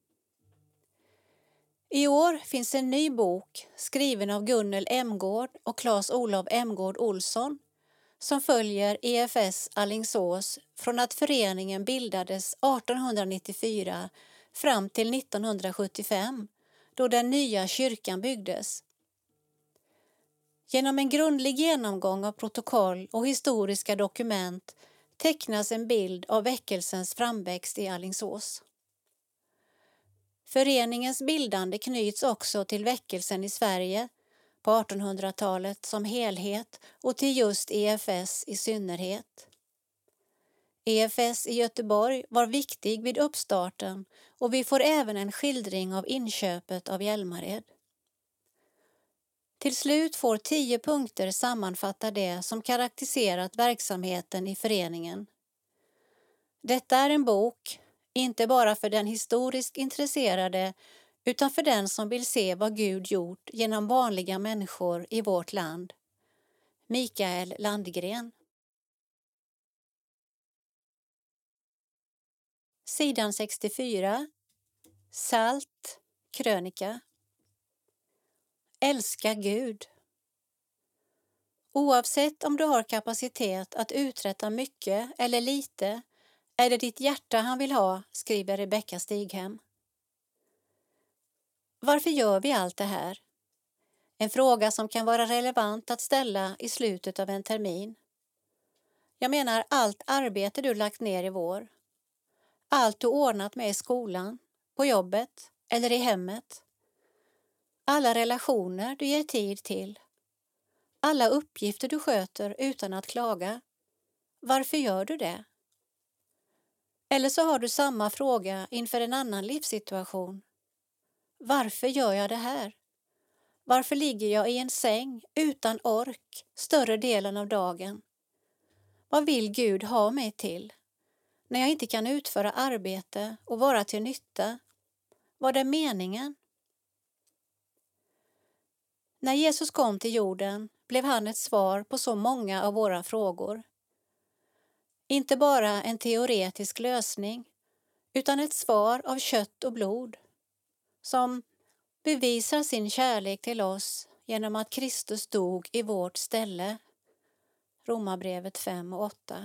I år finns en ny bok skriven av Gunnel Emgård och Claes-Olof Emgård Olsson som följer EFS Alingsås från att föreningen bildades 1894 fram till 1975 då den nya kyrkan byggdes. Genom en grundlig genomgång av protokoll och historiska dokument tecknas en bild av väckelsens framväxt i Alingsås. Föreningens bildande knyts också till väckelsen i Sverige på 1800-talet som helhet och till just EFS i synnerhet. EFS i Göteborg var viktig vid uppstarten och vi får även en skildring av inköpet av Hjälmared. Till slut får 10 punkter sammanfatta det som karaktäriserat verksamheten i föreningen. Detta är en bok, inte bara för den historiskt intresserade utan för den som vill se vad Gud gjort genom vanliga människor i vårt land. Mikael Landgren. Sidan 64. Salt, krönika. Älska Gud. Oavsett om du har kapacitet att uträtta mycket eller lite är det ditt hjärta han vill ha, skriver Rebecka Stighem. Varför gör vi allt det här? En fråga som kan vara relevant att ställa i slutet av en termin. Jag menar allt arbete du lagt ner i vår. Allt du ordnat med i skolan, på jobbet eller i hemmet. Alla relationer du ger tid till. Alla uppgifter du sköter utan att klaga. Varför gör du det? Eller så har du samma fråga inför en annan livssituation. Varför gör jag det här? Varför ligger jag i en säng utan ork större delen av dagen? Vad vill Gud ha mig till? När jag inte kan utföra arbete och vara till nytta. Vad är meningen? När Jesus kom till jorden blev han ett svar på så många av våra frågor. Inte bara en teoretisk lösning, utan ett svar av kött och blod som bevisar sin kärlek till oss genom att Kristus dog i vårt ställe. Romarbrevet 5 och 8.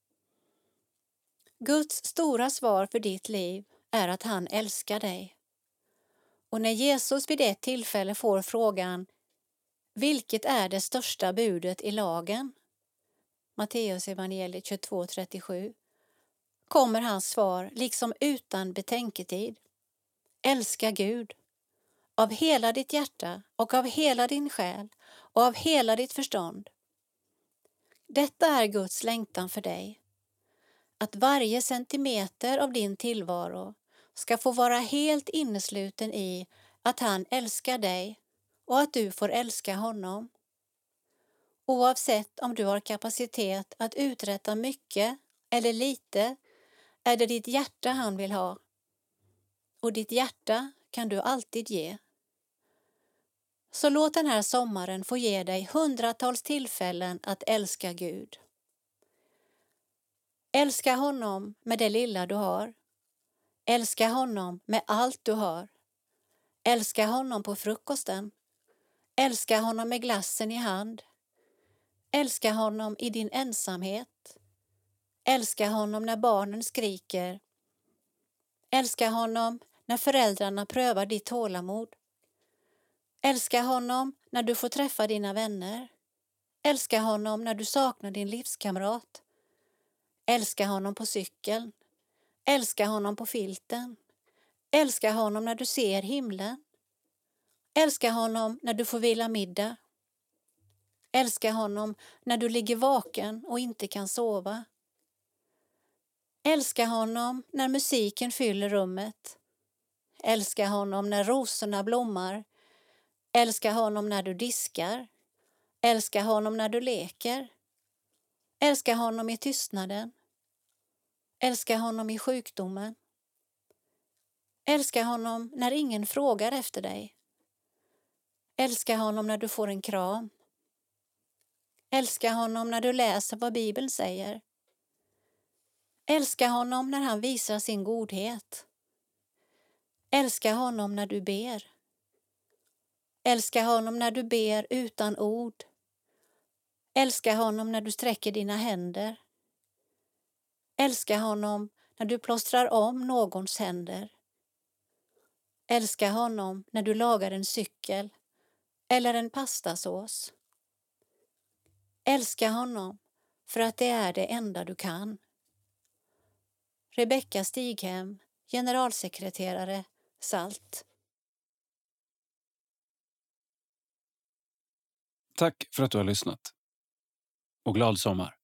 Guds stora svar för ditt liv är att han älskar dig. Och när Jesus vid ett tillfälle får frågan: vilket är det största budet i lagen? Matteus evangeliet 22:37. Kommer hans svar liksom utan betänketid. Älska Gud. Av hela ditt hjärta och av hela din själ och av hela ditt förstånd. Detta är Guds längtan för dig. Att varje centimeter av din tillvaro ska få vara helt innesluten i att han älskar dig och att du får älska honom. Oavsett om du har kapacitet att uträtta mycket eller lite är det ditt hjärta han vill ha. Och ditt hjärta kan du alltid ge. Så låt den här sommaren få ge dig hundratals tillfällen att älska Gud. Älska honom med det lilla du har. Älska honom med allt du har. Älska honom på frukosten. Älska honom med glassen i hand. Älska honom i din ensamhet. Älska honom när barnen skriker. Älska honom när föräldrarna prövar ditt tålamod. Älska honom när du får träffa dina vänner. Älska honom när du saknar din livskamrat. Älska honom på cykeln. Älska honom på filten. Älska honom när du ser himlen. Älska honom när du får vila middag. Älska honom när du ligger vaken och inte kan sova. Älska honom när musiken fyller rummet. Älska honom när rosorna blommar. Älska honom när du diskar. Älska honom när du leker. Älska honom i tystnaden. Älska honom i sjukdomen. Älska honom när ingen frågar efter dig. Älska honom när du får en kram. Älska honom när du läser vad Bibeln säger. Älska honom när han visar sin godhet. Älska honom när du ber. Älska honom när du ber utan ord. Älska honom när du sträcker dina händer. Älska honom när du plåstrar om någons händer. Älska honom när du lagar en cykel eller en pastasås. Älska honom för att det är det enda du kan. Rebecka Stighem, generalsekreterare, SALT. Tack för att du har lyssnat. Och glad sommar!